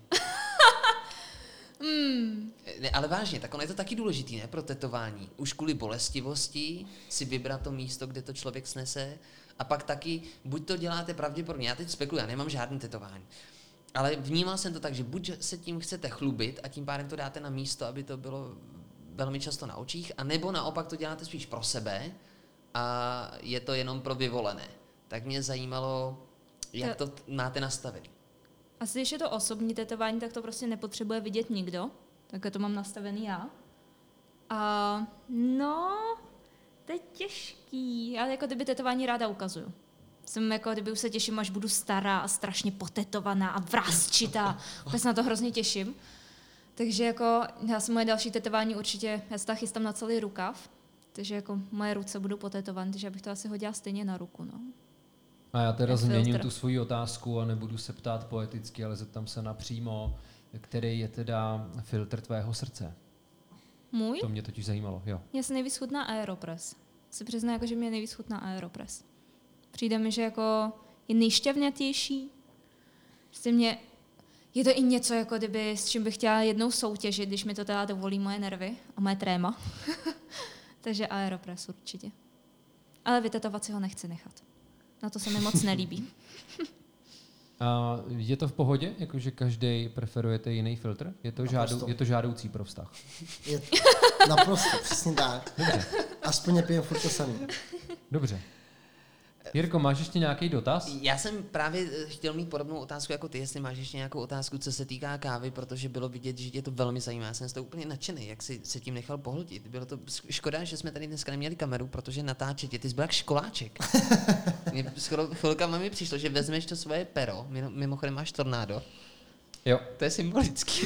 Speaker 1: Ne, ale vážně, tak ono je to taky důležitý, ne, pro tetování. Už kvůli bolestivosti si vybrat to místo, kde to člověk snese, a pak taky, buď to děláte pravděpodobně, já teď spekuluji, já nemám žádný tetování, ale vnímal jsem to tak, že buď se tím chcete chlubit a tím pádem to dáte na místo, aby to bylo velmi často na očích, a nebo naopak to děláte spíš pro sebe a je to jenom pro vyvolené. Tak mě zajímalo, jak to máte nastavený.
Speaker 3: Asi když je to osobní tetování, tak to prostě nepotřebuje vidět nikdo. Tak to mám nastavený já. A no, to je těžký. Já jako kdyby tetování ráda ukazuju. Jsem jako kdyby už se těším, až budu stará a strašně potetovaná a vrásčitá. Úplně se na to hrozně těším. Takže jako já si moje další tetování určitě, já se tam chystám na celý rukav. Takže jako moje ruce budou potetované, takže bych to asi hodila stejně na ruku, no.
Speaker 2: A já teda
Speaker 3: Je
Speaker 2: změním
Speaker 3: filtr.
Speaker 2: tu svoji otázku a nebudu se ptát poeticky, ale zeptám se napřímo, který je teda filtr tvého srdce.
Speaker 3: Můj?
Speaker 2: To mě totiž zajímalo, jo.
Speaker 3: Mně se nejvíc chutná Aeropress. Si přiznám, jako, že mě nejvíc chutná Aeropress. Přijde mi, že jako je nejšťavnatější. Je to i něco, jako kdyby, s čím bych chtěla jednou soutěžit, když mi to teda dovolí moje nervy a moje tréma. Takže Aeropress určitě. Ale vytetovat si ho nechci nechat. Na to se mi moc nelíbí.
Speaker 2: A je to v pohodě, jakože každý preferujete jiný filtr? Je to žádoucí pro vztah?
Speaker 4: Je naprosto, přesně tak.
Speaker 2: Dobře,
Speaker 4: Aspoň nepijem furt to samý.
Speaker 2: dobře. Jirko, máš ještě nějaký dotaz?
Speaker 1: Já jsem právě chtěl mít podobnou otázku jako ty, jestli máš ještě nějakou otázku, co se týká kávy, protože bylo vidět, že tě to velmi zajímá. Já jsem z toho úplně nadšený, jak jsi se tím nechal pohltit. Bylo to škoda, že jsme tady dneska neměli kameru, protože natáčet tě, ty jsi byl jak školáček. Mně skoro chvilkama mi přišlo, že vezmeš to svoje pero, mimochodem máš tornádo.
Speaker 2: Jo.
Speaker 1: To je symbolický.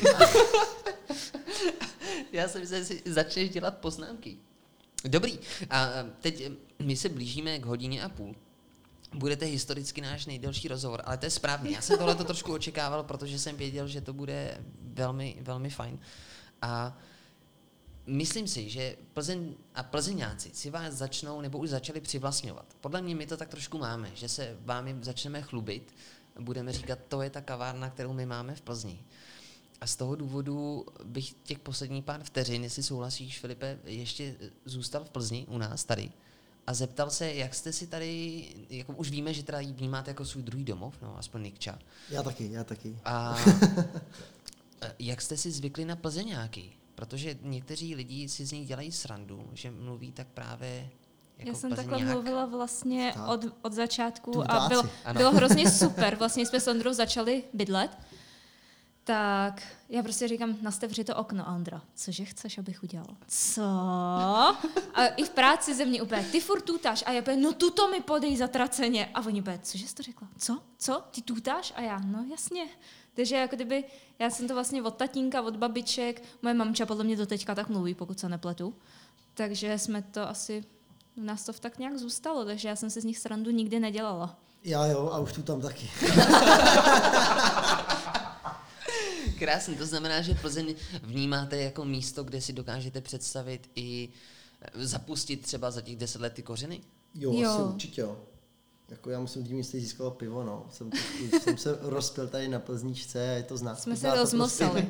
Speaker 1: Já jsem se začneš dělat poznámky. Dobrý, a teď my se blížíme k 1,5 hodiny. Budete historicky náš nejdelší rozhovor, ale to je správně. Já jsem tohle trošku očekával, protože jsem věděl, že to bude velmi, velmi fajn. A myslím si, že Plzeň a Plzeňáci si vás začnou nebo už začali přivlastňovat. Podle mě my to tak trošku máme, že se vámi začneme chlubit, budeme říkat, to je ta kavárna, kterou my máme v Plzni. A z toho důvodu bych těch posledních pár vteřin, jestli souhlasíš, Filipe, ještě zůstal v Plzni u nás tady a zeptal se, jak jste si tady, jako už víme, že teda ji vnímáte jako svůj druhý domov, no aspoň Nikča.
Speaker 4: Já taky.
Speaker 1: A jak jste si zvykli na Plzeňáky? Protože někteří lidi si z nich dělají srandu, že mluví tak právě jako
Speaker 3: Já jsem
Speaker 1: Plzeňák.
Speaker 3: takhle mluvila vlastně od začátku a
Speaker 4: Tutáci.
Speaker 3: bylo hrozně super. Vlastně jsme s Ondrou začali bydlet, tak já prostě říkám, nastavři to okno, a Ondra, cože chceš, abych udělal? Co? A i v práci ze mě úplně, ty furt tutáš. A já úplně, no tuto mi podej zatraceně. A oni úplně, cože jsi to řekla? Co? Ty tutáš? A já, no jasně. Takže jako kdyby, já jsem to vlastně od tatínka, od babiček, moje mamča podle mě do teďka tak mluví, pokud se nepletu. Takže jsme to asi, u nás to tak nějak zůstalo, takže já jsem si z nich srandu nikdy nedělala.
Speaker 4: Já jo, a už tu tam taky.
Speaker 1: Krásně, to znamená, že Plzeň vnímáte jako místo, kde si dokážete představit i zapustit třeba za těch 10 let ty kořeny?
Speaker 4: Jo, asi určitě jo. Jako já musím tím místě získal pivo, no. Jsem se rozpil tady na Plzničce a je to znát.
Speaker 3: Jsme se rozmlsali.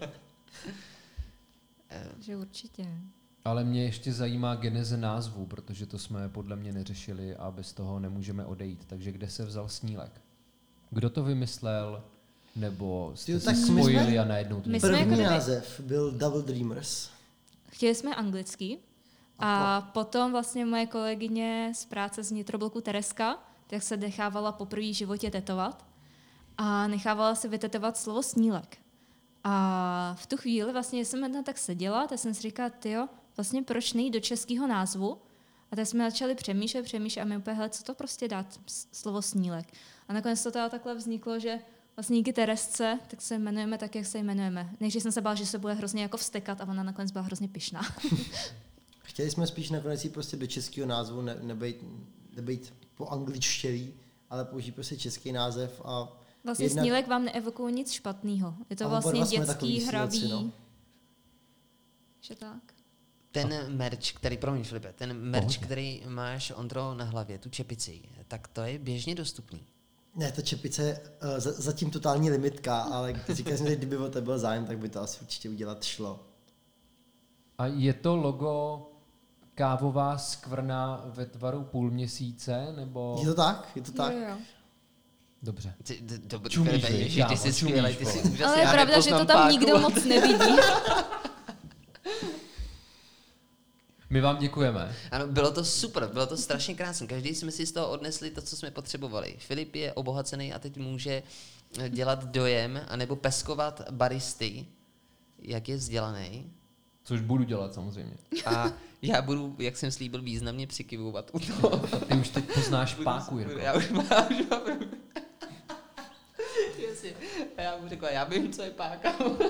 Speaker 3: Že určitě.
Speaker 2: Ale mě ještě zajímá geneze názvu, protože to jsme podle mě neřešili a bez toho nemůžeme odejít. Takže kde se vzal Snílek? Kdo to vymyslel? Nebo jste se spojili a najednou to
Speaker 4: První název byl Double Dreamers.
Speaker 3: Chtěli jsme anglický a potom vlastně moje kolegyně z práce z vnitrobloku Tereska, tak se nechávala po první životě tetovat a nechávala si vytetovat slovo Snílek. A v tu chvíli vlastně jsem jedna tak seděla, tak jsem si říkala, tyjo, vlastně proč nejít do českého názvu? A tak jsme začali přemýšlet a my úplně, hele, co to prostě dát, slovo Snílek. A nakonec to teda takhle vzniklo, že vlastně díky Teresce, tak se jmenujeme tak, jak se jmenujeme. Nejdřív jsem se bála, že se bude hrozně jako vztekat a ona nakonec byla hrozně pyšná.
Speaker 4: Chtěli jsme spíš nakonec jít prostě do českého názvu, nebejt po angličtělí, ale použít prostě český název a
Speaker 3: vlastně Snílek vám neevokuje nic špatného. Je to vlastně dětský, hravý. No. Že tak.
Speaker 1: Ten merch, který máš, Ondro, na hlavě, tu čepici, tak to je běžně dostupný.
Speaker 4: Ne, ta čepice je zatím totální limitka, ale říkal jsem, že kdyby o to byl zájem, tak by to asi určitě udělat šlo.
Speaker 2: A je to logo kávová skvrna ve tvaru půlměsíce, nebo...
Speaker 4: Je to tak?
Speaker 3: Jo.
Speaker 2: Dobře.
Speaker 1: Dobrý, ty jsi skvělej, ty jsi úžasný.
Speaker 3: Ale je pravda, že to tam nikdo moc nevidí.
Speaker 1: My vám děkujeme. Ano, bylo to super, bylo to strašně krásné. Každý jsme si z toho odnesli to, co jsme potřebovali. Filip je obohacený a teď může dělat dojem anebo peskovat baristy, jak je vzdělaný.
Speaker 2: Což budu dělat samozřejmě.
Speaker 1: A já budu, jak jsem slíbil, významně přikyvovat u toho.
Speaker 2: Ty už teď poznáš páku, Jirko.
Speaker 1: Já už mám. Já mu řekla, já vím, co je páka.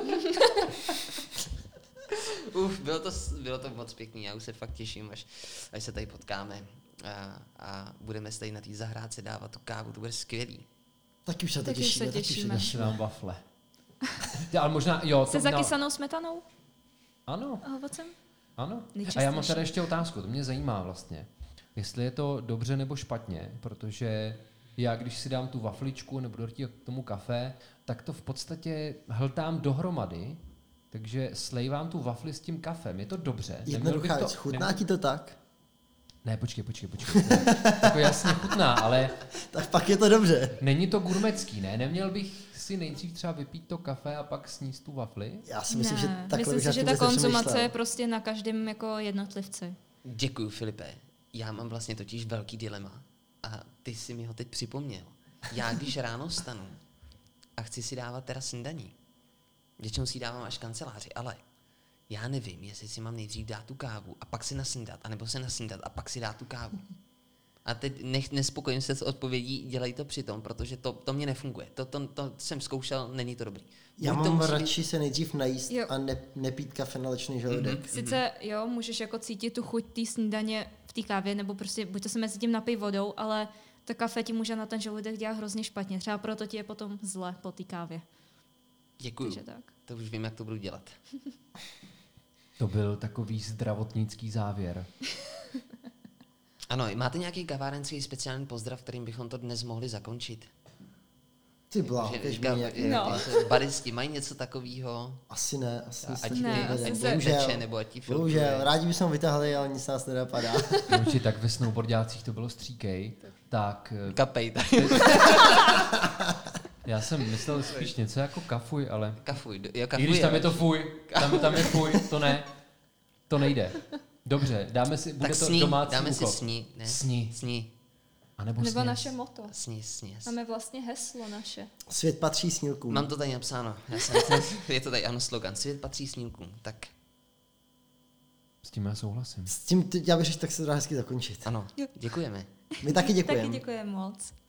Speaker 1: Bylo to moc pěkný, já už se fakt těším, až se tady potkáme a budeme se tady na té zahrádce dávat tu kávu, to bude skvělý.
Speaker 4: Taky už se to těšíme.
Speaker 2: Ještě nám wafle. Ale možná, jo.
Speaker 3: Se zakysanou smetanou?
Speaker 2: Ano.
Speaker 3: A ovocem?
Speaker 2: Ano. A já mám tady ještě otázku, to mě zajímá vlastně. Jestli je to dobře nebo špatně, protože já, když si dám tu wafličku nebo do tomu kafe, tak to v podstatě hltám dohromady, takže slejvám tu wafli s tím kafem. Je to dobře?
Speaker 4: Jednoduchá věc, chutná ti to tak?
Speaker 2: Ne, počkej. Jako jasně chutná, ale...
Speaker 4: Tak pak je to dobře.
Speaker 2: Není to gurmecký, ne? Neměl bych si nejdřív třeba vypít to kafe a pak sníst tu wafli?
Speaker 4: Já si myslím, že takhle
Speaker 3: myslím si, že ta konzumace je prostě na každém jako jednotlivci.
Speaker 1: Děkuju, Filipe. Já mám vlastně totiž velký dilema a ty si mi ho teď připomněl. Já když ráno vstanu a chci si dávat teda snídaní, většinou si ji dávám až v kanceláři, ale já nevím, jestli si mám nejdřív dát tu kávu a pak si nasnídat, anebo se nasnídat a pak si dát tu kávu. A teď nespokojím se s odpovědí, dělej to přitom, protože to mě nefunguje. To jsem zkoušel, není to dobrý.
Speaker 4: Já mám radši se nejdřív najíst a nepít kafe na lačný žaludek.
Speaker 3: Sice jo, můžeš jako cítit tu chuť té snídaně v té kávě, nebo prostě buď to se mezi tím napij vodou, ale to kafe ti může na ten žaludek dělat hrozně špatně. Třeba proto ti je potom zle po té kávě.
Speaker 1: Děkuju. To už vím, jak to budu dělat.
Speaker 2: To byl takový zdravotnický závěr.
Speaker 1: Ano, máte nějaký kavárenský speciální pozdrav, kterým bychom to dnes mohli zakončit?
Speaker 4: Ty blákeš mě nějaký.
Speaker 1: Baristi mají něco takového?
Speaker 4: Asi ne.
Speaker 1: Bohužel,
Speaker 4: rádi bychom vytáhli, ale nic nás nenapadá.
Speaker 2: Tak ve snowboardácích to bylo stříkej, tak...
Speaker 1: Kapej.
Speaker 2: Já jsem myslel spíš něco jako kafuj, ale...
Speaker 1: Kafuj.
Speaker 2: I když tam je to fuj, tam je fuj, to nejde. Dobře, bude
Speaker 1: tak
Speaker 2: to domácí
Speaker 1: dáme
Speaker 2: úkol.
Speaker 1: si sní, ne?
Speaker 2: Sní. A nebo
Speaker 3: Nebo
Speaker 2: sněz.
Speaker 3: naše moto.
Speaker 1: Sněz.
Speaker 3: Máme vlastně heslo naše.
Speaker 4: Svět patří snílkům.
Speaker 1: Mám to tady napsáno. Je to tady, ano, slogan. Svět patří snílkům. Tak,
Speaker 2: S tím já souhlasím.
Speaker 4: S tím, já bych řekl, tak se to dá hezky zakončit.
Speaker 1: ano, děkujeme.
Speaker 4: My taky děkujeme.
Speaker 3: Taky děkujeme moc.